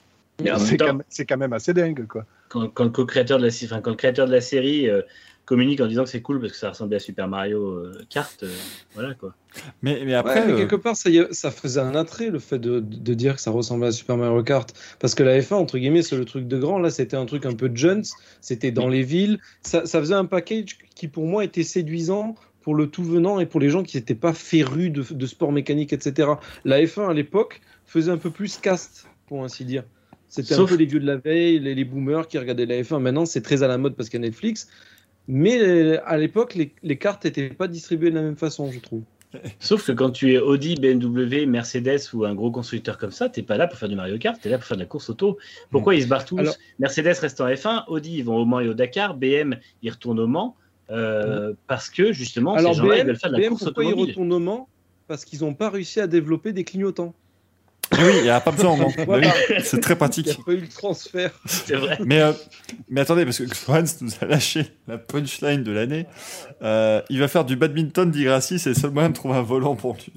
C'est quand même assez dingue, quoi. Quand le co-créateur de la série communique en disant que c'est cool parce que ça ressemblait à Super Mario Kart, voilà, quoi. Mais après, mais quelque part, ça faisait un attrait, le fait de dire que ça ressemblait à Super Mario Kart, parce que la F1, entre guillemets, c'est le truc de grand. Là, c'était un truc un peu jeunes, c'était dans les villes. Ça faisait un package qui, pour moi, était séduisant pour le tout venant et pour les gens qui n'étaient pas férus de sport mécanique, etc. La F1, à l'époque, faisait un peu plus caste, pour ainsi dire. C'était un peu les vieux de la veille, les boomers qui regardaient la F1. Maintenant, c'est très à la mode parce qu'il y a Netflix. Mais à l'époque, les cartes n'étaient pas distribuées de la même façon, je trouve. Sauf que quand tu es Audi, BMW, Mercedes ou un gros constructeur comme ça, t'es pas là pour faire du Mario Kart, t'es là pour faire de la course auto. Pourquoi ils se barrent tous ? Mercedes reste en F1, Audi ils vont au Mans et au Dakar, BM ils retournent au Mans parce que justement ces gens-là ils veulent faire de la course automobile. Pourquoi ils retournent au Mans ? Parce qu'ils n'ont pas réussi à développer des clignotants. Oui, il n'y a pas besoin au Mans. C'est très pratique. Il n'y a pas eu le transfert. C'est vrai. Mais attendez, parce que Franz nous a lâché la punchline de l'année. Il va faire du badminton, Di Grassi, c'est le seul moyen de trouver un volant pour lui.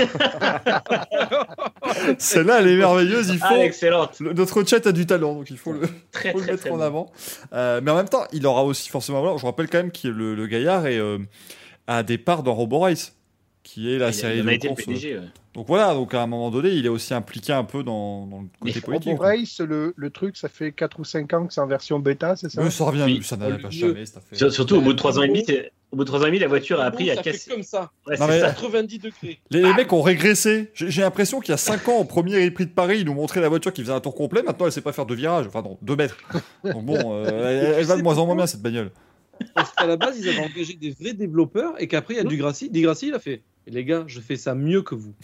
Celle-là, elle est merveilleuse. Excellente. Notre chat a du talent, donc il faut le très mettre en avant. Mais en même temps, il aura aussi forcément un volant. Je rappelle quand même que le gaillard a des parts dans Robo Race, qui est la série de courses. PDG, Donc voilà, donc à un moment donné, il est aussi impliqué un peu dans le côté politique. Robo Race, le truc, ça fait 4 ou 5 ans que c'est en version bêta, c'est ça ? Mais ça revient, ça n'arrive pas jamais. Surtout au bout de 3 ans et demi, la voiture a appris à casser. Ça fait comme ça. Ouais, c'est 90 degrés. Les mecs ont régressé. J'ai l'impression qu'il y a 5 ans, au premier Grand Prix de Paris, ils nous montraient la voiture qui faisait un tour complet. Maintenant, elle sait pas faire de virage. Enfin, non, 2 mètres. Donc bon, elle va de moins en moins bien, cette bagnole. Parce qu'à la base, ils avaient engagé des vrais développeurs et qu'après, il y a Di Grassi. Di Grassi, il a fait. Les gars, je fais ça mieux que vous.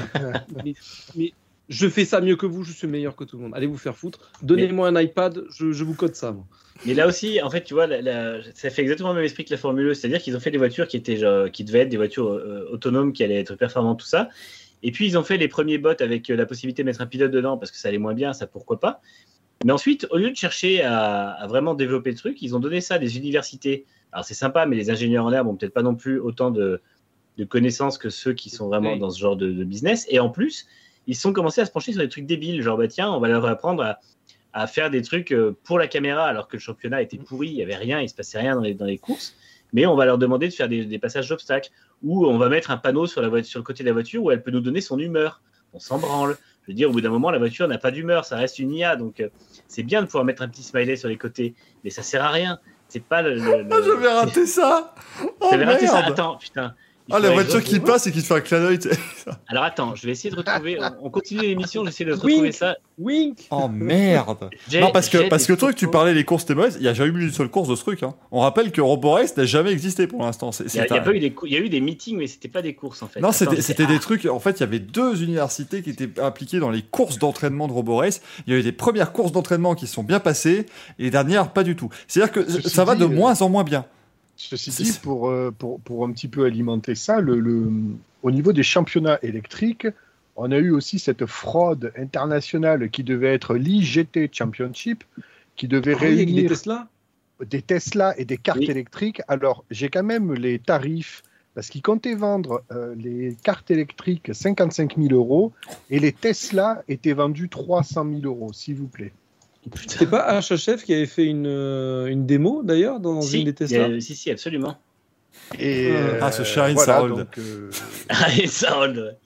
mais je fais ça mieux que vous, je suis meilleur que tout le monde. Allez vous faire foutre. Donnez-moi un iPad, je vous code ça. Moi. Mais là aussi, en fait, tu vois, ça fait exactement le même esprit que la Formule E. C'est-à-dire qu'ils ont fait des voitures qui devaient être des voitures autonomes, qui allaient être performantes, tout ça. Et puis, ils ont fait les premiers bots avec la possibilité de mettre un pilote dedans parce que ça allait moins bien, ça pourquoi pas. Mais ensuite, au lieu de chercher à vraiment développer le truc, ils ont donné ça à des universités. Alors, c'est sympa, mais les ingénieurs en herbe n'ont peut-être pas non plus autant de connaissances que ceux qui sont vraiment dans ce genre de business. Et en plus, ils sont commencés à se pencher sur des trucs débiles. Genre, tiens, on va leur apprendre à faire des trucs pour la caméra, alors que le championnat était pourri, il n'y avait rien, il ne se passait rien dans les courses. mais on va leur demander de faire des passages d'obstacles, ou on va mettre un panneau sur le côté de la voiture où elle peut nous donner son humeur. On s'en branle. Je veux dire, au bout d'un moment, la voiture n'a pas d'humeur, ça reste une IA, donc c'est bien de pouvoir mettre un petit smiley sur les côtés, mais ça sert à rien. C'est pas j'avais raté ça. J'avais raté ça. Attends, putain. La voiture qui passe et qui te fait un clin d'œil. Alors attends, je vais essayer de retrouver. On continue l'émission, j'essaie de retrouver ça. Wink. Oh merde. Non, parce que truc, tu parlais des courses TMS, il n'y a jamais eu une seule course de ce truc. Hein. On rappelle que RoboRace n'a jamais existé pour l'instant. Il y a eu des meetings, mais c'était pas des courses en fait. Non, c'était des trucs. En fait, il y avait 2 universités qui étaient impliquées dans les courses d'entraînement de RoboRace. Il y a eu des premières courses d'entraînement qui se sont bien passées et les dernières pas du tout. C'est-à-dire que ça va de moins en moins bien. Ceci dit, pour un petit peu alimenter ça, au niveau des championnats électriques, on a eu aussi cette fraude internationale qui devait être l'IGT Championship, qui devait réunir des Tesla et des cartes électriques. Alors, j'ai quand même les tarifs, parce qu'ils comptaient vendre les cartes électriques 55 000 € et les Tesla étaient vendus 300 000 €, s'il vous plaît. C'était pas HHF qui avait fait une démo d'ailleurs dans une des Tesla Si, absolument. Et ce Shine voilà, Sarold. Sarold,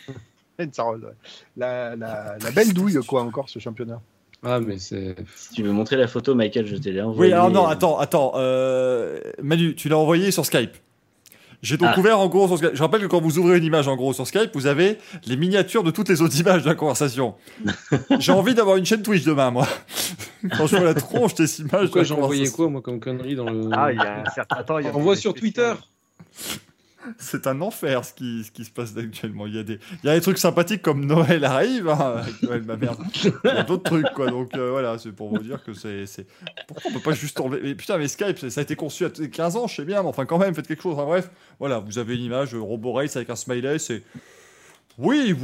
la belle douille, quoi, encore, ce championnat. Ah, mais c'est... Si tu veux montrer la photo, Michael, je t'ai envoyé. Oui, alors non, attends. Manu, tu l'as envoyé sur Skype. J'ai donc ouvert en gros sur Skype. Je rappelle que quand vous ouvrez une image en gros sur Skype, vous avez les miniatures de toutes les autres images de la conversation. J'ai envie d'avoir une chaîne Twitch demain, moi. Quand je vois la tronche des images. Pourquoi j'ai envoyé quoi, moi, comme connerie dans le... Ah, il y a un certain temps. On voit sur Twitter. C'est un enfer ce qui se passe actuellement. Il y a des trucs sympathiques comme Noël arrive, avec Noël ma merde. Il y a d'autres trucs, quoi. Donc voilà, c'est pour vous dire que c'est... Pourquoi on peut pas juste enlever... Mais putain, mais Skype, ça a été conçu à 15 ans, je sais bien, mais enfin quand même, faites quelque chose. Enfin bref, voilà, vous avez une image RoboRace avec un smiley, c'est... Ouais,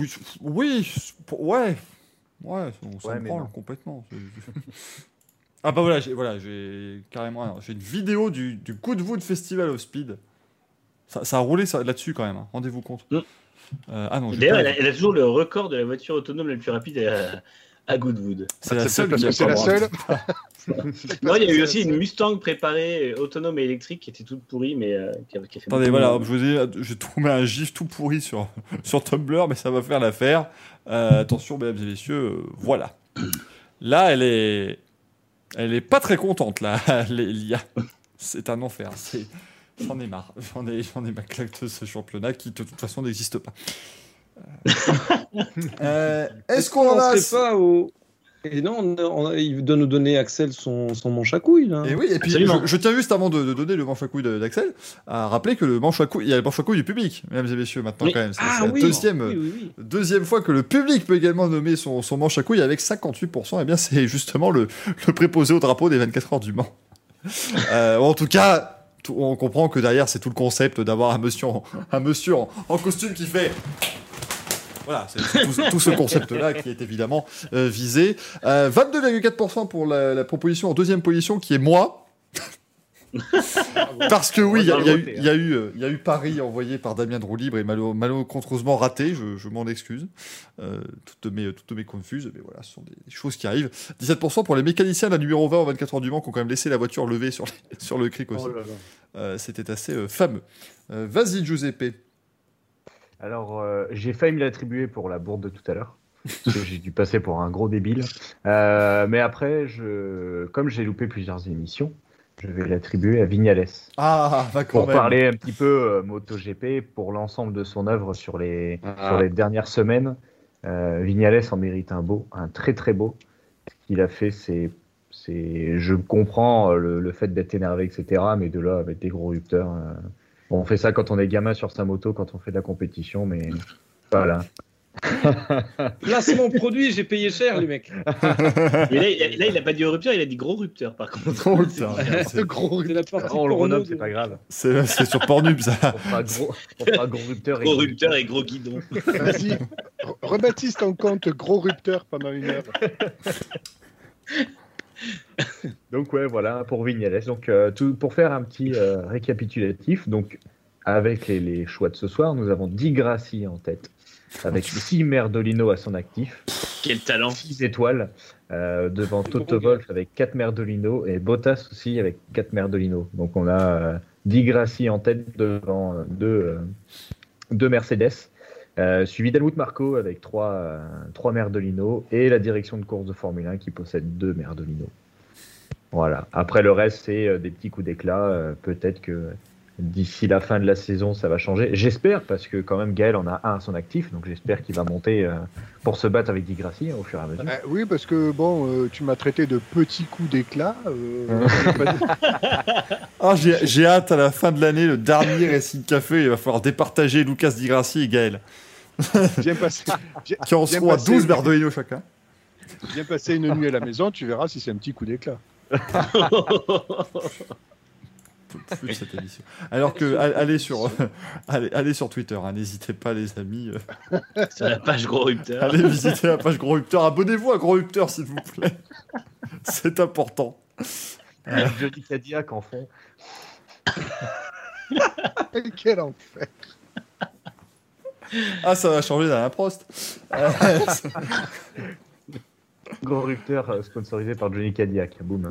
on s'en prend complètement. Ah bah voilà, j'ai carrément... J'ai une vidéo du Goodwood Festival of Speed. Ça a roulé là-dessus quand même, hein. Rendez-vous compte. Non, d'ailleurs, elle a toujours le record de la voiture autonome la plus rapide à Goodwood. C'est la seule. C'est la seule. Non, il y a eu aussi une Mustang préparée autonome et électrique qui était toute pourrie, mais qui a fait. Attendez, voilà, j'ai trouvé un gif tout pourri sur Tumblr, mais ça va faire l'affaire. Attention, mesdames et messieurs, voilà. Là, elle est pas très contente, là, l'IA. C'est un enfer. J'en ai marre. J'en ai ma claque de ce championnat qui, de toute façon, n'existe pas. Est-ce qu'on en a... pas au... Et non, il doit nous donner Axel son manche à couilles, là. Et oui, et puis je tiens juste avant de donner le manche à couilles d'Axel à rappeler que le manche à couilles, il y a le manche à couilles du public, mesdames et messieurs, maintenant quand même. C'est la deuxième fois que le public peut également nommer son manche à couilles avec 58%. Et bien, c'est justement le préposé au drapeau des 24 heures du Mans. En tout cas... On comprend que derrière, c'est tout le concept d'avoir un monsieur en costume qui fait... Voilà, c'est tout ce concept-là qui est évidemment visé. 22,4% pour la proposition en deuxième position, qui est moi. Parce que oui, il y a eu Paris envoyé par Damien Droux-Libre et malencontreusement raté, je m'en excuse. Toutes mes confuses, mais voilà, ce sont des choses qui arrivent. 17% pour les mécaniciens de la numéro 20 au 24 heures du Mans qui ont quand même laissé la voiture levée sur le cric aussi. C'était assez fameux. Vas-y, Giuseppe. Alors, j'ai failli me l'attribuer pour la bourde de tout à l'heure. Parce que j'ai dû passer pour un gros débile. Mais après, comme j'ai loupé plusieurs émissions, je vais l'attribuer à Vignales. Pour parler un petit peu MotoGP, pour l'ensemble de son œuvre sur les dernières semaines. Vignales en mérite un très très beau. Ce qu'il a fait, je comprends le fait d'être énervé, etc. Mais de là, avec des gros rupteurs. On fait ça quand on est gamin sur sa moto, quand on fait de la compétition, mais voilà. Placement produit, j'ai payé cher, les mecs. Mais là, il n'a pas dit rupteur, il a dit gros rupteur, par contre. Gros rupteur. C'est la partie on le renomme, c'est pas grave. C'est sur Pornhub, ça. On fera gros rupteur. Gros rupteur et gros guidon. Vas-y, rebaptise ton compte gros rupteur pendant 1 heure. Donc ouais, voilà, pour Vignales. Donc pour faire un petit récapitulatif, donc avec les choix de ce soir, nous avons Di Grassi en tête, avec 6 Merdolino à son actif. Quel talent! 6 étoiles, devant Toto Wolff avec 4 Merdolino et Bottas aussi avec 4 Merdolino. Donc on a Di Grassi en tête devant deux Mercedes, suivi d'Helmut Marko avec trois Merdolino et la direction de course de Formule 1 qui possède 2 Merdolino. Voilà. Après, le reste, c'est des petits coups d'éclat. Peut-être que d'ici la fin de la saison, ça va changer. J'espère, parce que quand même, Gaël en a un à son actif, donc j'espère qu'il va monter pour se battre avec Di Grassi au fur et à mesure. Oui, parce que tu m'as traité de petits coups d'éclat. J'ai hâte à la fin de l'année, le dernier Racing Café, il va falloir départager Lucas Di Grassi et Gaël. Qui en seront à 12 Merdolino chacun. Viens passer une nuit à la maison, tu verras si c'est un petit coup d'éclat. Plus de cette émission. Alors que allez sur Twitter, n'hésitez pas les amis. Sur la page Gros Rupteur. Allez visiter la page Gros Rupteur. Abonnez-vous à Gros Rupteur s'il vous plaît. C'est important. Johnny Cadillac en fond. Quel enfer. Ah, ça va changer dans la Prost. Gros Rupteur sponsorisé par Johnny Cadillac. Boum.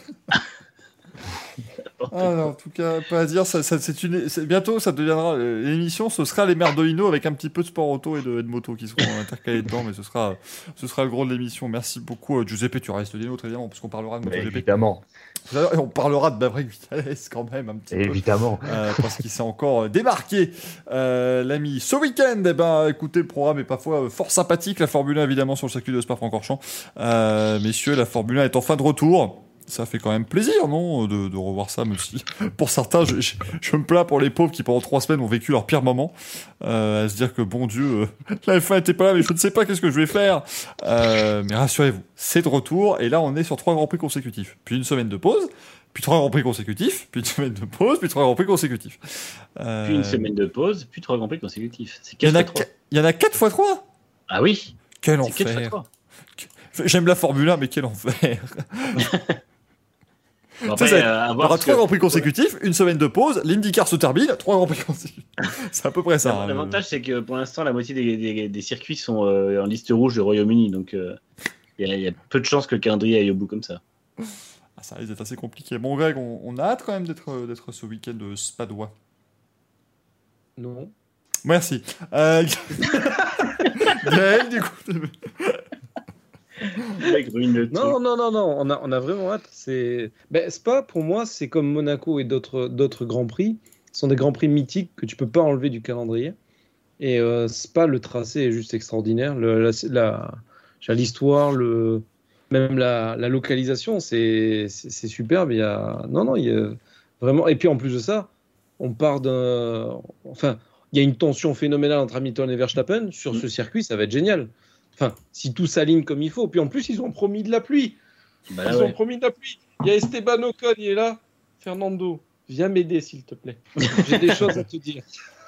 En tout cas, pas à dire, bientôt ça deviendra l'émission, ce sera les Merdolino avec un petit peu de sport auto et de moto qui seront intercalés dedans, mais ce sera le gros de l'émission. Merci beaucoup, Giuseppe, tu restes des nôtres évidemment, parce qu'on parlera de MotoGP. Évidemment. Et on parlera de Maverick Viñales quand même un petit peu. Évidemment. Parce qu'il s'est encore démarqué, l'ami. Ce week-end, écoutez, le programme est parfois fort sympathique. La Formule 1 évidemment sur le circuit de Spa-Francorchamps. Messieurs, la Formule 1 est en fin de retour. Ça fait quand même plaisir, non, de revoir ça, même si pour certains, je me plains pour les pauvres qui pendant 3 semaines ont vécu leur pire moment, à se dire que bon Dieu, la F1 était pas là, mais je ne sais pas qu'est-ce que je vais faire. Mais rassurez-vous, c'est de retour, et là on est sur 3 Grands Prix consécutifs, puis une semaine de pause, puis 3 Grands Prix consécutifs, puis une semaine de pause, puis 3 Grands Prix consécutifs. Puis une semaine de pause, puis 3 Grands Prix consécutifs. Il y en a 4 x 3 ? Ah oui. Quel enfer. J'aime la Formule 1, mais quel enfer. Bon, après, il y aura 3 Grands Prix consécutifs, une semaine de pause, l'IndyCar se termine, 3 Grands Prix consécutifs. C'est à peu près ça. L'avantage, c'est que pour l'instant, la moitié des circuits sont en liste rouge du Royaume-Uni, donc il y a peu de chances que le calendrier aille au bout comme ça. Ça risque d'être assez compliqué. Bon, Greg, on a hâte quand même d'être ce week-end de Spadois. Non. Merci. Gaël, du coup. Non, on a vraiment hâte. Spa, pour moi, c'est comme Monaco et d'autres grands prix. Ce sont des grands prix mythiques que tu peux pas enlever du calendrier. Et Spa, le tracé est juste extraordinaire. L'histoire, même la localisation, c'est superbe. Il y a vraiment. Et puis en plus de ça, on part d'un. Enfin, il y a une tension phénoménale entre Hamilton et Verstappen sur ce circuit. Ça va être génial. Enfin, si tout s'aligne comme il faut. Puis en plus, ils ont promis de la pluie. Ont promis de la pluie. Il y a Esteban Ocon, il est là. Fernando, viens m'aider, s'il te plaît. J'ai des choses à te dire.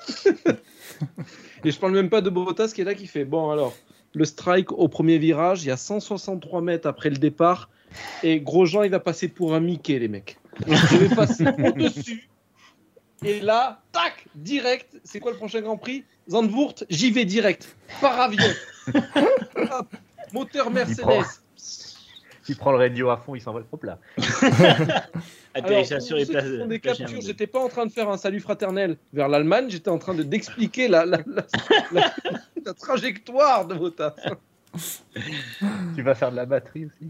Et je parle même pas de Bottas qui est là, qui fait bon, alors, le strike au premier virage, il y a 163 mètres après le départ. Et Grosjean, il va passer pour un Mickey, les mecs. Je vais passer au-dessus. Et là, tac, direct. C'est quoi le prochain Grand Prix ? Zandvoort, j'y vais direct. Par avion. Moteur Mercedes. Il prend le radio à fond, il s'envole trop plat. Atterrissage sur les places. Des captures, j'étais pas en train de faire un salut fraternel vers l'Allemagne, j'étais en train d'expliquer la trajectoire de Bottas. Tu vas faire de la batterie aussi.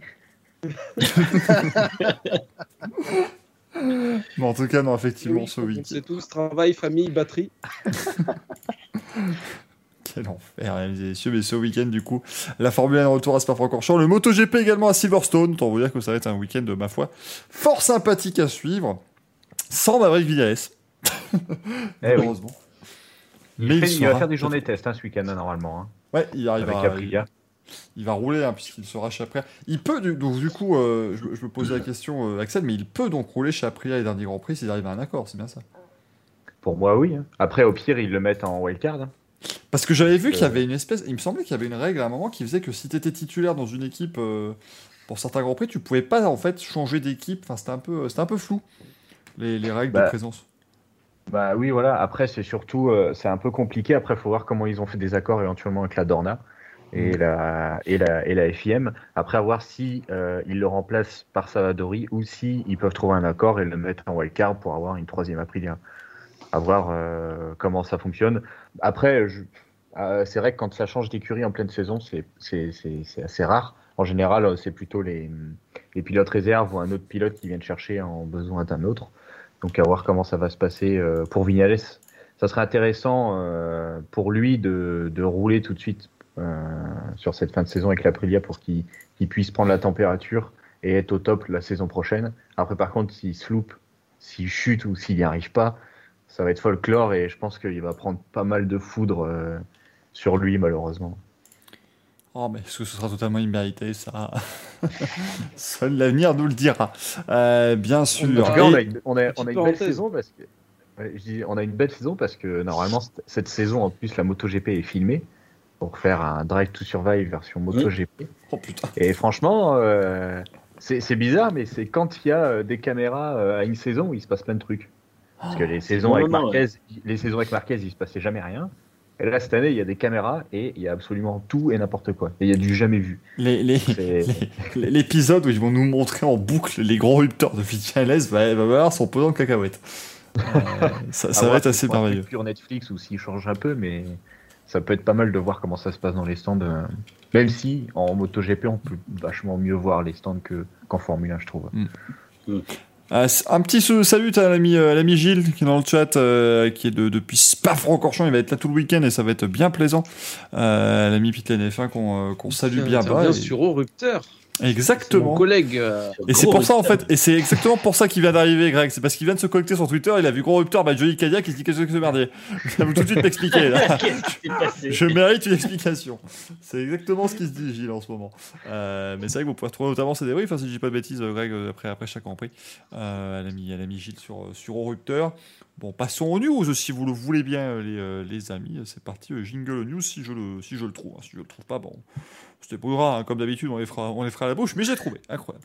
Bon, en tout cas, non, effectivement, ce week-end. C'est tout, travail, famille, batterie. Quel enfer, mesdames et messieurs. Mais ce week-end, du coup, la Formule 1 retour à Spa-Francorchamps, le MotoGP également à Silverstone. Autant vous dire que ça va être un week-end, ma foi, fort sympathique à suivre, sans Maverick Viñales. Heureusement. Mais il va faire des journées tests ce week-end, normalement. Ouais, il arrive avec Aprilia. Il va rouler, puisqu'il sera chez Aprilia. Il peut, du coup, je me posais la question, Axel, mais il peut donc rouler chez Aprilia les derniers Grands Prix s'ils arrivent à un accord, c'est bien ça? Pour moi, oui. Après, au pire, ils le mettent en wildcard. Parce que j'avais vu qu'il y avait une espèce... Il me semblait qu'il y avait une règle à un moment qui faisait que si tu étais titulaire dans une équipe, pour certains Grands Prix, tu pouvais pas, en fait, changer d'équipe. Enfin, c'était un peu flou, les règles de présence. Bah oui, voilà. Après, c'est surtout... c'est un peu compliqué. Après, il faut voir comment ils ont fait des accords éventuellement avec la Dorna. et la FIM. Après, à voir si ils le remplacent par Savadori ou si ils peuvent trouver un accord et le mettre en wildcard pour avoir une 3e Aprilia. À voir comment ça fonctionne. Après, c'est vrai que quand ça change d'écurie en pleine saison, c'est assez rare. En général, c'est plutôt les pilotes réserves ou un autre pilote qui viennent chercher en besoin d'un autre. Donc à voir comment ça va se passer pour Viñales. Ça serait intéressant pour lui de rouler tout de suite sur cette fin de saison avec l'Aprilia pour qu'il puisse prendre la température et être au top la saison prochaine. Après, par contre, s'il se loupe, s'il chute ou s'il n'y arrive pas, ça va être folklore et je pense qu'il va prendre pas mal de foudre sur lui, malheureusement. Oh, mais est-ce que ce sera totalement immérité, ça? Seul l'avenir nous le dira. Bien sûr. En tout cas, on a une belle saison parce que... on a une belle saison parce que normalement, cette saison, en plus, la MotoGP est filmée pour faire un Drive to Survive version MotoGP. Oh putain. Et franchement, c'est bizarre, mais c'est quand il y a des caméras à une saison où il se passe plein de trucs. Parce que les saisons avec Marquez, il se passait jamais rien. Et là, cette année, il y a des caméras et il y a absolument tout et n'importe quoi. Et il y a du jamais vu. L'épisode où ils vont nous montrer en boucle les gros rupteurs de Viñales va avoir son pesant de cacahuètes. Ça va être assez merveilleux. Sur Netflix ou s'il change un peu, mais ça peut être pas mal de voir comment ça se passe dans les stands. Même si en MotoGP, on peut vachement mieux voir les stands qu'en Formule 1, je trouve. Un petit salut à l'ami Gilles qui est dans le chat, qui est depuis Spa-Francorchamps. Il va être là tout le week-end et ça va être bien plaisant. L'ami Pitlane F1 qu'on salue bien bas. Sur Au Rupteur. Exactement. C'est mon collègue. Et c'est pour ça en fait, et c'est exactement pour ça qu'il vient d'arriver, Greg. C'est parce qu'il vient de se connecter sur Twitter, il a vu Gros Rupteur, Johnny Cadillac, il se dit qu'est-ce que c'est merdier. Ça veut tout de suite m'expliquer là. Je mérite une explication. C'est exactement ce qu'il se dit, Gilles, en ce moment. Mais c'est vrai que vous pouvez retrouver notamment ces débriefs, si je dis pas de bêtises, Greg, après chaque Grand Prix. L'ami Gilles sur Gros Rupteur. Bon, passons aux news, si vous le voulez bien, les amis. C'est parti, jingle news, si je le trouve. Si je le trouve pas, bon, on se débrouillera, hein, comme d'habitude, on les fera à la bouche, mais j'ai trouvé, incroyable.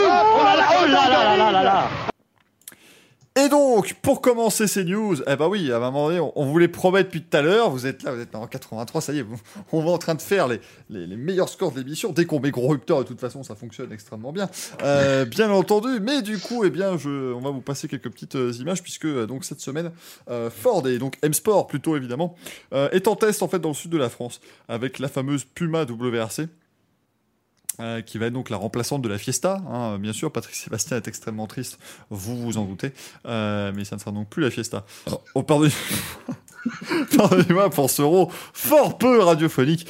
Et donc, pour commencer ces news, eh ben oui, à un moment donné, on vous les promet depuis tout à l'heure, vous êtes là, vous êtes en 83, ça y est, on va en train de faire les meilleurs scores de l'émission. Dès qu'on met Gros Rupteur, de toute façon, ça fonctionne extrêmement bien, bien entendu. Mais du coup, eh bien, on va vous passer quelques petites images, puisque donc cette semaine, Ford, et donc M-Sport plutôt évidemment, est en test en fait dans le sud de la France, avec la fameuse Puma WRC. Qui va être donc la remplaçante de la Fiesta, hein. Bien sûr, Patrick Sébastien est extrêmement triste, vous vous en doutez, mais ça ne sera donc plus la Fiesta. Oh, pardonnez-moi pour ce rot fort peu radiophonique.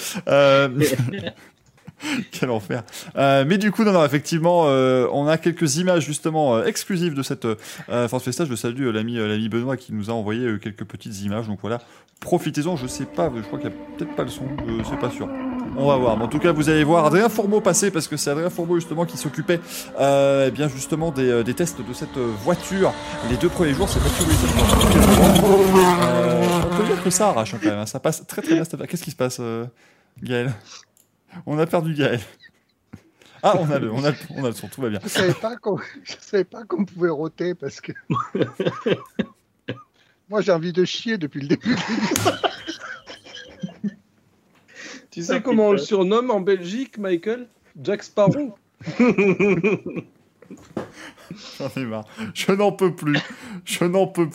Quel enfer. Mais du coup, non, effectivement, on a quelques images justement exclusives de cette Ford Fiesta. Je salue l'ami Benoît qui nous a envoyé quelques petites images. Donc voilà, profitez-en. Je sais pas, je crois qu'il y a peut-être pas le son, c'est pas sûr. On va voir. Mais en tout cas, vous allez voir Adrien Fourmeau passer parce que c'est Adrien Fourmeau justement qui s'occupait bien justement des tests de cette voiture. Les 2 premiers jours, c'est voiture on peut dire que ça arrache hein, quand même. Hein. Ça passe très très bien. Qu'est-ce qui se passe, Gaël? On a perdu Gaël. Ah, on a le son, tout va bien. Je savais pas qu'on pouvait roter parce que moi j'ai envie de chier depuis le début de l'émission. Tu sais comment on le surnomme en Belgique, Michael? Jack Sparrow. J'en ai marre. Je n'en peux plus. C'est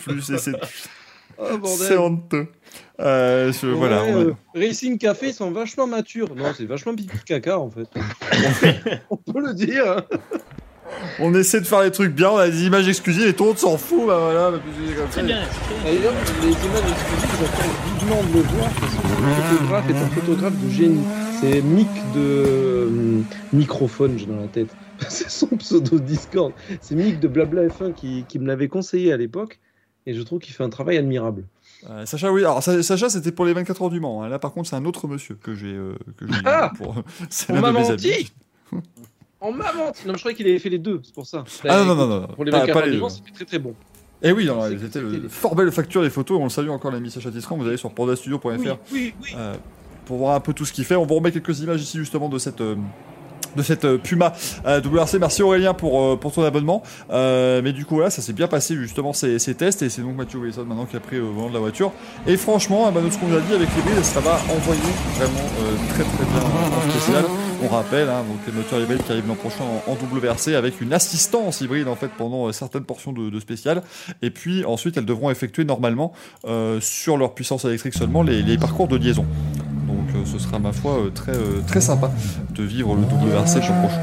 honteux. Voilà. Racing Café, ils sont vachement matures. Non, c'est vachement pipi de caca en fait. On peut le dire. On essaie de faire les trucs bien, on a des images exclusives et tout le monde s'en fout. Bah voilà. Très bien. D'ailleurs, les images exclusives, j'attends vivement de le voir parce que le photographe est un photographe de génie. C'est Mick de microphone, j'ai dans la tête. C'est son pseudo Discord. C'est Mick de Blabla F1 qui me l'avait conseillé à l'époque. Et je trouve qu'il fait un travail admirable. Sacha, oui. Alors, Sacha, c'était pour les 24 heures du Mans. Hein. Là, par contre, c'est un autre monsieur que j'ai on m'a menti. On m'a menti. Non, je croyais qu'il avait fait les 2, c'est pour ça. Ah non. Pour les 24 heures du Mans, c'était très très bon. Et oui, c'était fort belle facture des photos. On le salue encore, l'ami Sacha Tisserand. Vous allez sur pandastudio.fr oui. pour voir un peu tout ce qu'il fait. On vous remet quelques images ici, justement, de cette Puma WRC. Merci Aurélien pour ton abonnement. Mais du coup, voilà, ça s'est bien passé justement ces tests. Et c'est donc Mathieu Wilson maintenant qui a pris le volant de la voiture. Et franchement, ce qu'on nous a dit avec l'hybride, ça va envoyer vraiment très très bien en spécial. On rappelle, donc les moteurs hybrides qui arrivent l'an prochain en WRC avec une assistance hybride en fait pendant certaines portions de spécial. Et puis ensuite, elles devront effectuer normalement sur leur puissance électrique seulement les parcours de liaison. Donc ce sera ma foi très, très sympa de vivre le WRC l'an prochain.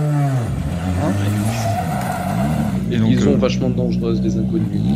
Et donc, ils sont vachement dangereuses, les inconnus.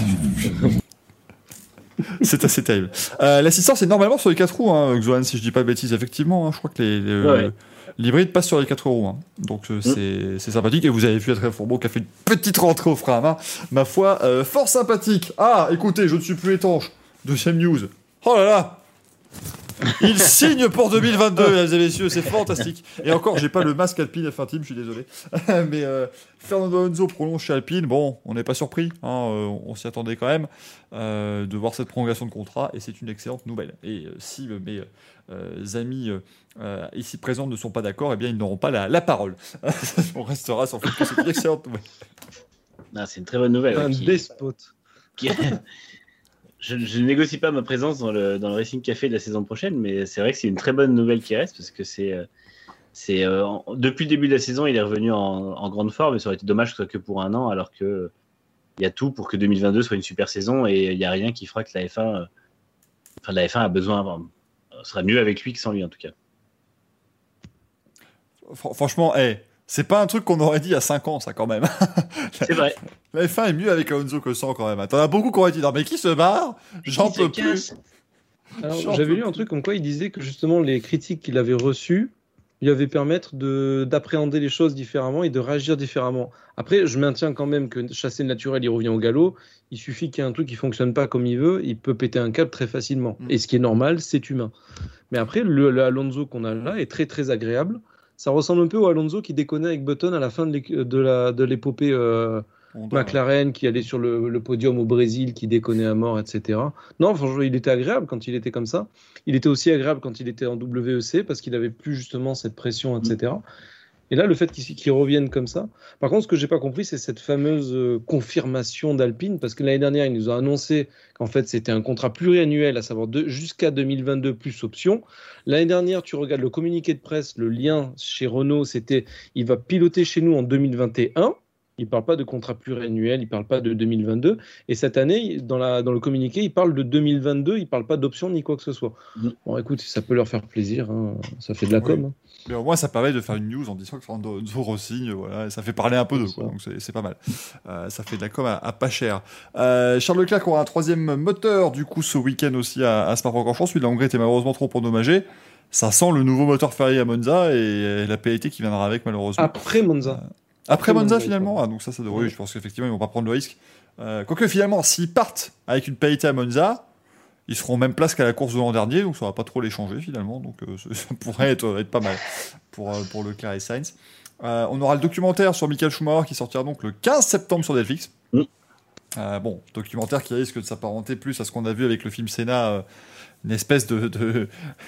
C'est assez terrible. L'assistance est normalement sur les 4 roues, Xoan, si je dis pas de bêtises. Effectivement, je crois que l'hybride passe sur les 4 roues. Donc c'est sympathique. Et vous avez vu Adrien Fourbeau qui a fait une petite rentrée au frein à main. Ma foi, fort sympathique. Ah, écoutez, je ne suis plus étanche. Deuxième news. Oh là là, il signe pour 2022, mesdames et messieurs, c'est fantastique. Et encore, j'ai pas le masque Alpine F1 Team, je suis désolé. Mais Fernando Alonso prolonge chez Alpine. Bon, on n'est pas surpris, on s'y attendait quand même de voir cette prolongation de contrat, et c'est une excellente nouvelle. Et si mes amis ici présents ne sont pas d'accord, eh bien ils n'auront pas la parole. On restera sans fait que c'est une excellente nouvelle. Non, c'est une très bonne nouvelle. Un despote. Je ne négocie pas ma présence dans le Racing Café de la saison prochaine, mais c'est vrai que c'est une très bonne nouvelle qui reste, parce que depuis le début de la saison, il est revenu en grande forme, et ça aurait été dommage que ce soit que pour un an, alors qu'il y a tout pour que 2022 soit une super saison, et il n'y a rien qui fera que la F1 a besoin, sera mieux avec lui que sans lui en tout cas. Franchement, c'est pas un truc qu'on aurait dit il y a 5 ans, ça, quand même. C'est vrai. La F1 est mieux avec Alonso que sans, quand même. T'en as beaucoup qui auraient dit, non, mais qui se barre ? J'en peux plus. Alors, j'avais lu un truc comme quoi il disait que justement les critiques qu'il avait reçues lui avaient permettre d'appréhender les choses différemment et de réagir différemment. Après, je maintiens quand même que chasser le naturel, il revient au galop. Il suffit qu'il y ait un truc qui fonctionne pas comme il veut, il peut péter un câble très facilement. Et ce qui est normal, c'est humain. Mais après, le Alonso qu'on a là est très très agréable. Ça ressemble un peu au Alonso qui déconnait avec Button à la fin de l'épopée McLaren, qui allait sur le podium au Brésil, qui déconnait à mort, etc. Non, franchement, il était agréable quand il était comme ça. Il était aussi agréable quand il était en WEC, parce qu'il avait plus justement cette pression, etc. Et là, le fait qu'ils reviennent comme ça. Par contre, ce que j'ai pas compris, c'est cette fameuse confirmation d'Alpine, parce que l'année dernière, ils nous ont annoncé qu'en fait, c'était un contrat pluriannuel, à savoir jusqu'à 2022 plus option. L'année dernière, tu regardes le communiqué de presse, le lien chez Renault, c'était il va piloter chez nous en 2021. Il ne parle pas de contrat pluriannuel, il ne parle pas de 2022. Et cette année, dans le communiqué, il parle de 2022, il ne parle pas d'option ni quoi que ce soit. Bon, écoute, ça peut leur faire plaisir, ça fait de la com. Hein. Mais au moins, ça permet de faire une news en disant que Fernando Alonso re-signe, voilà, ça fait parler un peu d'eux, quoi, donc c'est pas mal. Ça fait de la com à pas cher. Charles Leclerc aura un 3e moteur, du coup, ce week-end aussi à Spa-Francorchamps. Celui de la Hongrie était malheureusement trop endommagé. Ça sent le nouveau moteur Ferrari à Monza et la PAT qui viendra avec, malheureusement. Après Monza. Après Monza, finalement. Donc ça devrait. Oui, je pense qu'effectivement, ils vont pas prendre le risque. Quoique, finalement, s'ils partent avec une PAT à Monza, ils seront même place qu'à la course de l'an dernier, donc ça va pas trop les changer, finalement. Donc ça pourrait être pas mal pour Leclerc et Sainz. On aura le documentaire sur Michael Schumacher qui sortira donc le 15 septembre sur Netflix. Documentaire qui risque de s'apparenter plus à ce qu'on a vu avec le film Senna, une espèce de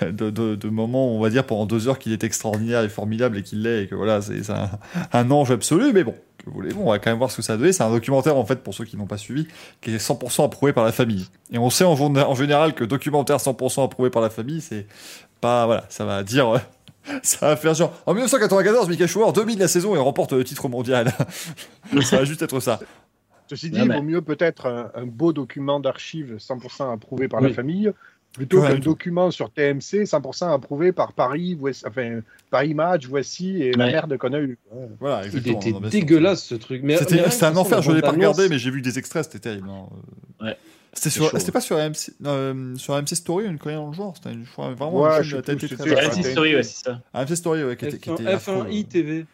moment, on va dire, pendant 2 heures qu'il est extraordinaire et formidable et qu'il l'est, et que voilà, c'est un ange absolu, mais bon, que voulez-vous, on va quand même voir ce que ça a donné. C'est un documentaire, en fait, pour ceux qui n'ont pas suivi, qui est 100% approuvé par la famille. Et on sait en général que documentaire 100% approuvé par la famille, c'est pas, voilà, ça va dire... Ça va faire genre, en 1994, Michael Schumacher domine la saison et remporte le titre mondial. Ça va juste être ça. Ceci dit, il vaut mieux peut-être un beau document d'archives 100% approuvé par la famille, plutôt qu'un document sur TMC 100% approuvé par Paris, Paris Match, Voici et la merde qu'on a eue. Ouais. Voilà, exactement. Il était dégueulasse ce truc. C'était un enfer, je ne l'ai pas regardé, mais j'ai vu des extraits, c'était terrible. Ouais. C'était pas sur AMC, sur AMC Story, une connerie dans le genre. C'était vraiment une chaîne de la tête. AMC Story, ouais, c'est ça. AMC Story, ouais, qui était F1 TV.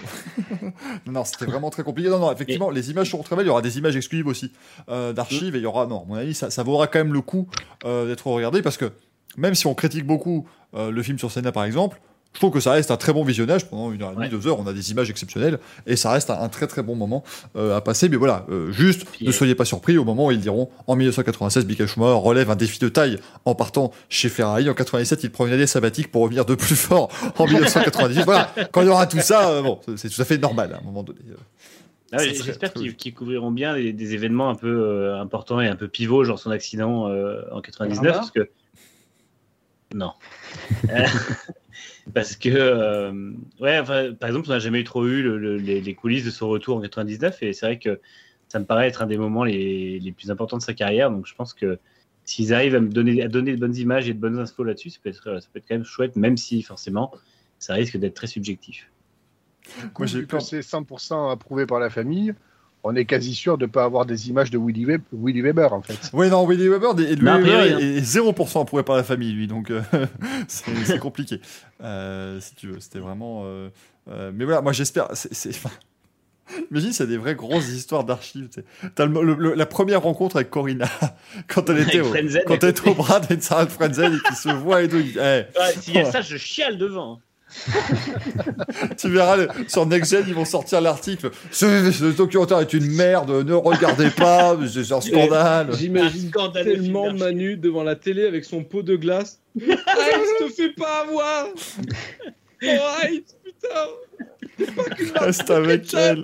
Non, c'était vraiment très compliqué. Non, effectivement, les images seront très belles. Il y aura des images exclusives aussi d'archives, et il y aura, non, à mon avis, ça vaudra quand même le coup d'être regardé, parce que même si on critique beaucoup le film sur Senna, par exemple, Je trouve que ça reste un très bon visionnage. Pendant 1h30, 2 heures, on a des images exceptionnelles et ça reste un très très bon moment à passer. Mais voilà, juste ne soyez pas surpris au moment où ils diront en 1996, Michael Schumacher relève un défi de taille en partant chez Ferrari. En 97, il prend une année sabbatique pour revenir de plus fort en 1998. Voilà, quand il y aura tout ça, bon, c'est tout à fait normal à un moment donné. J'espère qu'ils couvriront bien des événements un peu importants et un peu pivots, genre son accident en 99, parce que non. Parce que, par exemple, on n'a jamais trop eu les coulisses de son retour en 99, et c'est vrai que ça me paraît être un des moments les plus importants de sa carrière. Donc, je pense que s'ils arrivent à donner de bonnes images et de bonnes infos là-dessus, ça peut être quand même chouette, même si forcément, ça risque d'être très subjectif. Moi, j'ai vu que c'est 100% approuvé par la famille. On est quasi sûr de ne pas avoir des images de Willy Weber, en fait. Oui, non, Willy Weber est 0% approuvé par la famille, lui, donc c'est compliqué. Si tu veux, c'était vraiment... mais voilà, moi j'espère... Imagine, c'est des vraies grosses histoires d'archives. T'as la première rencontre avec Corina, quand elle était au bras d'Ed Sarah Frenzel et qui se voit et tout. S'il y a ça, je chiale devant. Tu verras sur Next Gen, ils vont sortir l'article. Ce documentaire est une merde, ne regardez pas, c'est un scandale. J'imagine tellement Manu devant la télé avec son pot de glace. Arrête, te fais pas avoir. Arrête, putain. Reste avec elle.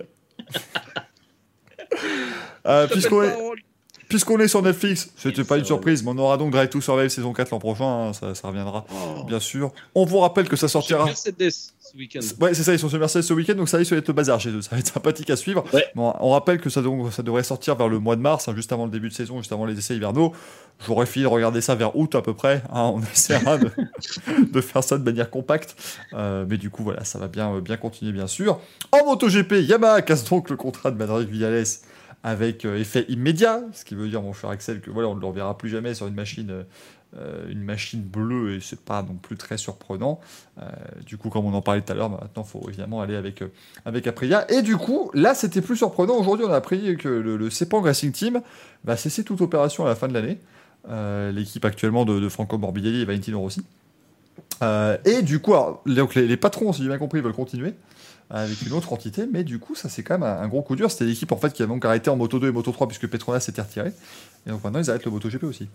Puisqu'on est sur Netflix, c'était pas une surprise, mais on aura donc Drive to Survive saison 4 l'an prochain, hein, ça reviendra, bien sûr. On vous rappelle que ça sortira... Mercedes ce week-end. Ouais, c'est ça, ils sont sur Mercedes ce week-end, donc ça va être le bazar chez eux, ça va être sympathique à suivre. Ouais. Bon, on rappelle que ça devrait sortir vers le mois de mars, hein, juste avant le début de saison, juste avant les essais hivernaux. J'aurais fini de regarder ça vers août à peu près, hein, on essaiera de faire ça de manière compacte. Mais du coup, voilà, ça va bien continuer, bien sûr. En MotoGP, Yamaha casse donc le contrat de Maverick Viñales avec effet immédiat, ce qui veut dire, mon cher Axel, que voilà, on ne le reverra plus jamais sur une machine bleue, et c'est pas non plus très surprenant. Du coup, comme on en parlait tout à l'heure, maintenant il faut évidemment aller avec Aprilia. Et du coup, là, c'était plus surprenant. Aujourd'hui, on a appris que le Sepang Racing Team va cesser toute opération à la fin de l'année. L'équipe actuellement de Franco Morbidelli et Valentino Rossi. Et du coup, alors, donc les patrons, si j'ai bien compris, veulent continuer avec une autre entité, mais du coup ça c'est quand même un gros coup dur. C'était l'équipe en fait qui a donc arrêté en Moto 2 et Moto 3 puisque Petronas s'était retiré, et donc maintenant ils arrêtent le MotoGP aussi.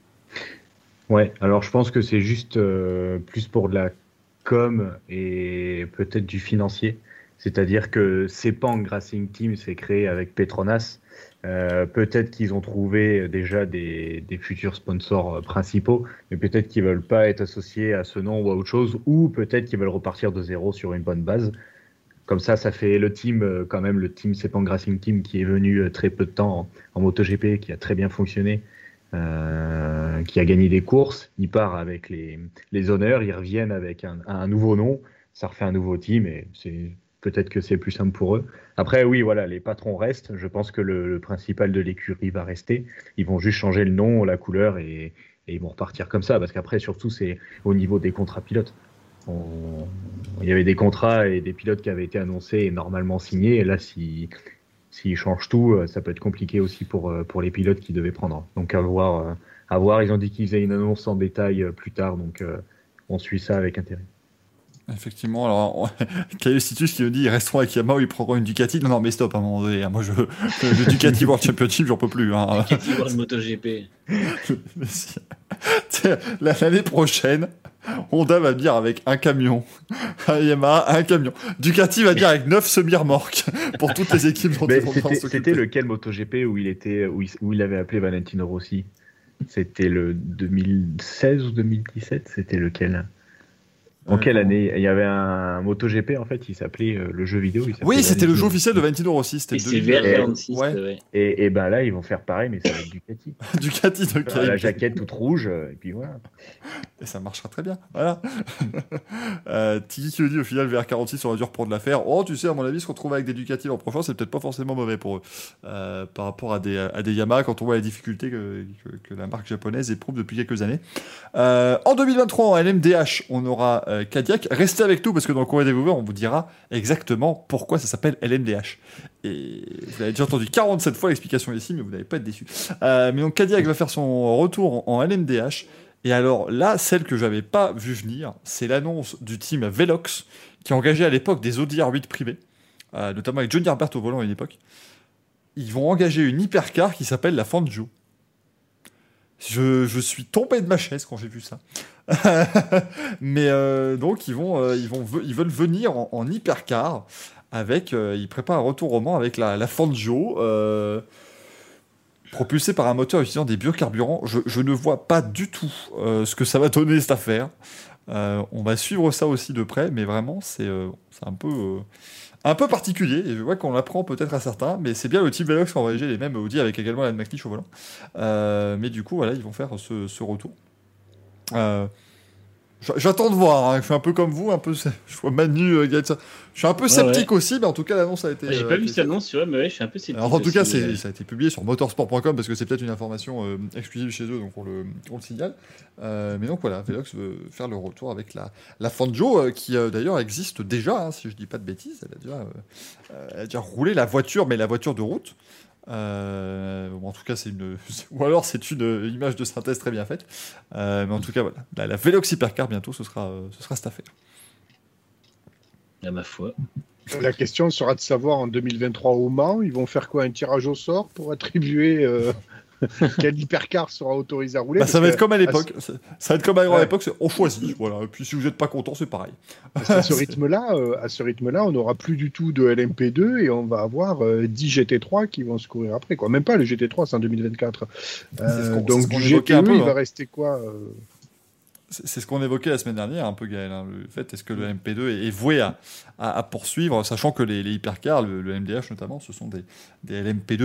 Ouais, alors je pense que c'est juste plus pour de la com et peut-être du financier, c'est-à-dire que Sepang Racing Team s'est créé avec Petronas. Peut-être qu'ils ont trouvé déjà des futurs sponsors principaux, mais peut-être qu'ils veulent pas être associés à ce nom ou à autre chose, ou peut-être qu'ils veulent repartir de zéro sur une bonne base. Comme ça fait le team, quand même, le team Sepang Racing Team qui est venu très peu de temps en MotoGP, qui a très bien fonctionné, qui a gagné des courses. Il part avec les honneurs, ils reviennent avec un nouveau nom, ça refait un nouveau team et peut-être que c'est plus simple pour eux. Après, oui, voilà, les patrons restent. Je pense que le principal de l'écurie va rester. Ils vont juste changer le nom, la couleur et ils vont repartir comme ça. Parce qu'après, surtout, c'est au niveau des contrats pilotes. Il y avait des contrats et des pilotes qui avaient été annoncés et normalement signés. Et là, s'ils changent tout, ça peut être compliqué aussi pour les pilotes qui devaient prendre. Donc, à voir. Ils ont dit qu'ils faisaient une annonce en détail plus tard. Donc, on suit ça avec intérêt. Effectivement, alors Caius Titus qui me dit ils resteront avec Yamaha ou ils prendront une Ducati. Non, mais stop à un moment donné. Moi, le Ducati World Championship, j'en peux plus. Hein. Ducati World MotoGP. L'année prochaine, Honda va venir avec un camion, Yamaha un camion. Ducati va venir avec 9 semi-remorques pour toutes les équipes. C'était lequel MotoGP où il avait appelé Valentino Rossi? C'était le 2016 ou 2017? C'était lequel? En quelle année? Il y avait un MotoGP en fait, il s'appelait le jeu vidéo. Oui, c'était le jeu officiel de Valentino Rossi. C'était c'est VR46. Ouais. Et ben là, ils vont faire pareil, mais ça va être Ducati. Ducati, donc la jaquette toute rouge, et puis voilà. Et ça marchera très bien. Voilà. Tiki qui le dit au final, VR46, on va dû reprendre l'affaire. Oh, tu sais, à mon avis, se retrouver avec des Ducati l'an prochain, c'est peut-être pas forcément mauvais pour eux. Par rapport à des Yamaha, quand on voit les difficultés que la marque japonaise éprouve depuis quelques années. En 2023, en LMDH, on aura Cadillac. Restez avec nous parce que dans le courrier des viewers, on vous dira exactement pourquoi ça s'appelle LMDH. Et vous avez déjà entendu 47 fois l'explication ici, mais vous n'allez pas être déçus. Mais donc Cadillac va faire son retour en LMDH Et alors là, celle que j'avais pas vu venir, c'est l'annonce du team Velox, qui a engagé à l'époque des Audi R8 privés, notamment avec Johnny Herbert au volant à une époque. Ils vont engager une hypercar qui s'appelle la Fangio. Je suis tombé de ma chaise quand j'ai vu ça. Mais donc ils veulent venir en hypercar avec, ils préparent un retour au Mans avec la Fangio, propulsée par un moteur utilisant des biocarburants. Je ne vois pas du tout ce que ça va donner cette affaire. On va suivre ça aussi de près, mais vraiment c'est un peu particulier, et je vois qu'on l'apprend peut-être à certains, mais c'est bien le type Velox qui a engagé les mêmes Audi avec également Alan McNish au volant. Mais du coup, voilà, ils vont faire ce retour. J'attends de voir, hein. Je suis un peu comme vous, je vois Manu, je suis un peu sceptique aussi, mais en tout cas l'annonce a été... J'ai pas vu cette annonce, tu vois, mais ouais, je suis un peu sceptique. Alors, en tout cas, ça a été publié sur motorsport.com parce que c'est peut-être une information exclusive chez eux, donc on le signale. Mais donc voilà, Velox veut faire le retour avec la Fangio, qui d'ailleurs existe déjà, hein, si je dis pas de bêtises. Elle a déjà roulé la voiture, mais la voiture de route. En tout cas, ou alors c'est une image de synthèse très bien faite. Mais en tout cas, voilà, la Velox Hypercar bientôt, ce sera cette affaire. À ma foi. La question sera de savoir en 2023 au Mans, ils vont faire quoi, un tirage au sort pour attribuer quel hypercar sera autorisé à rouler. Ça va être comme à l'époque. Ça va être comme à l'époque, on choisit. Voilà. Et puis si vous n'êtes pas content, c'est pareil. À ce rythme-là, on n'aura plus du tout de LMP2 et on va avoir 10 GT3 qui vont se courir après. Quoi. Même pas le GT3, c'est en 2024. Donc du GT2, il va rester quoi C'est ce qu'on évoquait la semaine dernière, un peu, Gaël. Hein, le fait, est-ce que le MP2 est voué à poursuivre, sachant que les hypercars, le MDH notamment, ce sont des LMP2++,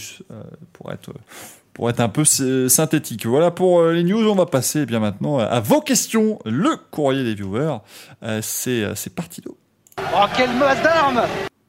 pour être un peu synthétique. Voilà pour les news. On va passer bien maintenant à vos questions. Le courrier des viewers. C'est parti d'eau. Oh, quelle masse d'armes!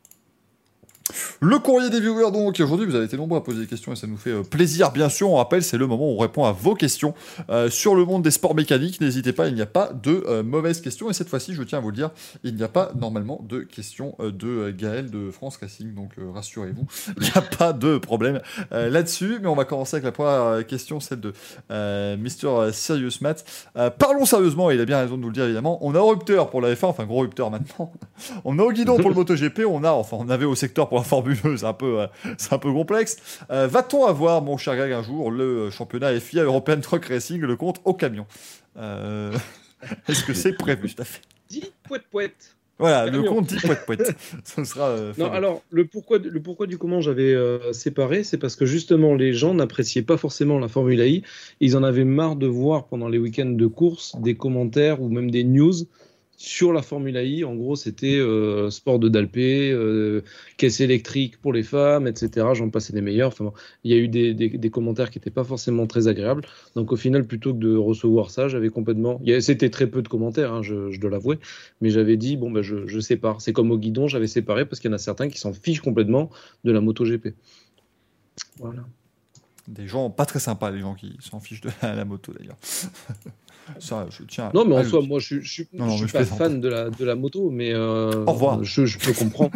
Le courrier des viewers, donc aujourd'hui vous avez été nombreux à poser des questions et ça nous fait plaisir, bien sûr. On rappelle, c'est le moment où on répond à vos questions sur le monde des sports mécaniques. N'hésitez pas, il n'y a pas de mauvaises questions, et cette fois-ci, je tiens à vous le dire, il n'y a pas normalement de questions de Gaël de France Racing, donc rassurez-vous, il n'y a pas de problème là-dessus. Mais on va commencer avec la première question, celle de Mr. Serious Matt. Parlons sérieusement, et il a bien raison de nous le dire évidemment. On a un rupteur pour la F1, enfin gros rupteur maintenant. On a au guidon pour le MotoGP, on avait au secteur pour la Formule 1, c'est un peu complexe. Va-t-on avoir, mon cher Greg, un jour le championnat FIA European Truck Racing, le compte au camion Est-ce que c'est prévu, tout à fait? Dis pouette. Voilà, le compte dit pouette. Ce sera. Non, alors le pourquoi du comment j'avais séparé, c'est parce que justement les gens n'appréciaient pas forcément la Formule I. Ils en avaient marre de voir pendant les week-ends de course des commentaires ou même des news sur la Formule I. En gros, c'était sport de Dalpé, caisse électrique pour les femmes, etc. J'en passais des meilleurs. Enfin, il y a eu des commentaires qui n'étaient pas forcément très agréables. Donc au final, plutôt que de recevoir ça, j'avais complètement... C'était très peu de commentaires, hein, je dois l'avouer. Mais j'avais dit, je sépare. C'est comme au guidon, j'avais séparé parce qu'il y en a certains qui s'en fichent complètement de la MotoGP. Voilà. Des gens pas très sympas, les gens qui s'en fichent de la moto d'ailleurs. Ça, je tiens. Non, mais en soi, moi, je suis pas fan de la moto, mais au revoir. Je peux comprendre.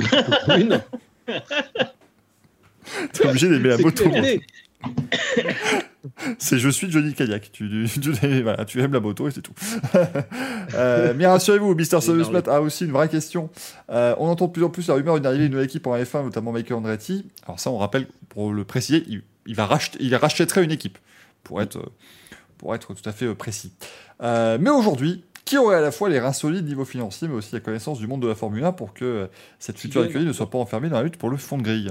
T'es obligé d'aimer la moto. C'est je suis Johnny Kayak. Tu aimes la moto et c'est tout. Mais rassurez-vous, Mr. Serious Matt a aussi une vraie question. On entend de plus en plus la rumeur d'une arrivée d'une nouvelle équipe en F1, notamment Michael Andretti. Alors ça, on rappelle, pour le préciser, il rachèterait une équipe pour être tout à fait précis. Mais aujourd'hui, qui aurait à la fois les reins solides niveau financier, mais aussi la connaissance du monde de la Formule 1 pour que cette future écurie ne soit pas enfermée dans la lutte pour le fond de grille?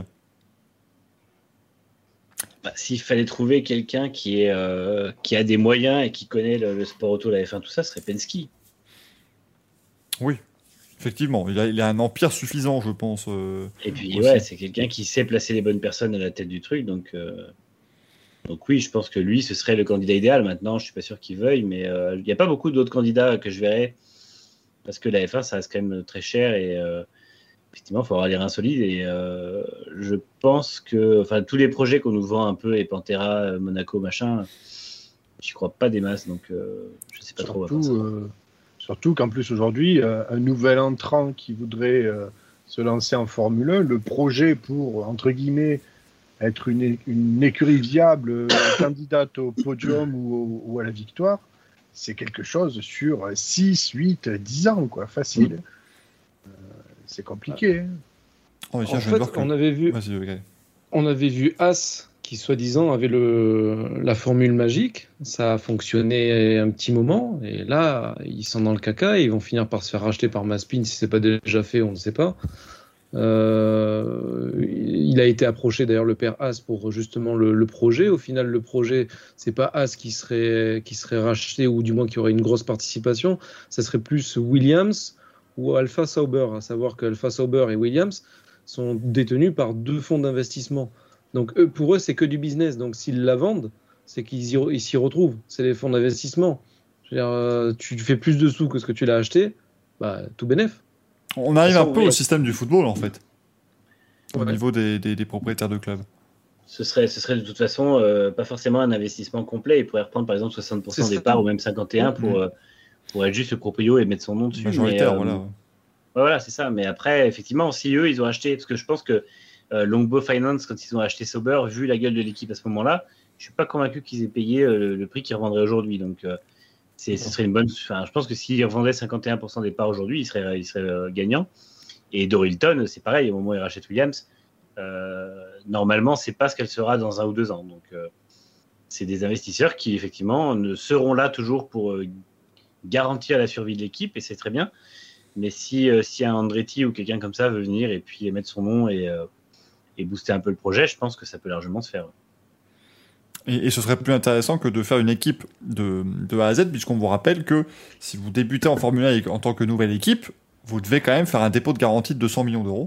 S'il fallait trouver quelqu'un qui a des moyens et qui connaît le sport auto, la F1, tout ça, ce serait Penske. Oui, effectivement. Il a un empire suffisant, je pense. Et puis, c'est quelqu'un qui sait placer les bonnes personnes à la tête du truc, donc oui, je pense que lui, ce serait le candidat idéal. Maintenant, je suis pas sûr qu'il veuille, mais il n'y a pas beaucoup d'autres candidats que je verrais, parce que la F1, ça reste quand même très cher, et effectivement, il faut avoir les reins solides, et je pense que tous les projets qu'on nous vend un peu, et Pantera, Monaco, machin, j'y crois pas des masses, donc je sais pas trop. Surtout qu'en plus, aujourd'hui, un nouvel entrant qui voudrait se lancer en Formule 1, le projet pour, entre guillemets, être une écurie viable candidate au podium ou à la victoire, c'est quelque chose sur 6, 8, 10 ans, quoi, facile. C'est compliqué. Hein. En fait, on avait vu As qui, soi-disant, avait la formule magique. Ça a fonctionné un petit moment. Et là, ils sont dans le caca et ils vont finir par se faire racheter par Maspin. Si c'est pas déjà fait, on ne sait pas. Il a été approché, d'ailleurs, le père As, pour justement le projet. Au final, le projet, c'est pas As qui serait racheté, ou du moins qui aurait une grosse participation. Ça serait plus Williams ou Alpha Sauber. À savoir que Alpha Sauber et Williams sont détenus par 2 fonds d'investissement. Donc pour eux, c'est que du business. Donc s'ils la vendent, c'est qu'ils s'y retrouvent. C'est les fonds d'investissement. Je veux dire, tu fais plus de sous que ce que tu l'as acheté, bah, tout bénef. On arrive un peu au système du football, en fait, au niveau des propriétaires de clubs. Ce serait de toute façon pas forcément un investissement complet. Il pourrait reprendre par exemple 60% des parts ou même 51% pour être juste le proprio et mettre son nom dessus. Majoritaire, voilà. Voilà, c'est ça. Mais après, effectivement, si eux, ils ont acheté, parce que je pense que Longbow Finance, quand ils ont acheté Sauber, vu la gueule de l'équipe à ce moment-là, je suis pas convaincu qu'ils aient payé le prix qu'ils revendraient aujourd'hui. Donc, ce serait une bonne. Enfin, je pense que s'ils revendaient 51% des parts aujourd'hui, ils seraient gagnants. Et Dorilton, c'est pareil. Au moment où ils rachètent Williams, normalement, c'est pas ce qu'elle sera dans 1 ou 2 ans. Donc, c'est des investisseurs qui, effectivement, ne seront là toujours pour garantir la survie de l'équipe, et c'est très bien. Mais si un Andretti ou quelqu'un comme ça veut venir et puis mettre son nom et booster un peu le projet, je pense que ça peut largement se faire. Et ce serait plus intéressant que de faire une équipe de A à Z, puisqu'on vous rappelle que si vous débutez en Formule 1 en tant que nouvelle équipe, vous devez quand même faire un dépôt de garantie de 200 millions d'euros.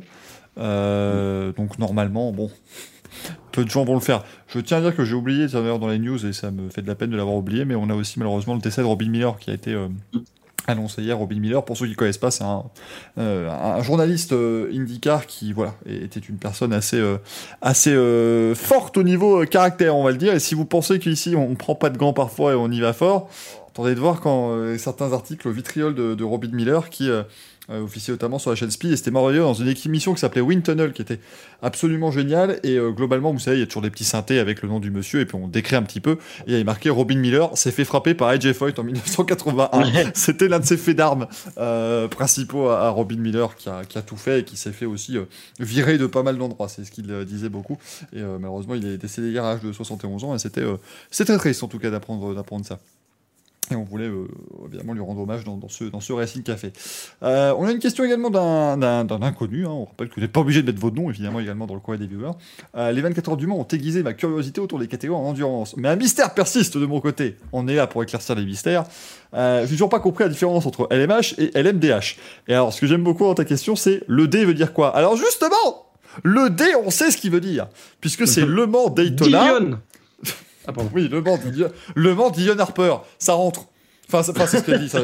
Donc normalement, bon, peu de gens vont le faire. Je tiens à dire que j'ai oublié d'ailleurs dans les news, et ça me fait de la peine de l'avoir oublié, mais on a aussi malheureusement le décès de Robin Miller qui a été annoncé hier. Robin Miller, pour ceux qui ne connaissent pas, c'est un journaliste IndyCar qui était une personne assez forte au niveau caractère, on va le dire. Et si vous pensez qu'ici on ne prend pas de gants parfois et on y va fort, attendez de voir quand certains articles au vitriol de Robin Miller qui officiait notamment sur la chaîne Speed, et c'était merveilleux dans une émission qui s'appelait Wind Tunnel, qui était absolument géniale. Et globalement, vous savez, il y a toujours des petits synthés avec le nom du monsieur, et puis on décrit un petit peu. Et il y avait marqué Robin Miller s'est fait frapper par AJ Foyt en 1981. C'était l'un de ses faits d'armes principaux à Robin Miller, qui a tout fait et qui s'est fait aussi virer de pas mal d'endroits. C'est ce qu'il disait beaucoup. Et malheureusement, il est décédé hier à l'âge de 71 ans, et c'était très triste en tout cas d'apprendre ça. Et on voulait évidemment lui rendre hommage dans ce Racing Café. On a une question également d'un inconnu. On rappelle que vous n'êtes pas obligé de mettre votre nom, évidemment, également dans le courrier des viewers. Les 24 heures du Mans ont aiguisé ma curiosité autour des catégories en endurance. Mais un mystère persiste de mon côté. On est là pour éclaircir les mystères. J'ai toujours pas compris la différence entre LMH et LMDH. Et alors, ce que j'aime beaucoup dans ta question, c'est le D veut dire quoi? Alors justement, le D, on sait ce qu'il veut dire. Puisque c'est Le Mans Daytona. Ah, pardon. Oui, Le Mans Dillon Harper, ça rentre. Enfin, c'est ce qu'elle dit, ça.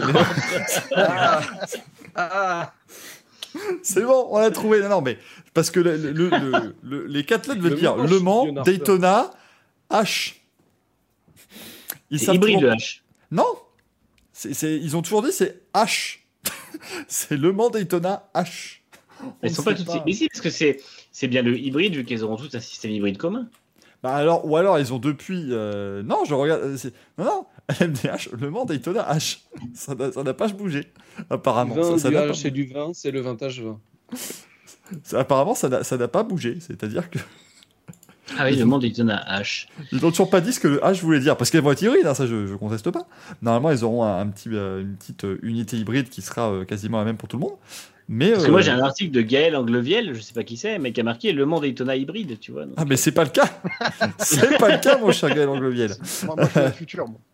C'est bon, on l'a trouvé. Non, mais parce que les 4 lettres veulent dire Le Mans, Daytona, H. C'est hybride de H. Non, ils ont toujours dit c'est H. C'est Le Mans, Daytona, H. Ils sont pas tous. Mais si, parce que c'est bien le hybride, vu qu'ils auront tous un système hybride commun. Bah alors, ou alors ils ont depuis. Non, je regarde. Non, LMDH, Le Mans Daytona H. Ça n'a pas bougé, apparemment. Du H et du vin, c'est le vintage vin. Apparemment, ça n'a pas bougé. C'est-à-dire que. Ah oui, Le Mans Daytona H. Ils n'ont toujours pas dit ce que le H voulait dire. Parce qu'elles vont être hybrides, hein, ça je conteste pas. Normalement, ils auront une petite unité hybride qui sera quasiment la même pour tout le monde. Parce que moi j'ai un article de Gaël Angleviel, je sais pas qui c'est, mais qui a marqué Le Mans Daytona hybride, tu vois. Donc... Ah mais c'est pas le cas. C'est pas le cas, mon cher Gaël Angleviel. Moi je suis le futur, moi.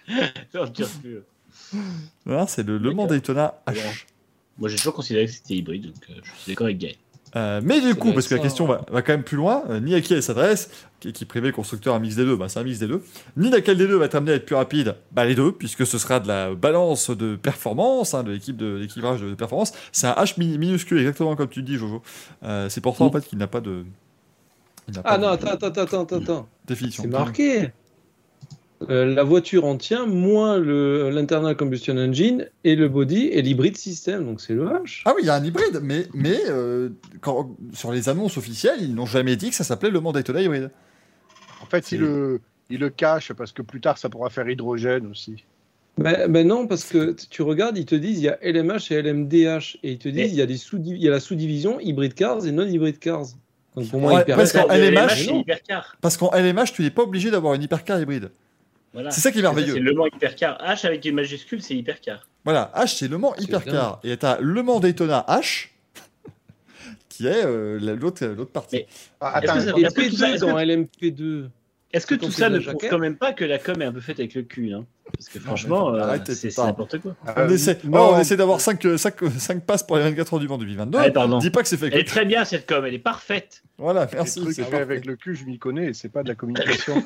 Non, c'est le Mans Daytona H. Moi j'ai toujours considéré que c'était hybride, donc je suis d'accord avec Gaël. Mais du coup, parce que la question va quand même plus loin, ni à qui elle s'adresse, qui prévait constructeur un mix des deux, c'est un mix des deux, ni laquelle des deux va être amené à être plus rapide, les deux, puisque ce sera de la balance de performance, de l'équilibrage de performance. C'est un H minuscule, exactement comme tu dis, Jojo. C'est pour ça en fait qu'il n'a pas de. Attends. Définition. C'est marqué. la voiture en tient, moins l'internal combustion engine et le body et l'hybride système, donc c'est le H. Ah oui, il y a un hybride, mais sur les annonces officielles, ils n'ont jamais dit que ça s'appelait Le Mans Daytona hybride. En fait, il le cache parce que plus tard, ça pourra faire hydrogène aussi. Ben non, parce que tu regardes, ils te disent il y a LMH et LMDH, et ils te disent il y a la sous-division hybride cars et non-hybride cars. Donc pour moi, parce qu'en LMH, hypercar. Parce qu'en LMH, tu n'es pas obligé d'avoir une hypercar hybride. Voilà. C'est ça qui est merveilleux. C'est Le Mans hypercar. H avec une majuscule, c'est hypercar. Voilà, H, c'est Le Mans hypercar. Et tu as Le Mans Daytona H, qui est l'autre partie. Mais, attends, est-ce que tout ça dans LMP2 Est-ce que tout ça ne prouve quand même pas que la com est un peu faite avec le cul, hein? Parce que franchement, c'est n'importe quoi. On essaie d'avoir 5 passes pour les 24 heures du Mans 2022. Allez, pardon. Dis pas que c'est fait avec Elle est très bien cette com, elle est parfaite. Voilà, merci. Les trucs fait avec le cul, je m'y connais, et c'est pas de la communication.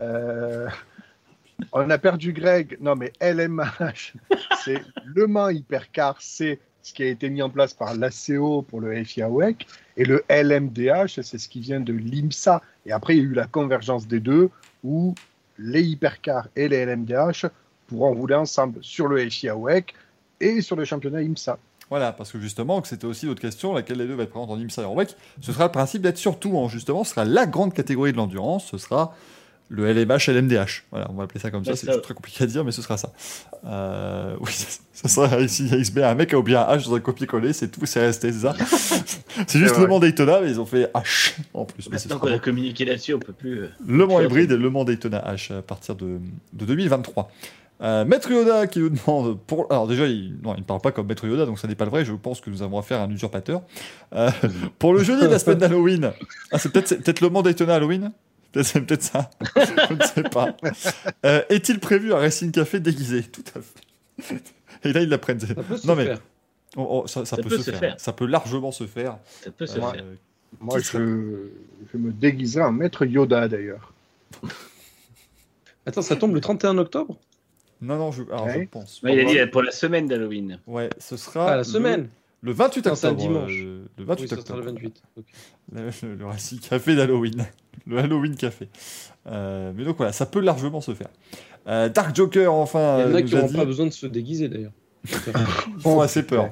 On a perdu Greg. Non, mais LMH, c'est Le Mans Hypercar, c'est ce qui a été mis en place par l'ACO pour le FIA WEC, et le LMDH, c'est ce qui vient de l'IMSA. Et après, il y a eu la convergence des deux, où les hypercars et les LMDH pourront rouler ensemble sur le FIA WEC et sur le championnat IMSA. Voilà, parce que justement, que c'était aussi l'autre question, laquelle des deux va être présente en IMSA et en WEC, ce sera le principe d'être surtout, justement, ce sera la grande catégorie de l'endurance, ce sera le LMH, LMDH. Voilà, on va appeler ça comme ça, c'est très compliqué à dire, mais ce sera ça. Oui, ce sera ici, XB, un mec a oublié un H dans un copier-coller, c'est tout, c'est resté, c'est ça. C'est juste Le Mans Daytona, mais ils ont fait H en plus. Maintenant qu'on a communiqué là-dessus, on peut plus... Le Mans hybride et Le Mans Daytona H à partir de 2023. Maître Yoda qui nous demande... Alors déjà, il ne parle pas comme Maître Yoda, donc ça n'est pas le vrai, je pense que nous avons affaire à un usurpateur. Pour le jeudi de la semaine d'Halloween, c'est peut-être Le Mans Daytona Halloween ? C'est peut-être ça, je ne sais pas. Est-il prévu un Racing Café déguisé ? Tout à fait. Et là, ils l'apprennent. Ça peut se faire. Ça peut se faire. Ça peut largement se faire. Ça peut se faire. Moi, je me déguiserai en Maître Yoda, d'ailleurs. Attends, ça tombe le 31 octobre ? Non, je pense. Il a dit pour la semaine d'Halloween. Ouais, ce sera... la semaine. Le 28 octobre. C'est un dimanche. Le 28 octobre. Ça sera le 28. Okay. Le Racing Café d'Halloween. Le Halloween Café. Mais donc voilà, ça peut largement se faire. Dark Joker, enfin. Il y en a qui n'auront pas besoin de se déguiser d'ailleurs. Bon, assez peur.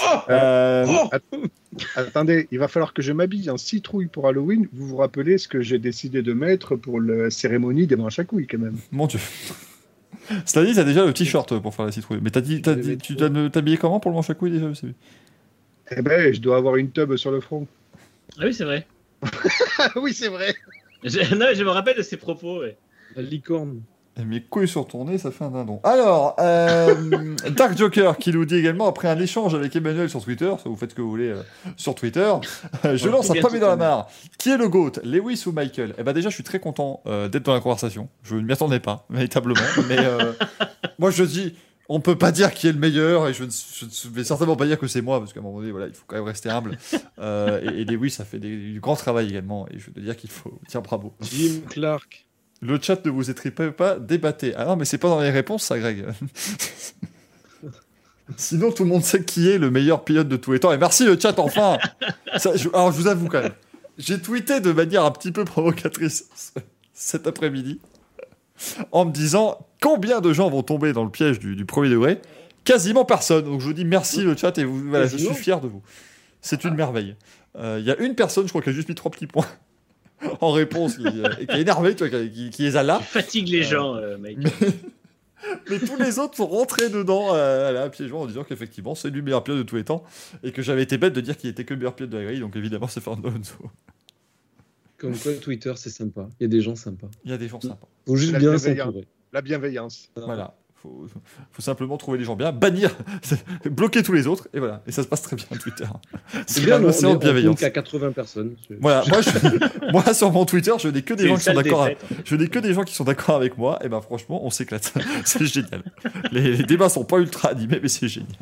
Attendez, il va falloir que je m'habille en citrouille pour Halloween. Vous vous rappelez ce que j'ai décidé de mettre pour la cérémonie des manches à couilles, quand même. Mon Dieu. Cela dit, t'as déjà le t-shirt pour faire la citrouille. Mais tu dois t'habiller comment pour le manche à couilles déjà, je sais. Eh ben, je dois avoir une tub sur le front. Ah oui, c'est vrai. Oui, c'est vrai. Je me rappelle de ses propos. Ouais. La licorne. Et mes couilles sur ton nez, ça fait un dindon. Alors, Dark Joker qui nous dit également, après un échange avec Emmanuel sur Twitter, ça vous faites ce que vous voulez sur Twitter, je lance un pavé dans la mare. Qui est le GOAT, Lewis ou Michael ? Eh ben déjà, je suis très content d'être dans la conversation. Je ne m'y attendais pas, véritablement. Mais moi, je dis, on ne peut pas dire qui est le meilleur, et je ne vais certainement pas dire que c'est moi, parce qu'à un moment donné, voilà, il faut quand même rester humble. Et Lewis a fait du grand travail également, et je veux dire qu'il faut dire bravo. Jim Clark. Le chat ne vous étripe pas, débattez. Ah non, mais c'est pas dans les réponses, ça, Greg. Sinon, tout le monde sait qui est le meilleur pilote de tous les temps. Et merci, le chat, enfin. Alors, je vous avoue quand même, j'ai tweeté de manière un petit peu provocatrice cet après-midi, en me disant combien de gens vont tomber dans le piège du premier degré. Quasiment personne. Donc, je vous dis merci, le chat, et voilà, je suis fier de vous. C'est une merveille. Il y a une personne, je crois, qui a juste mis 3 petits points en réponse, qui est énervé, tu vois, qui les a là. Tu fatigues les gens, Mike. Mais tous les autres sont rentrés dedans à piégeant en disant qu'effectivement c'est lui le meilleur pilote de tous les temps et que j'avais été bête de dire qu'il était que le meilleur pilote de la grille, donc évidemment c'est Fernando Alonso. Comme quoi Twitter c'est sympa, il y a des gens sympas. Il y a des gens sympas. Faut juste bien s'entourer. La bienveillance. Voilà. Faut simplement trouver les gens bien, bannir, bloquer tous les autres, et voilà. Et ça se passe très bien Twitter. C'est bien un océan de bienveillance. On 80 personnes. Voilà. Moi, sur mon Twitter, je n'ai que des gens qui sont d'accord. Je n'ai que des gens qui sont d'accord avec moi. Et ben franchement, on s'éclate. C'est génial. Les débats sont pas ultra animés, mais c'est génial.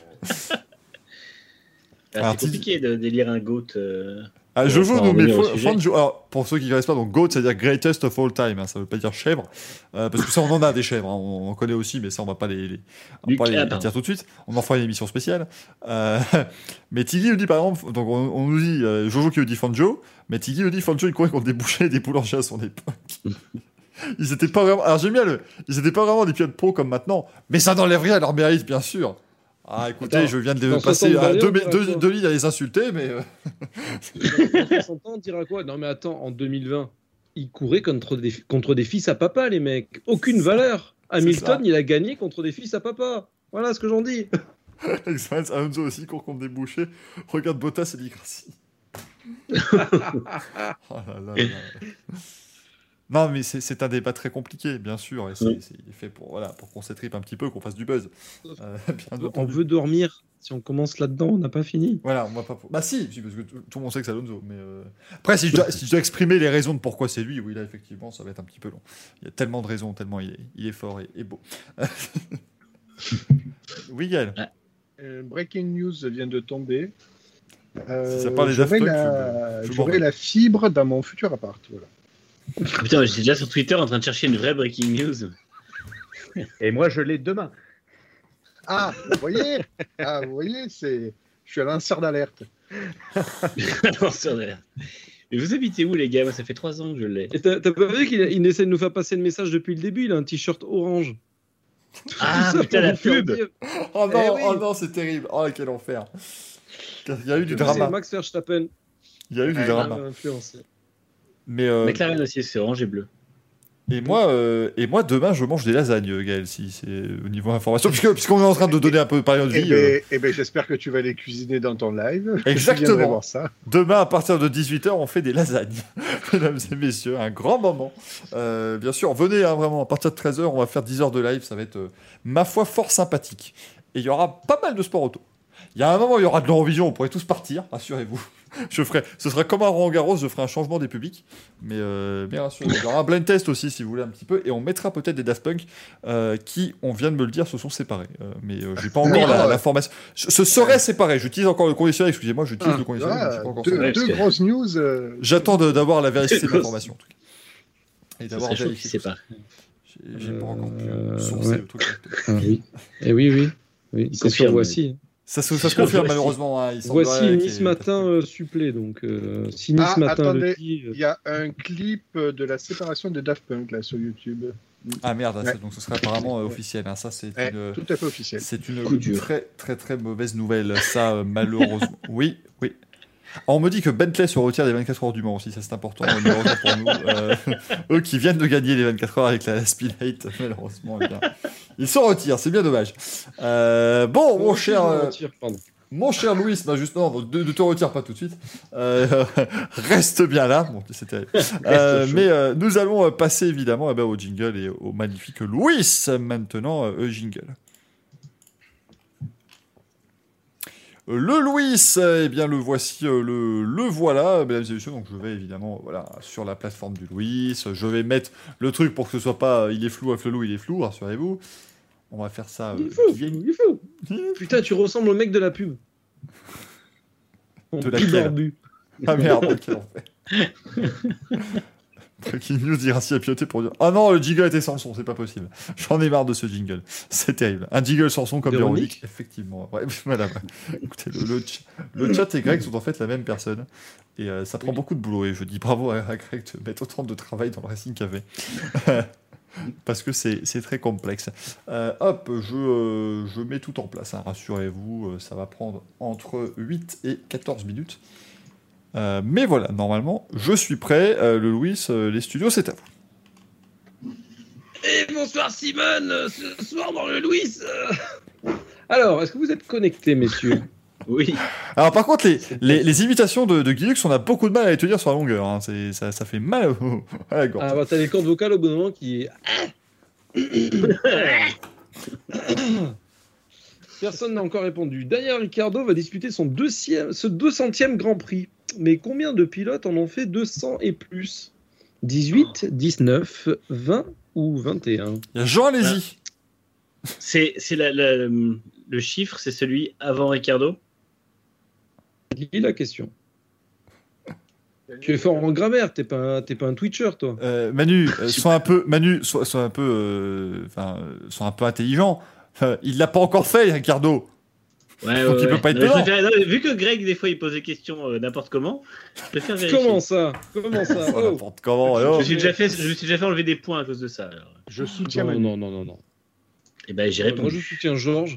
C'est compliqué d'élire un GOAT. Jojo nous met Fanjo. Alors, pour ceux qui ne connaissent pas, donc GOAT, c'est-à-dire Greatest of All Time. Hein, ça ne veut pas dire chèvre. Parce que ça, on en a des chèvres. Hein, on en connaît aussi, mais ça, on ne va pas les dire tout de suite. On en fera une émission spéciale. Mais Tiggy nous dit, par exemple, donc on nous dit Jojo qui nous dit Fanjo, mais Tiggy nous dit Fanjo, il courait contre des bouchers et des boulangers à son époque. Ils étaient pas vraiment. Alors j'aime bien ils étaient pas vraiment des pilotes pro comme maintenant, mais ça n'enlève rien à leur mérite, bien sûr. Ah, écoutez, Attends, je viens de dans passer 60 deux lignes à les insulter, mais. Dans 60 ans, on dira quoi? Non, mais attends, en 2020, ils couraient contre des fils à papa, les mecs. Aucune valeur. Hamilton, il a gagné contre des fils à papa. Voilà ce que j'en dis. Alonso aussi court contre des bouchers. Regarde Bottas et Di Grassi. Oh là là là. Non, mais c'est un débat très compliqué, bien sûr, et c'est fait pour qu'on s'étripe un petit peu, qu'on fasse du buzz. On veut dormir. Si on commence là-dedans, on n'a pas fini. Voilà, on va pas. Bah si, parce que tout le monde sait que c'est Alonso. Mais après, si je dois exprimer les raisons de pourquoi c'est lui, oui, là, effectivement, ça va être un petit peu long. Il y a tellement de raisons, tellement il est fort et beau. Oui, Gaël. Breaking news vient de tomber. Si ça parle des Daft Punk, j'aurai la fibre dans mon futur appart. Voilà. Putain, j'étais déjà sur Twitter en train de chercher une vraie breaking news. Et moi, je l'ai demain. Ah, vous voyez, je suis un lanceur d'alerte. Lanceur d'alerte. Mais vous habitez où, les gars? Moi, ça fait 3 ans que je l'ai. Et t'as pas vu qu'il essaie de nous faire passer le message depuis le début? Il a un t-shirt orange. Ah, putain, la pub. Oh non, oh non, c'est terrible. Oh, quel enfer. Il y a eu du drama. C'est Max Verstappen. Il y a eu du drama. Mais McLaren aussi, c'est orange et bleu. Et moi, demain, je mange des lasagnes, Gaël, si c'est au niveau information, puisqu'on est en train de donner un peu par de vie. Eh ben, j'espère que tu vas les cuisiner dans ton live. Exactement. Voir ça. Demain, à partir de 18h, on fait des lasagnes. Mesdames et messieurs, un grand moment. Bien sûr, venez, vraiment, à partir de 13h, on va faire 10 heures de live. Ça va être, ma foi, fort sympathique. Et il y aura pas mal de sport auto. Il y a un moment où il y aura de l'Eurovision, on pourrait tous partir, rassurez-vous. Ce sera comme un Roland Garros, je ferai un changement des publics, mais rassurez-vous. Il y aura un blind test aussi, si vous voulez un petit peu, et on mettra peut-être des Daft Punk qui, on vient de me le dire, se sont séparés. Mais j'ai pas encore l'information. Ce serait séparé. J'utilise encore le conditionnel. Excusez-moi, j'utilise le conditionnel. Deux grosses news. J'attends d'avoir la véracité de l'information. Et d'avoir vérifié. J'ai pas encore pu sourcer le truc. Oui. Et oui. C'est sur Voici. Ça se confirme malheureusement. Hein, Voici Nice Matin supplé. Donc, si Nice Matin attendez, le dit. Il y a un clip de la séparation de Daft Punk là, sur YouTube. Ah merde, donc ce serait apparemment officiel. Hein. Ça, c'est tout à fait officiel. C'est une très, très, très mauvaise nouvelle. Ça, malheureusement. Oui. On me dit que Bentley se retire des 24 heures du Mans aussi, ça c'est important, malheureusement pour nous. Eux qui viennent de gagner les 24 heures avec la Speedlight, malheureusement, ils se retirent, c'est bien dommage. Bon, mon cher Louis, justement, ne te retire pas tout de suite. Reste bien là. Bon, c'est terrible. Mais nous allons passer évidemment au jingle et au magnifique Louis maintenant, jingle. Le Louis, eh bien le voici, le voilà, mesdames et messieurs. Donc je vais évidemment sur la plateforme du Louis. Je vais mettre le truc pour que ce soit pas, il est flou, Flelou, il est flou, rassurez-vous. On va faire ça. Il est flou. Putain, tu ressembles au mec de la pub. De laquelle? Ah merde, quel enfer. Breaking news, dit Rassi a piloté pour dire: ah non, le jingle était sans son, c'est pas possible. J'en ai marre de ce jingle. C'est terrible. Un jingle sans son comme Véronique. Effectivement. Ouais, madame. Écoutez, le chat et Greg sont en fait la même personne. Et ça prend beaucoup de boulot. Et je dis bravo à Greg de mettre autant de travail dans le Racing Café. Parce que c'est très complexe. Hop, je mets tout en place. Hein, rassurez-vous, ça va prendre entre 8 et 14 minutes. Mais voilà, normalement, je suis prêt. Le Louis, les studios, c'est à vous. Et bonsoir Simone, ce soir dans le Louis. Alors, est-ce que vous êtes connectés, messieurs? Oui. Alors par contre, les imitations de Guilux, on a beaucoup de mal à les tenir sur la longueur. Hein. Ça fait mal à la gorge. Ah bah t'as les cordes vocales au bon moment qui... Personne n'a encore répondu. Daniel Ricciardo va disputer ce 200e Grand Prix. Mais combien de pilotes en ont fait 200 et plus? 18, 19, 20 ou 21? Il y a Jean Alési. C'est le chiffre, c'est celui avant Ricciardo? Lis la question. Tu es fort en grammaire, t'es pas un Twitcher, toi. Manu, sois un peu intelligent. Il l'a pas encore fait, Ricciardo. Ouais, Donc il peut pas être non, dedans. Vu que Greg, des fois, il pose des questions n'importe comment, je préfère vérifier. Comment ça Oh, Oh. n'importe comment. Je alors. me suis déjà fait enlever des points à cause de ça. Alors. Je soutiens Non, Manu. non. Et ben, j'ai Moi, répondu. je soutiens Georges.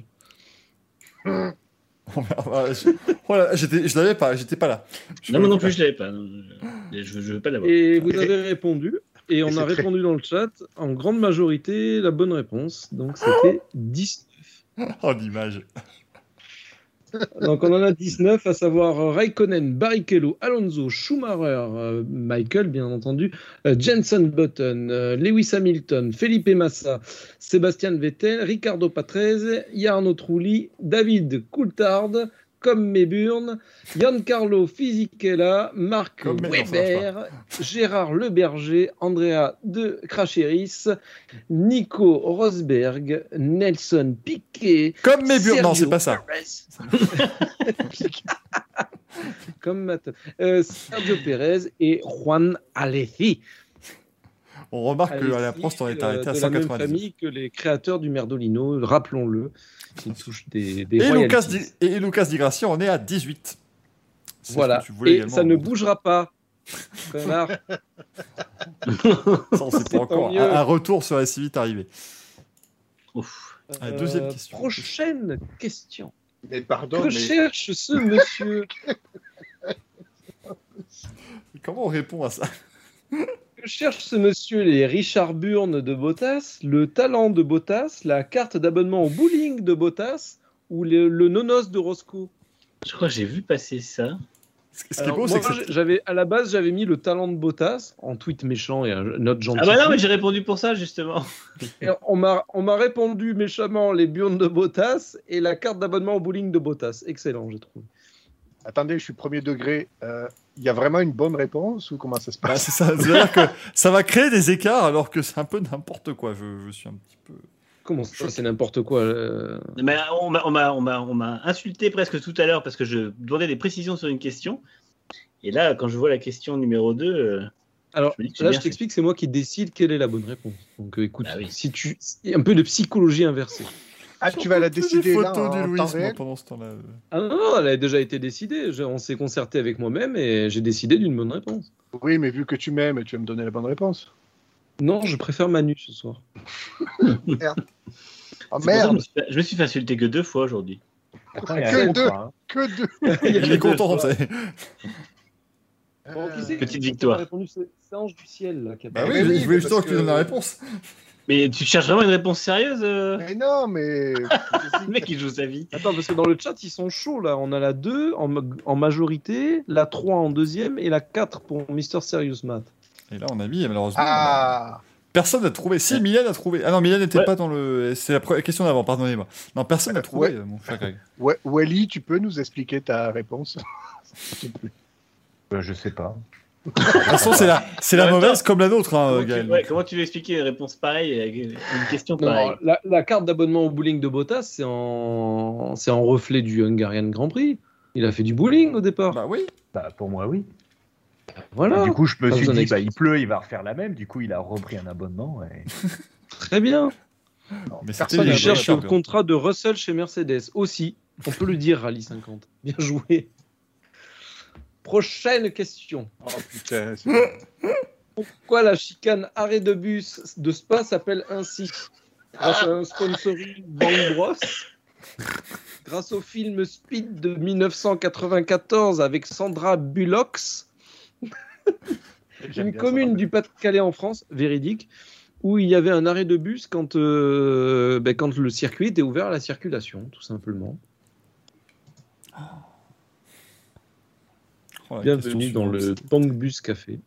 Voilà, je l'avais pas, j'étais pas là. Non, moi non plus, je l'avais pas. Non, je veux pas l'avoir. Et vous avez répondu. Et on c'est a très- répondu dans le chat, en grande majorité, la bonne réponse. Donc c'était 19. Oh, l'image. Donc on en a 19, à savoir Raikkonen, Barrichello, Alonso, Schumacher, Michael bien entendu, Jenson Button, Lewis Hamilton, Felipe Massa, Sébastien Vettel, Ricardo Patrese, Jarno Trulli, David Coulthard, comme Mayburn, Giancarlo Fisichella, Marc Comme May- non, ça Webber, Gérard Leberger, Andrea de Cracheris, Nico Rosberg, Nelson Piquet, Comme mes burnes. Non, Sergio c'est pas ça. Perez. Comme Matt. Sergio Perez et Juan Alesi. On remarque que à la Alesi, Prost, on est arrêté à de la même 190. famille que les créateurs du Merdolino, rappelons-le. Qui touchent des Et royalties. Lucas Di Grassi, on est à 18. C'est Voilà. ce que tu voulais Et également. ça ne bougera pas. Connard. Ça, on sait C'est pas encore. tant mieux. Un retour serait si vite arrivé. Ouf. Allez, deuxième question. Prochaine question. Mais pardon, Que mais cherche ce monsieur Comment on répond à ça? Que cherche ce monsieur? Les Richard Burne de Bottas, le talent de Bottas, la carte d'abonnement au bowling de Bottas ou le nonos de Roscoe? Je crois que j'ai vu passer ça. Ce qui est Alors, beau, moi, c'est que à la base, j'avais mis le talent de Bottas en tweet méchant et un note gentil. Ah bah non, mais j'ai répondu pour ça, justement. Et on m'a répondu méchamment les burnes de Bottas et la carte d'abonnement au bowling de Bottas. Excellent, j'ai trouvé. attendez, je suis premier degré. Il y a vraiment une bonne réponse ou comment ça se Bah, passe? c'est ça. C'est-à-dire que ça va créer des écarts alors que c'est un peu n'importe quoi. Je suis un petit peu. Comment ça, c'est n'importe quoi Mais on m'a insulté presque tout à l'heure parce que je demandais des précisions sur une question. Et là, quand je vois la question numéro 2, Alors je me dis que c'est là, bien je t'explique, c'est moi qui décide quelle est la bonne réponse. Donc écoute, Ah oui. si tu un peu de psychologie inversée. Ah, tu vas la Des décider là photos du en Louis temps réel? pendant ce temps-là. Ah non, elle a déjà été décidée. On s'est concerté avec moi-même et j'ai décidé d'une bonne réponse. Oui, mais vu que tu m'aimes, tu vas me donner la bonne réponse. Non, je préfère Manu ce soir. Oh c'est pour ça merde, que je me suis fait insulter que 2 fois aujourd'hui. Attends, il y a Que un deux. contrat, hein. que deux. Il est content, ça. Bon, qui c'est Petite qui victoire. a répondu? C'est Ange du ciel là, qui a Bah parlé. oui, oui, je voulais parce justement que tu que- donnes la réponse. Mais tu cherches vraiment une réponse sérieuse Mais non, mais Le mec, il joue sa vie. Attends, parce que dans le chat, ils sont chauds là. On a la 2 en majorité, la 3 en deuxième et la 4 pour Mr. Serious Math. Et là, on a mis, malheureusement. ah, Personne n'a trouvé. Si, Mylène a trouvé. Ah non, Mylène n'était Ouais. pas dans le. C'est la question d'avant, pardonnez-moi. Non, personne n'a trouvé, mon cher Greg. ouais, Wally, tu peux nous expliquer ta réponse? Je sais pas. De toute façon, c'est la mauvaise comme la nôtre, hein, Gaël. Comment tu veux expliquer une réponse pareille avec une question Non, pareille? la carte d'abonnement au bowling de Bottas, c'est en reflet du Hungarian Grand Prix. Il a fait du bowling au départ. Bah oui. Bah, pour moi, oui. Voilà. Du coup, je me Pas suis besoin dit, bah, d'expliquer. il pleut, il va refaire la même. Du coup, il a repris un abonnement. Et... Très bien. Mais Personne c'était Il n'a les cherche le Richard. contrat de Russell chez Mercedes aussi. On peut le dire, Rallye 50. Bien joué. Prochaine question. Oh putain, c'est- Pourquoi la chicane arrêt de bus de Spa s'appelle ainsi? Grâce à un sponsoring Bang Bros, grâce au film Speed de 1994 avec Sandra Bullock, j'aime une bien commune ça. du Pas-de-Calais en France, véridique, où il y avait un arrêt de bus quand le circuit était ouvert à la circulation, tout simplement. Oh, la Bienvenue question dans le suivante. Bang Bus Café.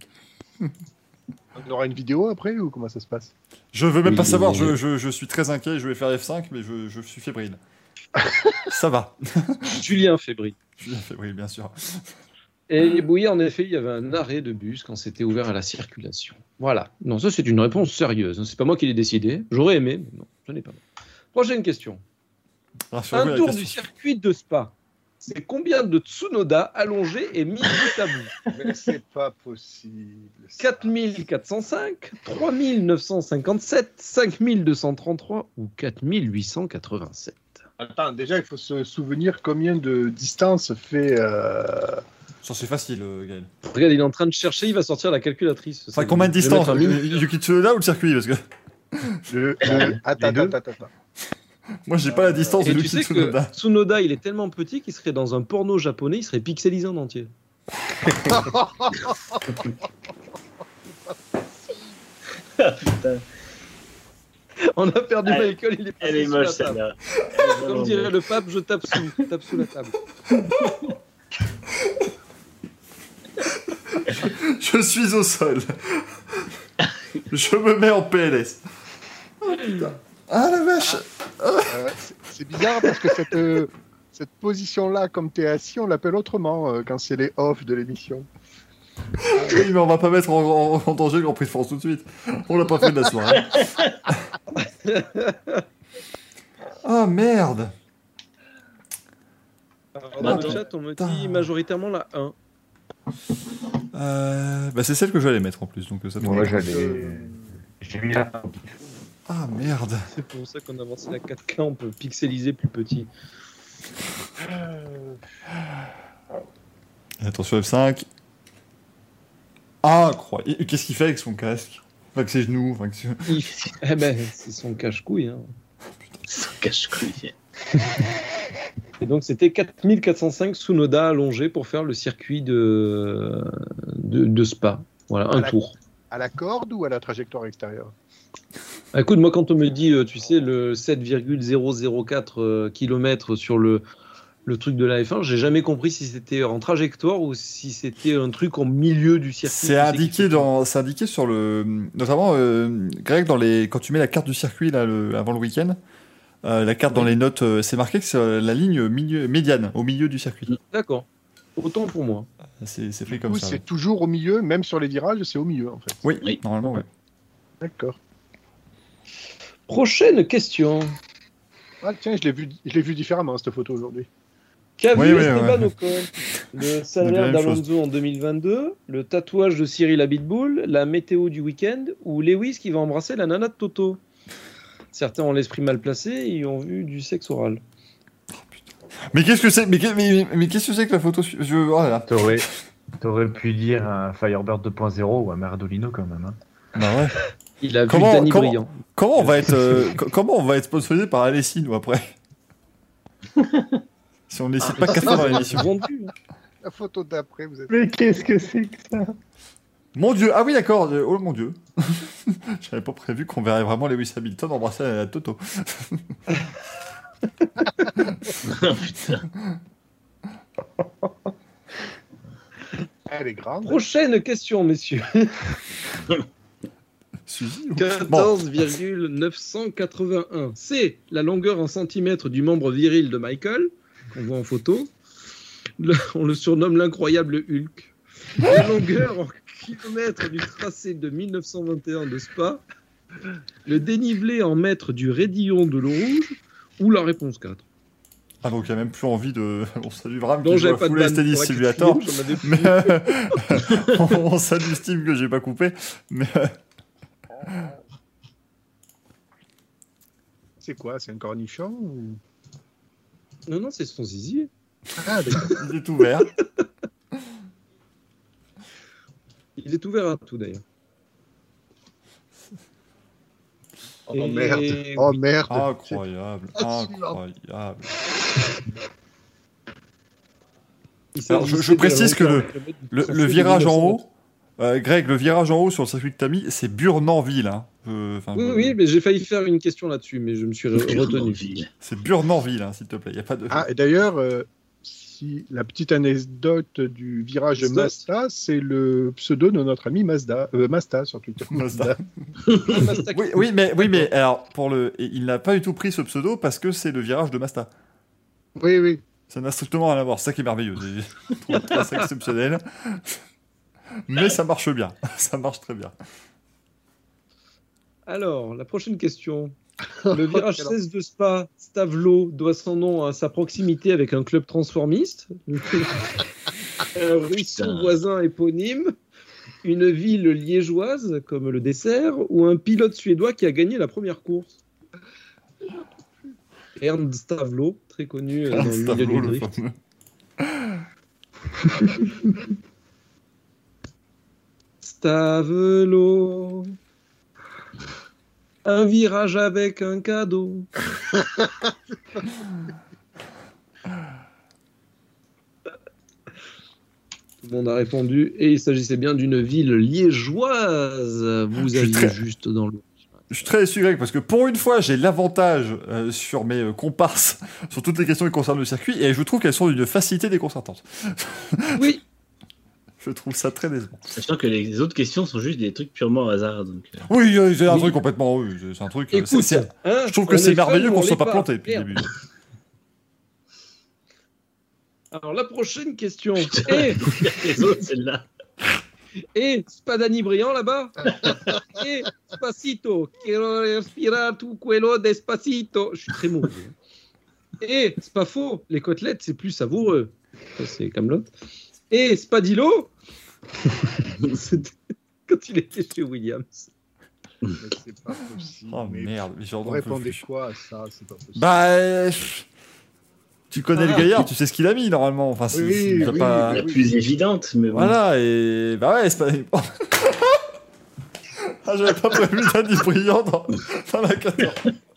On aura une vidéo après ou comment ça se passe? Je veux même Oui, pas savoir, oui. je suis très inquiet, je vais faire F5, mais je suis fébrile. Ça va. Julien Fébry. Je suis fébrile, bien sûr. Et oui, en effet, il y avait un arrêt de bus quand c'était ouvert à la circulation. Voilà. Non, ça, c'est une réponse sérieuse. C'est pas moi qui l'ai décidé. J'aurais aimé, mais non, ce n'est pas moi. Prochaine question. Rassurez-vous, Un la tour question du circuit de Spa. C'est combien de Tsunoda allongés et mis bout à bout? Mais c'est pas possible. 4405, 3957, 5233 ou 4887? Attends, déjà, il faut se souvenir combien de distance fait... Ça, c'est facile, Gaël. Regarde, il est en train de chercher, il va sortir la calculatrice. Enfin, combien de distance Yuki Tsunoda ou le circuit parce que... Attends. Moi, j'ai pas la distance de Et tu Yuki sais Tsunoda. que Tsunoda, il est tellement petit qu'il serait dans un porno japonais, il serait pixelisé en entier. Putain. On a perdu Michael, il est passé Elle est sous moche la table. celle-là. Comme dirait le pape, je tape sous la table. Je suis au sol. Je me mets en PLS. Oh putain. Ah la vache. C'est bizarre parce que cette position-là, comme t'es assis, on l'appelle autrement quand c'est les off de l'émission. Oui, mais on va pas mettre en danger le Grand Prix de France tout de suite. On l'a pas fait de la soirée. Ah merde. Alors, dans le chat, on me dit majoritairement la 1. Bah c'est celle que j'allais mettre en plus, donc ça tombe. Moi, j'ai mis la... Ah merde. C'est pour ça qu'on avance la 4K, on peut pixeliser plus petit. Attention F5. Ah, incroyable. Qu'est-ce qu'il fait avec son casque? Enfin, avec ses genoux. Enfin, Eh ben, c'est son cache-couille. Hein. Son cache-couille. Et donc, c'était 4405 Tsunoda allongé pour faire le circuit de Spa. Voilà, un tour. À la corde ou à la trajectoire extérieure? Écoute, moi, quand on me dit, tu sais, le 7,004 km sur le truc de la F1, j'ai jamais compris si c'était en trajectoire ou si c'était un truc en milieu du circuit. C'est indiqué sur le, notamment Greg, quand tu mets la carte du circuit là, avant le week-end, la carte dans les notes, c'est marqué que c'est la ligne médiane au milieu du circuit. D'accord. Autant pour moi. C'est fait Du comme coup, ça. c'est Ouais. toujours au milieu, même sur les virages, c'est au milieu en fait. Oui, normalement, ouais. D'accord. Prochaine question. Ah tiens, je l'ai vu différemment cette photo aujourd'hui. Qu'a Oui, vu oui, Esteban ouais. Ocon? Le On salaire a dit la même d'Alonso en 2022, le tatouage de Cyril Abitboul, la météo du week-end ou Lewis qui va embrasser la nana de Toto? Certains ont l'esprit mal placé et ont vu du sexe oral. Mais qu'est-ce que c'est? Mais qu'est-ce que c'est que la photo? Oh là là. T'aurais pu dire un Firebird 2.0 ou un Merdolino quand même. Hein. Bah ouais. Il a vu Danny Briand. Comment on va être sponsorisé par Alessi, nous, après? Si on ne les cite pas 4 fois dans l'émission. Vendu. La photo d'après, vous êtes... Mais qu'est-ce que c'est que ça? Mon Dieu, ah oui d'accord, oh mon Dieu. J'avais pas prévu qu'on verrait vraiment Lewis Hamilton embrasser la Toto. Putain. Elle est grande. Prochaine question, messieurs. Suzy, 14,981. C'est la longueur en centimètres du membre viril de Michael, qu'on voit en photo. On le surnomme l'incroyable Hulk. La longueur en kilomètres du tracé de 1921 de Spa. Le dénivelé en mètres du raidillon de l'eau rouge. Ou la réponse 4. Ah donc il n'y a même plus envie de... On salue Bram Non, qui joue j'avais à pas de Full vanne Tennis pour la Simulator. quatrième, j'en avais Mais on salue Steam que j'ai pas coupé. Mais C'est quoi? C'est un cornichon ou... Non, c'est son zizi. Ah, d'accord. il est ouvert. Il est ouvert à tout, d'ailleurs. Oh merde. Oh merde. Incroyable. Ah, Incroyable. Il Alors, je s'agissait précise de que la longueur le du tracé virage de en 1920. haut, Greg, le virage en haut sur le circuit que t'as mis, c'est Burnanville. Hein. Oui, mais j'ai failli faire une question là-dessus, mais je me suis retenu. C'est Burnanville, hein, s'il te plaît. Y a pas de... Ah, et d'ailleurs, si la petite anecdote du virage Mazda, c'est le pseudo de notre ami Mazda sur Twitter. Mazda. oui, mais alors, il n'a pas du tout pris ce pseudo parce que c'est le virage de Mazda. Oui. Ça n'a strictement rien à voir. C'est ça qui est merveilleux. C'est exceptionnel. Mais ça marche bien. Ça marche très bien. Alors, la prochaine question. Le virage 16 de Spa, Stavelot, doit son nom à sa proximité avec un club transformiste, un ruisseau voisin éponyme, une ville liégeoise comme le dessert, ou un pilote suédois qui a gagné la première course. Ernst Stavlo, très connu dans le milieu du drift. Stavlo, un virage avec un cadeau. Tout le monde a répondu et il s'agissait bien d'une ville liégeoise. Vous aviez juste dans le... Je suis très déçu, Greg, parce que pour une fois, j'ai l'avantage sur mes comparses, sur toutes les questions qui concernent le circuit, et je trouve qu'elles sont d'une facilité déconcertante. Oui. Je trouve ça très décevant. Sachant que les autres questions sont juste des trucs purement au hasard. Donc... Oui, c'est un truc complètement... Oui, c'est un truc... Écoute, je trouve que c'est merveilleux qu'on ne soit pas planté depuis le début. Alors, la prochaine question. Les autres, celle-là. Et c'est pas Danny Briand là-bas. Et Despacito, quiero respirar tu cuello despacito. Je suis très mauvais. Et c'est pas faux, les côtelettes c'est plus savoureux. Ça, c'est Kaamelott. Et Spadilo, c'était quand il était chez Williams. Mais c'est pas possible. Oh merde, vous répondez quoi à ça? C'est pas possible. Bah... Tu connais le gaillard, tu sais ce qu'il a mis normalement. Enfin, pas... La plus évidente, mais bon. Voilà, et bah ouais, c'est pas. Ah, j'avais pas prévu Danny Briand dans la 14.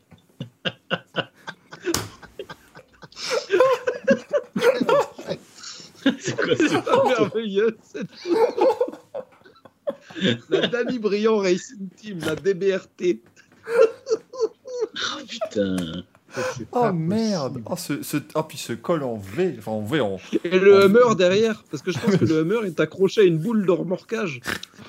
C'est quoi C'est pas merveilleux cette photo. La Danny Briand Racing Team, la DBRT. Oh putain. Oh merde! Puis ce col en V, enfin en V en. Et le Hummer derrière, parce que je pense que le Hummer est accroché à une boule de remorquage.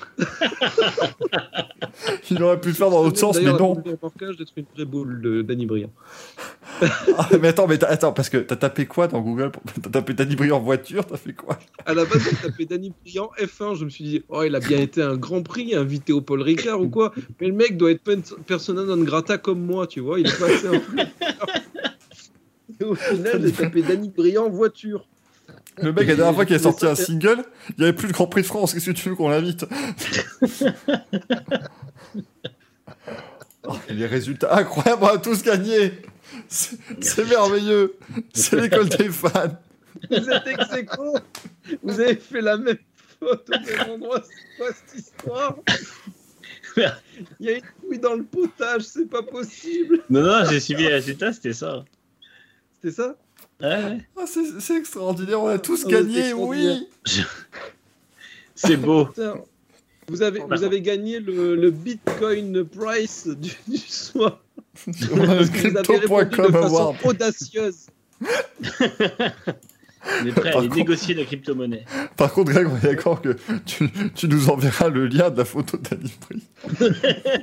Il aurait pu le faire dans l'autre sens, mais non. La boule de remorquage d'être une vraie boule de Danny Briand. Mais attends, parce que t'as tapé quoi dans Google? T'as tapé Danny Briand voiture, t'as fait quoi? À la base, j'ai tapé Danny Briand F1, je me suis dit, oh, il a bien été un Grand Prix, invité au Paul Ricard ou quoi, mais le mec doit être persona non grata comme moi, tu vois, il est passé un peu. Et au final, j'ai tapé Danny Briand voiture. Le mec, la dernière fois qu'il a sorti un single, il n'y avait plus de Grand Prix de France, qu'est-ce que tu veux qu'on l'invite? Oh, les résultats incroyables, on a tous gagné. C'est merveilleux. C'est l'école des fans. Vous êtes ex-aequo. Vous avez fait la même faute au même endroit. C'est quoi cette histoire? Il y a une couille dans le potage, c'est pas possible. Non, j'ai suivi les résultats, c'était ça. C'était ça? Ouais. Oh, c'est extraordinaire, on a tous gagné, oui. C'est beau. Putain. Vous avez gagné le Bitcoin price du soir. Parce que vous avez répondu de façon audacieuse. On est prêt à aller négocier la crypto-monnaie. Par contre, Greg, on est d'accord que tu nous enverras le lien de la photo de Danny Briand.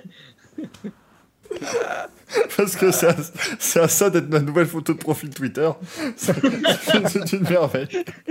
Parce que c'est à ça d'être ma nouvelle photo de profil Twitter. C'est une merveille.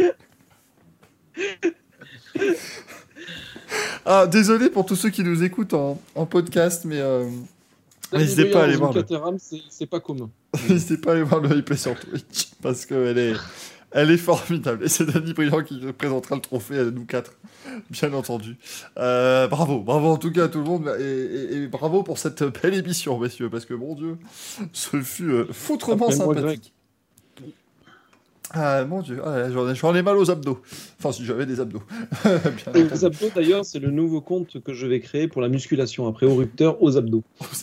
Ah, désolé pour tous ceux qui nous écoutent en podcast, mais n'hésitez pas à aller voir. C'est pas commun. N'hésitez pas à aller voir le replay sur Twitch parce qu'elle est formidable. Et c'est Danny Briand qui présentera le trophée à nous 4, bien entendu. Bravo en tout cas à tout le monde et bravo pour cette belle émission, messieurs, parce que mon Dieu, ce fut foutrement sympathique. Ah mon Dieu, j'en ai mal aux abdos. Enfin, si j'avais des abdos. Les abdos, d'ailleurs, c'est le nouveau compte que je vais créer pour la musculation. Après, au rupteur, aux abdos.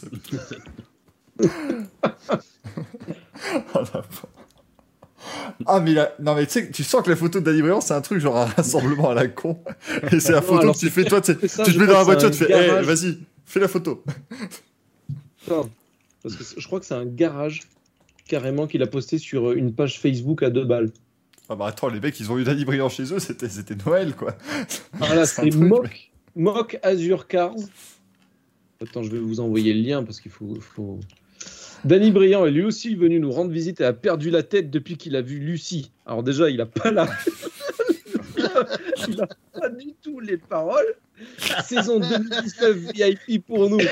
Ah, mais non, mais tu sais, tu sens que la photo de Danny Briand, c'est un truc genre un rassemblement à la con. Et c'est la photo que tu fais, toi, tu te mets dans la voiture, tu fais, hey, vas-y, fais la photo. Non, parce que je crois que c'est un garage. Carrément qu'il a posté sur une page Facebook à 2 balles. Ah bah attends, les mecs, ils ont eu Danny Briand chez eux, c'était Noël, quoi. Voilà, c'est Mock Azure Cars. Attends, je vais vous envoyer le lien parce qu'il faut... Danny Briand est lui aussi venu nous rendre visite et a perdu la tête depuis qu'il a vu Lucie. Alors déjà, il a pas il a pas du tout les paroles. Saison 2019 VIP pour nous.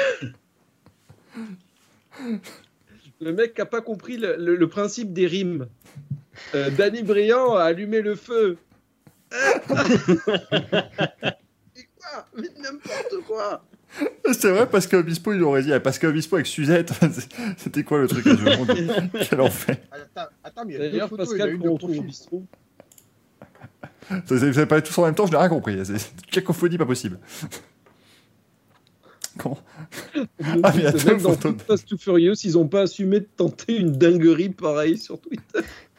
Le mec n'a pas compris le principe des rimes. Danny Briand a allumé le feu. Mais quoi? Mais n'importe quoi. C'est vrai, Pascal Obispo, il aurait dit. Pascal Obispo avec Suzette, c'était quoi le truc à jouer? Quel enfer. Attends, mais D'ailleurs, Pascal, qu'on retrouve au bistrot. Vous avez parlé tous en même temps, je n'ai rien compris. C'est une cacophonie pas possible. Comment? Ah, mais même dans Fast to Furious, ils n'ont pas assumé de tenter une dinguerie pareille sur Twitter.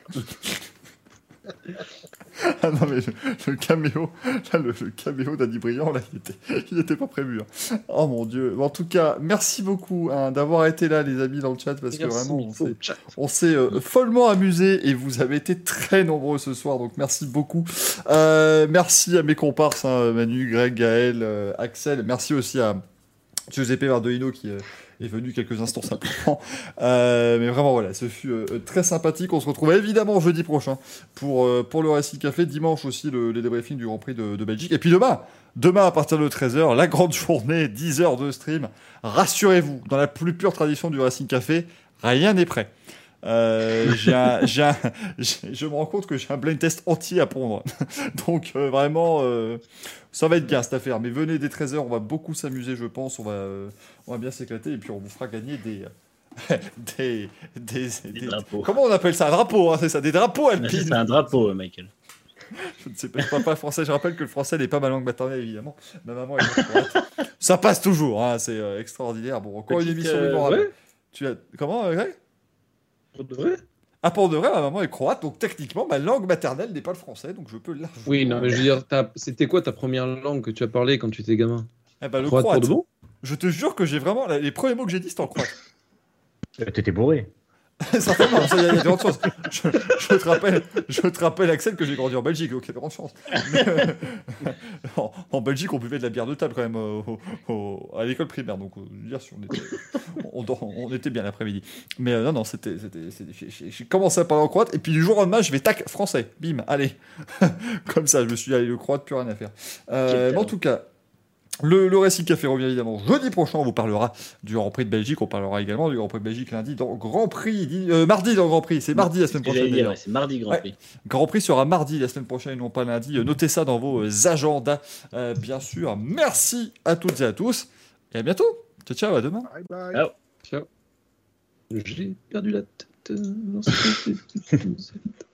Ah non, mais le caméo, là, le caméo d'Annie Briand, là, il était pas prévu. Hein. Oh mon Dieu. En tout cas, merci beaucoup d'avoir été là, les amis, dans le chat, parce que vraiment, on s'est follement amusé et vous avez été très nombreux ce soir, donc merci beaucoup. Merci à mes comparses, Manu, Greg, Gaël, Axel. Merci aussi à Giuseppe Vardoino qui est venu quelques instants simplement. Mais vraiment, voilà, ce fut très sympathique. On se retrouve évidemment jeudi prochain pour le Racing Café. Dimanche aussi, les débriefings du Grand Prix de Belgique. Et puis demain à partir de 13h, la grande journée, 10 heures de stream. Rassurez-vous, dans la plus pure tradition du Racing Café, rien n'est prêt. Je me rends compte que j'ai un blind test entier à pondre. Donc vraiment, ça va être bien cette affaire. Mais venez dès 13h, on va beaucoup s'amuser, je pense. On va bien s'éclater et puis on vous fera gagner des drapeaux. Comment on appelle ça? Un drapeau, hein, c'est ça, des drapeaux alpines. C'est un drapeau, Michael. Je ne sais pas français. Je rappelle que le français n'est pas ma langue maternelle, évidemment. Ma maman est croate. Ça passe toujours, hein, c'est extraordinaire. Bon, encore une émission mémorable. Ouais. Comment, Greg? Pour de vrai? Ah, pour de vrai, ma maman est croate, donc techniquement, ma langue maternelle n'est pas le français, donc je peux largement... Oui, non, mais je veux dire, c'était quoi ta première langue que tu as parlé quand tu étais gamin? Eh ben, le croate. Pour de bon? Je te jure que j'ai vraiment... Les premiers mots que j'ai dit, c'était en croate. T'étais bourré. Certainement, il y a de grandes chances. Je te rappelle, Axel, que j'ai grandi en Belgique, donc il y a de grandes chances. Mais, en Belgique, on buvait de la bière de table quand même à l'école primaire, donc dire si on était bien l'après-midi. Mais non, c'était j'ai commencé à parler en croate, et puis du jour au lendemain, je vais tac, français, bim, allez. Comme ça, je me suis allé le croate, plus rien à faire. Mais en tout cas, le Racing Café revient évidemment jeudi prochain. On vous parlera du Grand Prix de Belgique. On parlera également du Grand Prix de Belgique lundi dans Grand Prix. Mardi dans Grand Prix. C'est mardi la semaine prochaine. C'est mardi Grand Prix. Grand Prix sera mardi la semaine prochaine, non pas lundi. Notez ça dans vos agendas, bien sûr. Merci à toutes et à tous. Et à bientôt. Ciao, ciao, à demain. Bye bye. Ciao. J'ai perdu la tête.